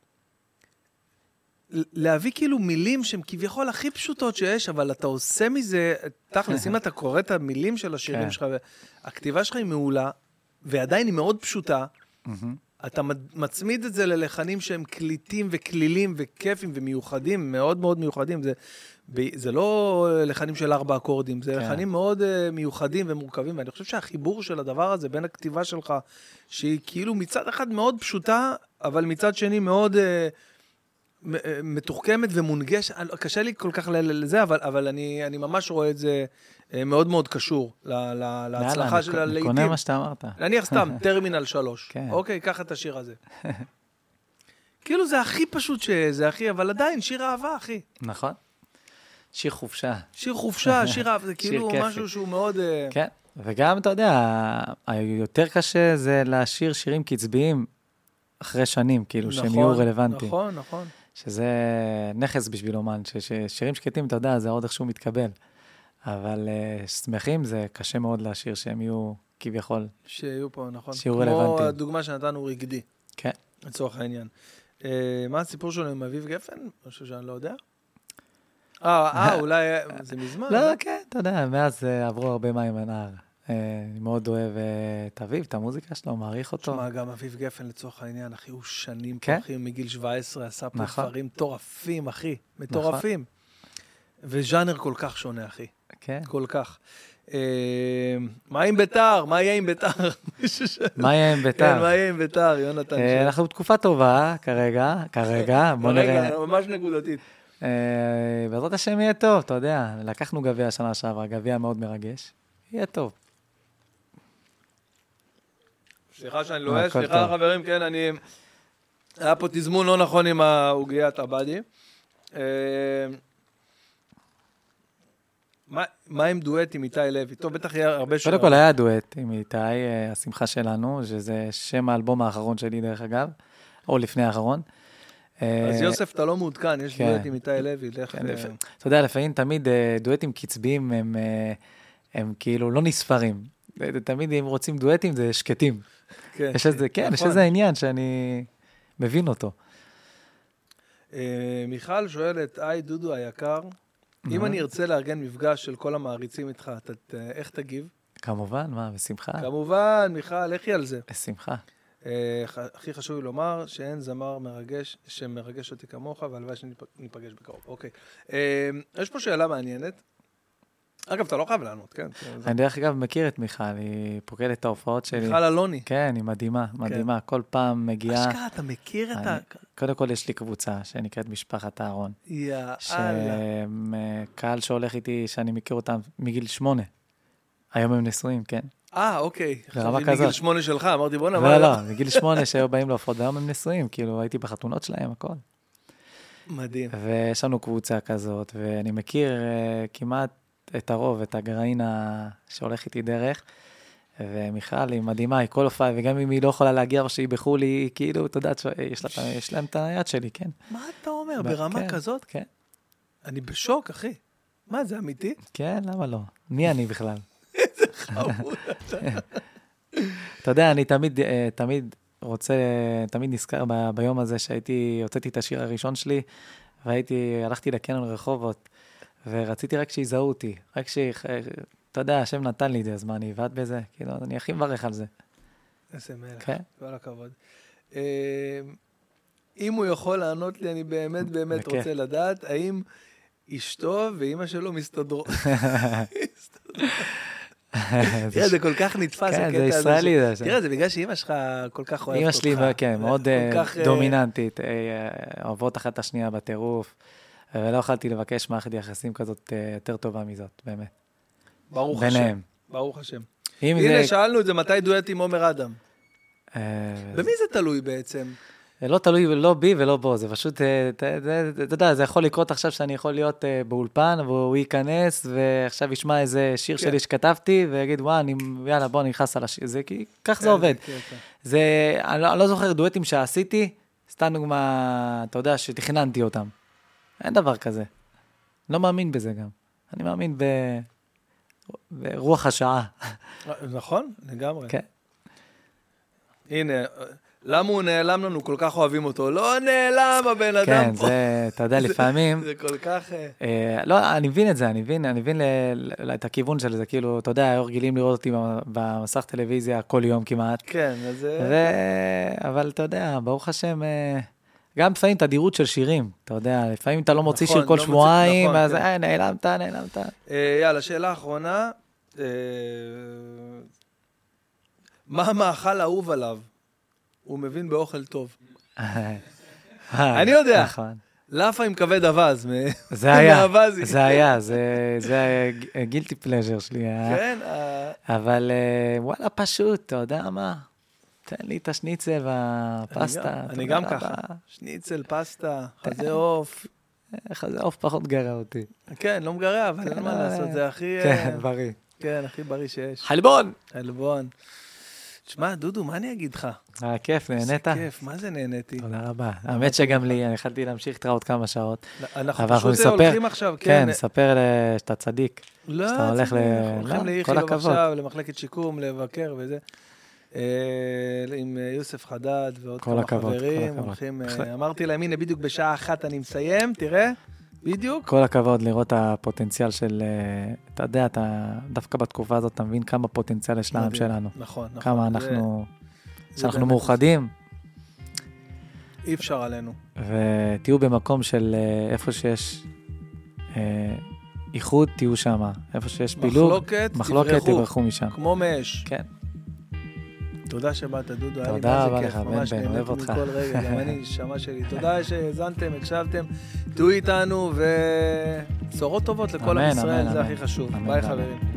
A: להביא כאילו מילים שהן כביכול הכי פשוטות שיש, אבל אתה עושה מזה, תכלס, אם אתה קורא את המילים של השירים שלך, הכתיבה שלך היא מעולה, ועדיין היא מאוד פשוטה, אתה מצמיד את זה ללחנים שהם קליטים וכלילים וכיפים ומיוחדים, מאוד מאוד מיוחדים, זה לא לחנים של 4 אקורדים, זה לחנים מאוד מיוחדים ומורכבים, ואני חושב שהחיבור של הדבר הזה בין הכתיבה שלך, שהיא כאילו מצד אחד מאוד פשוטה, אבל מצד שני מאוד מתוחכמת ומונגש, קשה לי כל כך לזה, אבל אני ממש רואה את זה מאוד מאוד קשור להצלחה של הלעיתים.
B: אני קונה מה שאתה אמרת.
A: נניח סתם, טרמינל 3. אוקיי, קח את השיר הזה. כאילו זה הכי פשוט שזה, אחי, אבל עדיין שיר אהבה, אחי.
B: נכון. שיר חופשה.
A: שיר חופשה, שיר אהבה, זה כאילו משהו שהוא מאוד...
B: כן, וגם, אתה יודע, היותר קשה זה להשאיר שירים קצביים אחרי שנים, כאילו, שהם יהיו רלוונטיים.
A: נכון, נכון.
B: שזה נכס בשביל אומן, ששירים שקטים, אתה יודע, זה עוד איכשהו מתקבל. אבל שמחים זה קשה מאוד להשאיר שהם יהיו כביכול.
A: שיהיו פה, נכון.
B: שיהיו רלוונטיים.
A: כמו הדוגמה שנתנו רגדי.
B: כן.
A: לצורך העניין. מה הסיפור שלנו עם אביב גפן? משהו שאני לא יודע. אולי זה מזמן.
B: לא, כן, אתה יודע, מאז עברו הרבה מים בנהר. אני מאוד אוהב את אביב, את המוזיקה שלו, מעריך אותו.
A: שמע, גם אביב גפן לצורך העניין, אחי, הוא שנים פה, אחי, מגיל 17, עשה פה דברים מטורפים, אחי, מטורפים. וז'אנר כל כך שונה, אחי.
B: כן.
A: כל כך. מה עם ביתר? מה יהיה עם ביתר?
B: מה יהיה עם ביתר?
A: כן, מה יהיה עם ביתר, יונתן?
B: אנחנו בתקופה טובה, כרגע. בוא נראה.
A: ממש נקודתית.
B: בעזרת השם יהיה טוב, אתה יודע. לקחנו גביע השנה שעברה, גביע מאוד מרגש. יהיה טוב.
A: סליחה שאני לא יש, סליחה חברים, כן, היה פה תזמון לא נכון עם העוגיית הבאדי. מה עם דואט עם איתי לוי? טוב, בטח יהיה הרבה
B: קודם כל היה דואט עם איתי, השמחה שלנו, שזה שם האלבום האחרון שלי דרך אגב, או לפני האחרון.
A: אז יוסף, אתה לא מעודכן, יש דואט עם איתי לוי.
B: אתה יודע, לפעמים תמיד דואטים קצביים הם כאילו לא נספרים. תמיד אם רוצים דואטים זה שקטים. יש איזה עניין שאני מבין אותו.
A: מיכל שואלת, היי דודו היקר, אם אני ארצה לארגן מפגש של כל המעריצים איתך, איך תגיב?
B: כמובן, מה, בשמחה.
A: כמובן, מיכל, לכי על זה.
B: בשמחה.
A: הכי חשוב לי לומר שאין זמר מרגש, שמרגש אותי כמוך, והלוואי שניפגש בקרוב. אוקיי. יש פה שאלה מעניינת. אגב, אתה לא חייב לענות, כן?
B: אני דרך אגב מכיר את מיכל, היא פוקדת את ההופעות שלי.
A: מיכל אלוני.
B: כן, היא מדהימה, מדהימה. כל פעם מגיעה...
A: אשכרה, אתה מכיר את ה...
B: קודם כל יש לי קבוצה שנקראת משפחת אהרון.
A: יאללה.
B: קהל שהולך איתי, שאני מכיר אותם מגיל 8. היום הם נשואים, כן.
A: אוקיי. מגיל 8 שלך, אמרתי בוא נאמר.
B: לא, מגיל 8 שהיו באים להופעות, והיום הם נשואים, כאילו הייתי בחתונות שלהם, הכל.
A: מדהים.
B: ויש לנו קבוצה כזאת, ואני מכיר כמעט את הרוב, את הגרעינה שהולך איתי דרך, ומיכל היא מדהימה, היא כל הופעה, וגם אם היא לא יכולה להגיע או שהיא בחול, היא כאילו, אתה יודע, יש להם את היד שלי, כן.
A: מה אתה אומר? ברמה כזאת?
B: כן.
A: אני בשוק, אחי. מה, זה אמיתי?
B: כן, למה לא? מי אני בכלל?
A: איזה חמוד.
B: אתה יודע, אני תמיד רוצה, תמיד נזכר ביום הזה הוצאתי את השיר הראשון שלי, הלכתי לקנון רחובות, ורציתי רק שיזהו אותי, רק אתה יודע, השם נתן לי את זה, אז מה, אני עבד בזה? כאילו, אני הכי מברך על זה.
A: איזה מלך,
B: כן?
A: כל הכבוד. אם הוא יכול לענות לי, אני באמת רוצה לדעת, האם אשתו ואמא שלו מסתדרות? תראה, זה כל כך נתפס.
B: כן, זה ישראלי.
A: תראה, זה בגלל שאמא שלך כל כך אוהבת אותך.
B: אמא שלי, כן, מאוד דומיננטית, אוהבות אחת השנייה בטירוף, ולא יכולתי לבקש מערכת יחסים כזאת יותר טובה מזאת, באמת.
A: ברוך השם. ברוך השם. הנה, שאלנו את זה, מתי דואט עם עומר אדם? במי זה תלוי בעצם?
B: לא תלוי לא בי ולא בו, זה פשוט, אתה יודע, זה יכול לקרות עכשיו שאני יכול להיות באולפן, והוא ייכנס, ועכשיו ישמע איזה שיר שלי שכתבתי, ויגיד, יאללה, בוא נכנס על השיר, זה כי כך זה עובד. אני לא זוכר דואטים שעשיתי, סתם דוגמה, אתה יודע, שתכננתי אותם. אין דבר כזה. לא מאמין בזה גם. אני מאמין ברוח השעה.
A: נכון, לגמרי.
B: כן.
A: הנה, למה הוא נעלם לנו? כל כך אוהבים אותו. לא נעלם הבן אדם
B: כן,
A: פה.
B: זה, אתה יודע, לפעמים...
A: זה כל כך...
B: לא, אני מבין את זה, אני מבין את הכיוון של זה, כאילו, אתה יודע, היו רגילים לראות אותי במסך טלוויזיה כל יום כמעט.
A: כן, אז...
B: אבל אתה יודע, ברוך השם, גם לפעמים תדירות של שירים, אתה יודע, לפעמים אתה לא מוציא שיר כל שבועיים, אז נעלמת.
A: יאללה, שאלה אחרונה. מה המאכל האהוב עליו? הוא מבין באוכל טוב. אני יודע. לאפה עם כבד אבז.
B: זה היה, זה גילטי פלז'ר שלי.
A: כן.
B: אבל וואלה, פשוט, אתה יודע מה? תן לי את השניצל והפסטה.
A: אני גם ככה. שניצל, פסטה, חזה עוף.
B: חזה עוף פחות גרע אותי.
A: כן, לא מגרע, אבל אין מה לעשות, זה הכי...
B: כן, בריא.
A: כן, הכי בריא שיש.
B: חלבון!
A: תשמע, דודו, מה אני אגיד לך?
B: כיף, נהנית?
A: זה כיף, מה זה נהניתי?
B: תודה רבה. האמת שגם לי, אני יכלתי להמשיך איתך עוד כמה שעות.
A: אנחנו פשוט הולכים עכשיו,
B: כן. נספר שאתה צדיק.
A: לא,
B: שאתה הולך
A: הולכים לאיכילוב עכשיו, למחלקת שיקום, לבקר וזה. עם יוסף חדד ועוד כמה חברים. אמרתי להם, הנה, בדיוק בשעה 1 אני מסיים, תראה. בדיוק.
B: כל הכבוד לראות הפוטנציאל של, אתה יודע, דווקא בתקופה הזאת, אתה מבין כמה פוטנציאל יש לעם שלנו.
A: נכון.
B: כמה שאנחנו מאוחדים.
A: אי אפשר עלינו.
B: ותהיו במקום של איפה שיש איחוד, תהיו שם. איפה שיש פילוג, מחלוקת, תברחו משם.
A: כמו מאש.
B: כן.
A: תודה שבאת, דודו.
B: תודה רבה לך, בן, אוהב אותך.
A: מכל רגע, גם אני, שמה שלי. תודה שהזנתם, הקשבתם, תהיו איתנו, ובשורות טובות לכל עם ישראל, זה הכי חשוב. ביי חברים.